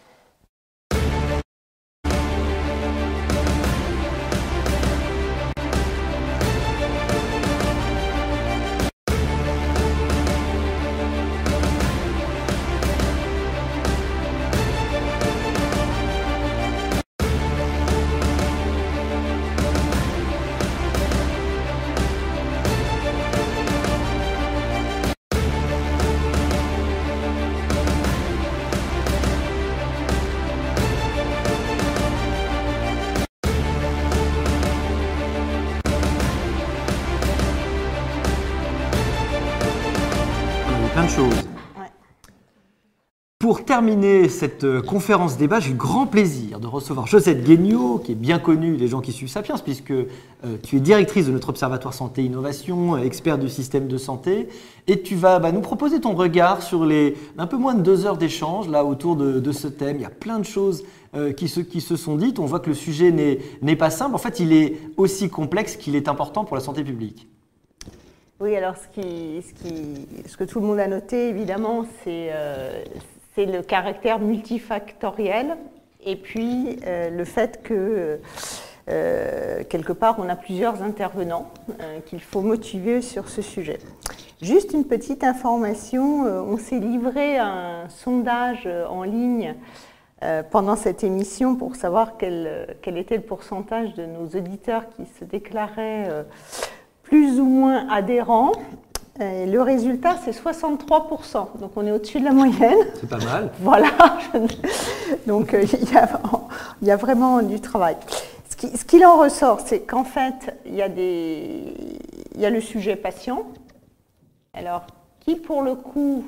A: Plein de choses. Ouais. Pour terminer cette conférence débat, j'ai eu grand plaisir de recevoir Josette Guignot, qui est bien connue des gens qui suivent Sapiens, puisque tu es directrice de notre Observatoire Santé Innovation, expert du système de santé, et tu vas nous proposer ton regard sur les un peu moins de 2 heures d'échange là autour de ce thème. Il y a plein de choses qui se sont dites. On voit que le sujet n'est pas simple. En fait, il est aussi complexe qu'il est important pour la santé publique.
K: Oui, alors ce que tout le monde a noté, évidemment, c'est le caractère multifactoriel et puis le fait que, quelque part, on a plusieurs intervenants qu'il faut motiver sur ce sujet. Juste une petite information, on s'est livré à un sondage en ligne pendant cette émission pour savoir quel était le pourcentage de nos auditeurs qui se déclaraient plus ou moins adhérents. Et le résultat, c'est 63%. Donc, on est au-dessus de la moyenne.
A: C'est pas mal.
K: Voilà. Donc, il y a vraiment du travail. Ce qu'il en ressort, c'est qu'en fait, il y a le sujet patient. Alors, qui, pour le coup,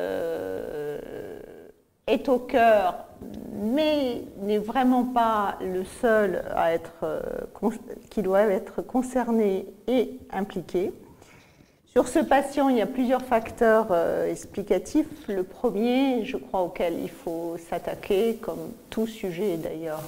K: est au cœur, mais n'est vraiment pas le seul à qui doit être concerné et impliqué. Sur ce patient, il y a plusieurs facteurs explicatifs. Le premier, je crois, auquel il faut s'attaquer, comme tout sujet d'ailleurs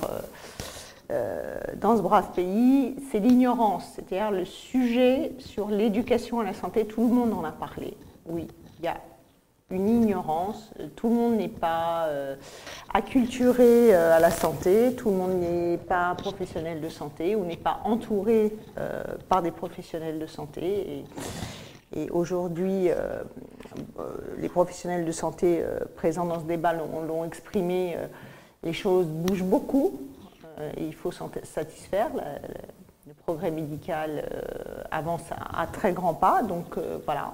K: dans ce brave pays, c'est l'ignorance. C'est-à-dire le sujet sur l'éducation à la santé, tout le monde en a parlé. Oui, il y a une ignorance, tout le monde n'est pas acculturé à la santé, tout le monde n'est pas professionnel de santé ou n'est pas entouré par des professionnels de santé. Et aujourd'hui, les professionnels de santé présents dans ce débat l'ont exprimé, les choses bougent beaucoup et il faut s'en satisfaire. Le progrès médical avance à très grands pas, donc voilà.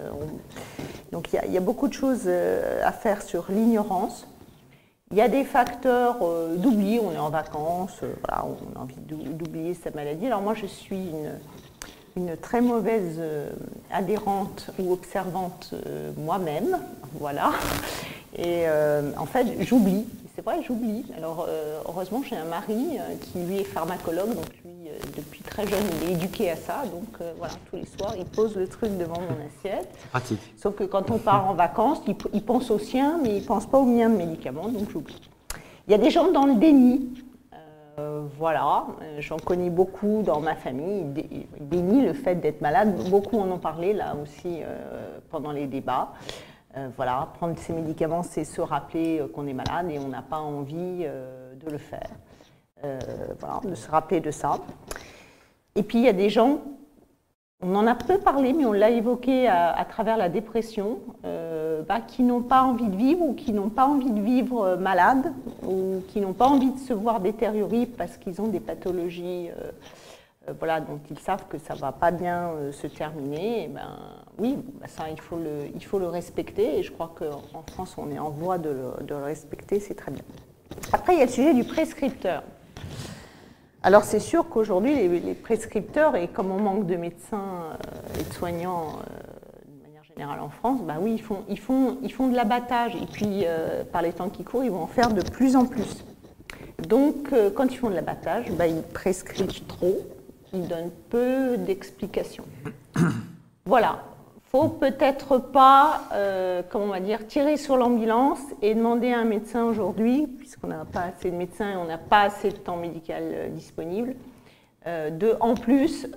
K: Donc il y a beaucoup de choses à faire sur l'ignorance. Il y a des facteurs d'oubli, on est en vacances, voilà, on a envie d'oublier sa maladie. Alors moi je suis une très mauvaise adhérente ou observante moi-même, voilà. Et en fait j'oublie. C'est vrai, j'oublie. Alors, heureusement, j'ai un mari qui, lui, est pharmacologue, donc lui, depuis très jeune, il est éduqué à ça. Donc, voilà, tous les soirs, il pose le truc devant mon assiette.
A: Pratique.
K: Sauf que quand on part en vacances, il pense au sien, mais il ne pense pas au mien de médicaments, donc j'oublie. Il y a des gens dans le déni. Voilà, j'en connais beaucoup dans ma famille. Ils dénient le fait d'être malade. Beaucoup en ont parlé, là aussi, pendant les débats. Voilà, prendre ses médicaments, c'est se rappeler qu'on est malade et on n'a pas envie de le faire. Voilà, de se rappeler de ça. Et puis, il y a des gens, on en a peu parlé, mais on l'a évoqué à travers la dépression, qui n'ont pas envie de vivre ou qui n'ont pas envie de vivre malades ou qui n'ont pas envie de se voir détériorer parce qu'ils ont des pathologies voilà, dont ils savent que ça ne va pas bien se terminer. Et ben, oui, ça, il faut le respecter et je crois qu'en France, on est en voie de le respecter, c'est très bien. Après, il y a le sujet du prescripteur. Alors, c'est sûr qu'aujourd'hui, les prescripteurs, et comme on manque de médecins et de soignants de manière générale en France, ben oui, ils font de l'abattage et puis, par les temps qui courent, ils vont en faire de plus en plus. Donc, quand ils font de l'abattage, ben, ils prescrivent trop. Il donne peu d'explications. Voilà. Il ne faut peut-être pas, comment on va dire, tirer sur l'ambulance et demander à un médecin aujourd'hui, puisqu'on n'a pas assez de médecins et on n'a pas assez de temps médical disponible, de en plus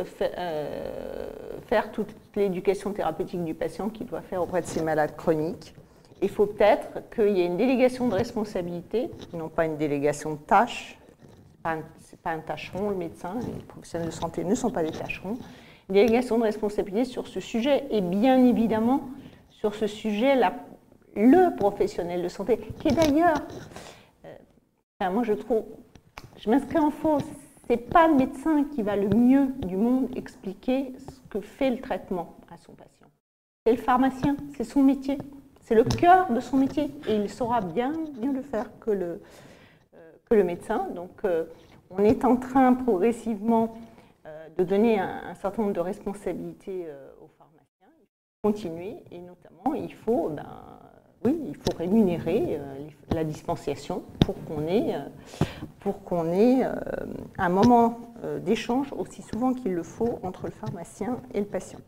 K: faire toute l'éducation thérapeutique du patient qu'il doit faire auprès de ses malades chroniques. Il faut peut-être qu'il y ait une délégation de responsabilité, non pas une délégation de tâches. Ce n'est pas un tâcheron, le médecin, les professionnels de santé ne sont pas des tâcherons. Une délégation de responsabilité sur ce sujet, et bien évidemment, sur ce sujet, le professionnel de santé, qui est d'ailleurs, moi je trouve, je m'inscris en faux, ce n'est pas le médecin qui va le mieux du monde expliquer ce que fait le traitement à son patient. C'est le pharmacien, c'est son métier, c'est le cœur de son métier, et il saura bien mieux le faire que le médecin. Donc, on est en train progressivement de donner un certain nombre de responsabilités aux pharmaciens. Il faut continuer et notamment, il faut rémunérer la dispensation pour qu'on ait un moment d'échange aussi souvent qu'il le faut entre le pharmacien et le patient.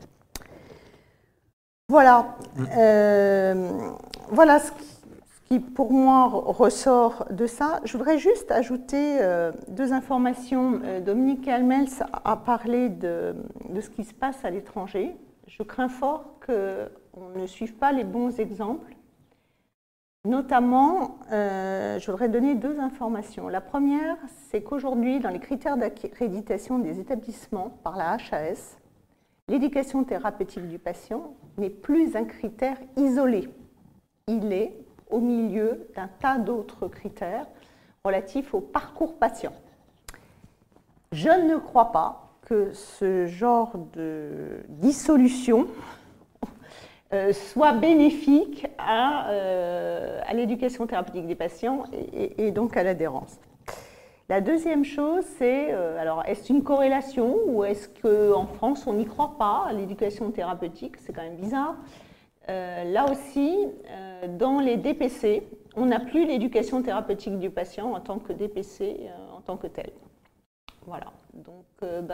K: Voilà. Voilà ce qui, pour moi, ressort de ça. Je voudrais juste ajouter deux informations. Dominique Helmels a parlé de ce qui se passe à l'étranger. Je crains fort qu'on ne suive pas les bons exemples. Notamment, je voudrais donner deux informations. La première, c'est qu'aujourd'hui, dans les critères d'accréditation des établissements par la HAS, l'éducation thérapeutique du patient n'est plus un critère isolé. Il est au milieu d'un tas d'autres critères relatifs au parcours patient. Je ne crois pas que ce genre de dissolution soit bénéfique à l'éducation thérapeutique des patients et donc à l'adhérence. La deuxième chose, c'est, alors, est-ce une corrélation ou est-ce qu'en France, on n'y croit pas à l'éducation thérapeutique? C'est quand même bizarre. Là aussi, dans les DPC, on n'a plus l'éducation thérapeutique du patient en tant que DPC, en tant que tel. Voilà. Donc,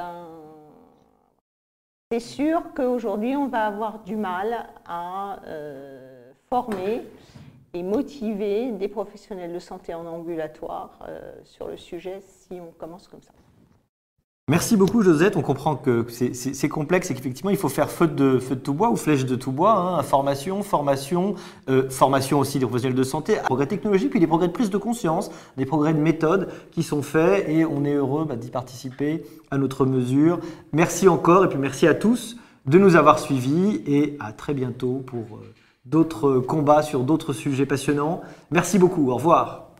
K: c'est sûr qu'aujourd'hui, on va avoir du mal à former et motiver des professionnels de santé en ambulatoire sur le sujet si on commence comme ça.
A: Merci beaucoup Josette, on comprend que c'est complexe et qu'effectivement il faut faire feu de tout bois ou flèche de tout bois, hein, formation aussi des professionnels de santé, progrès technologiques, puis des progrès de prise de conscience, des progrès de méthode qui sont faits et on est heureux d'y participer à notre mesure. Merci encore et puis merci à tous de nous avoir suivis et à très bientôt pour d'autres combats sur d'autres sujets passionnants. Merci beaucoup, au revoir.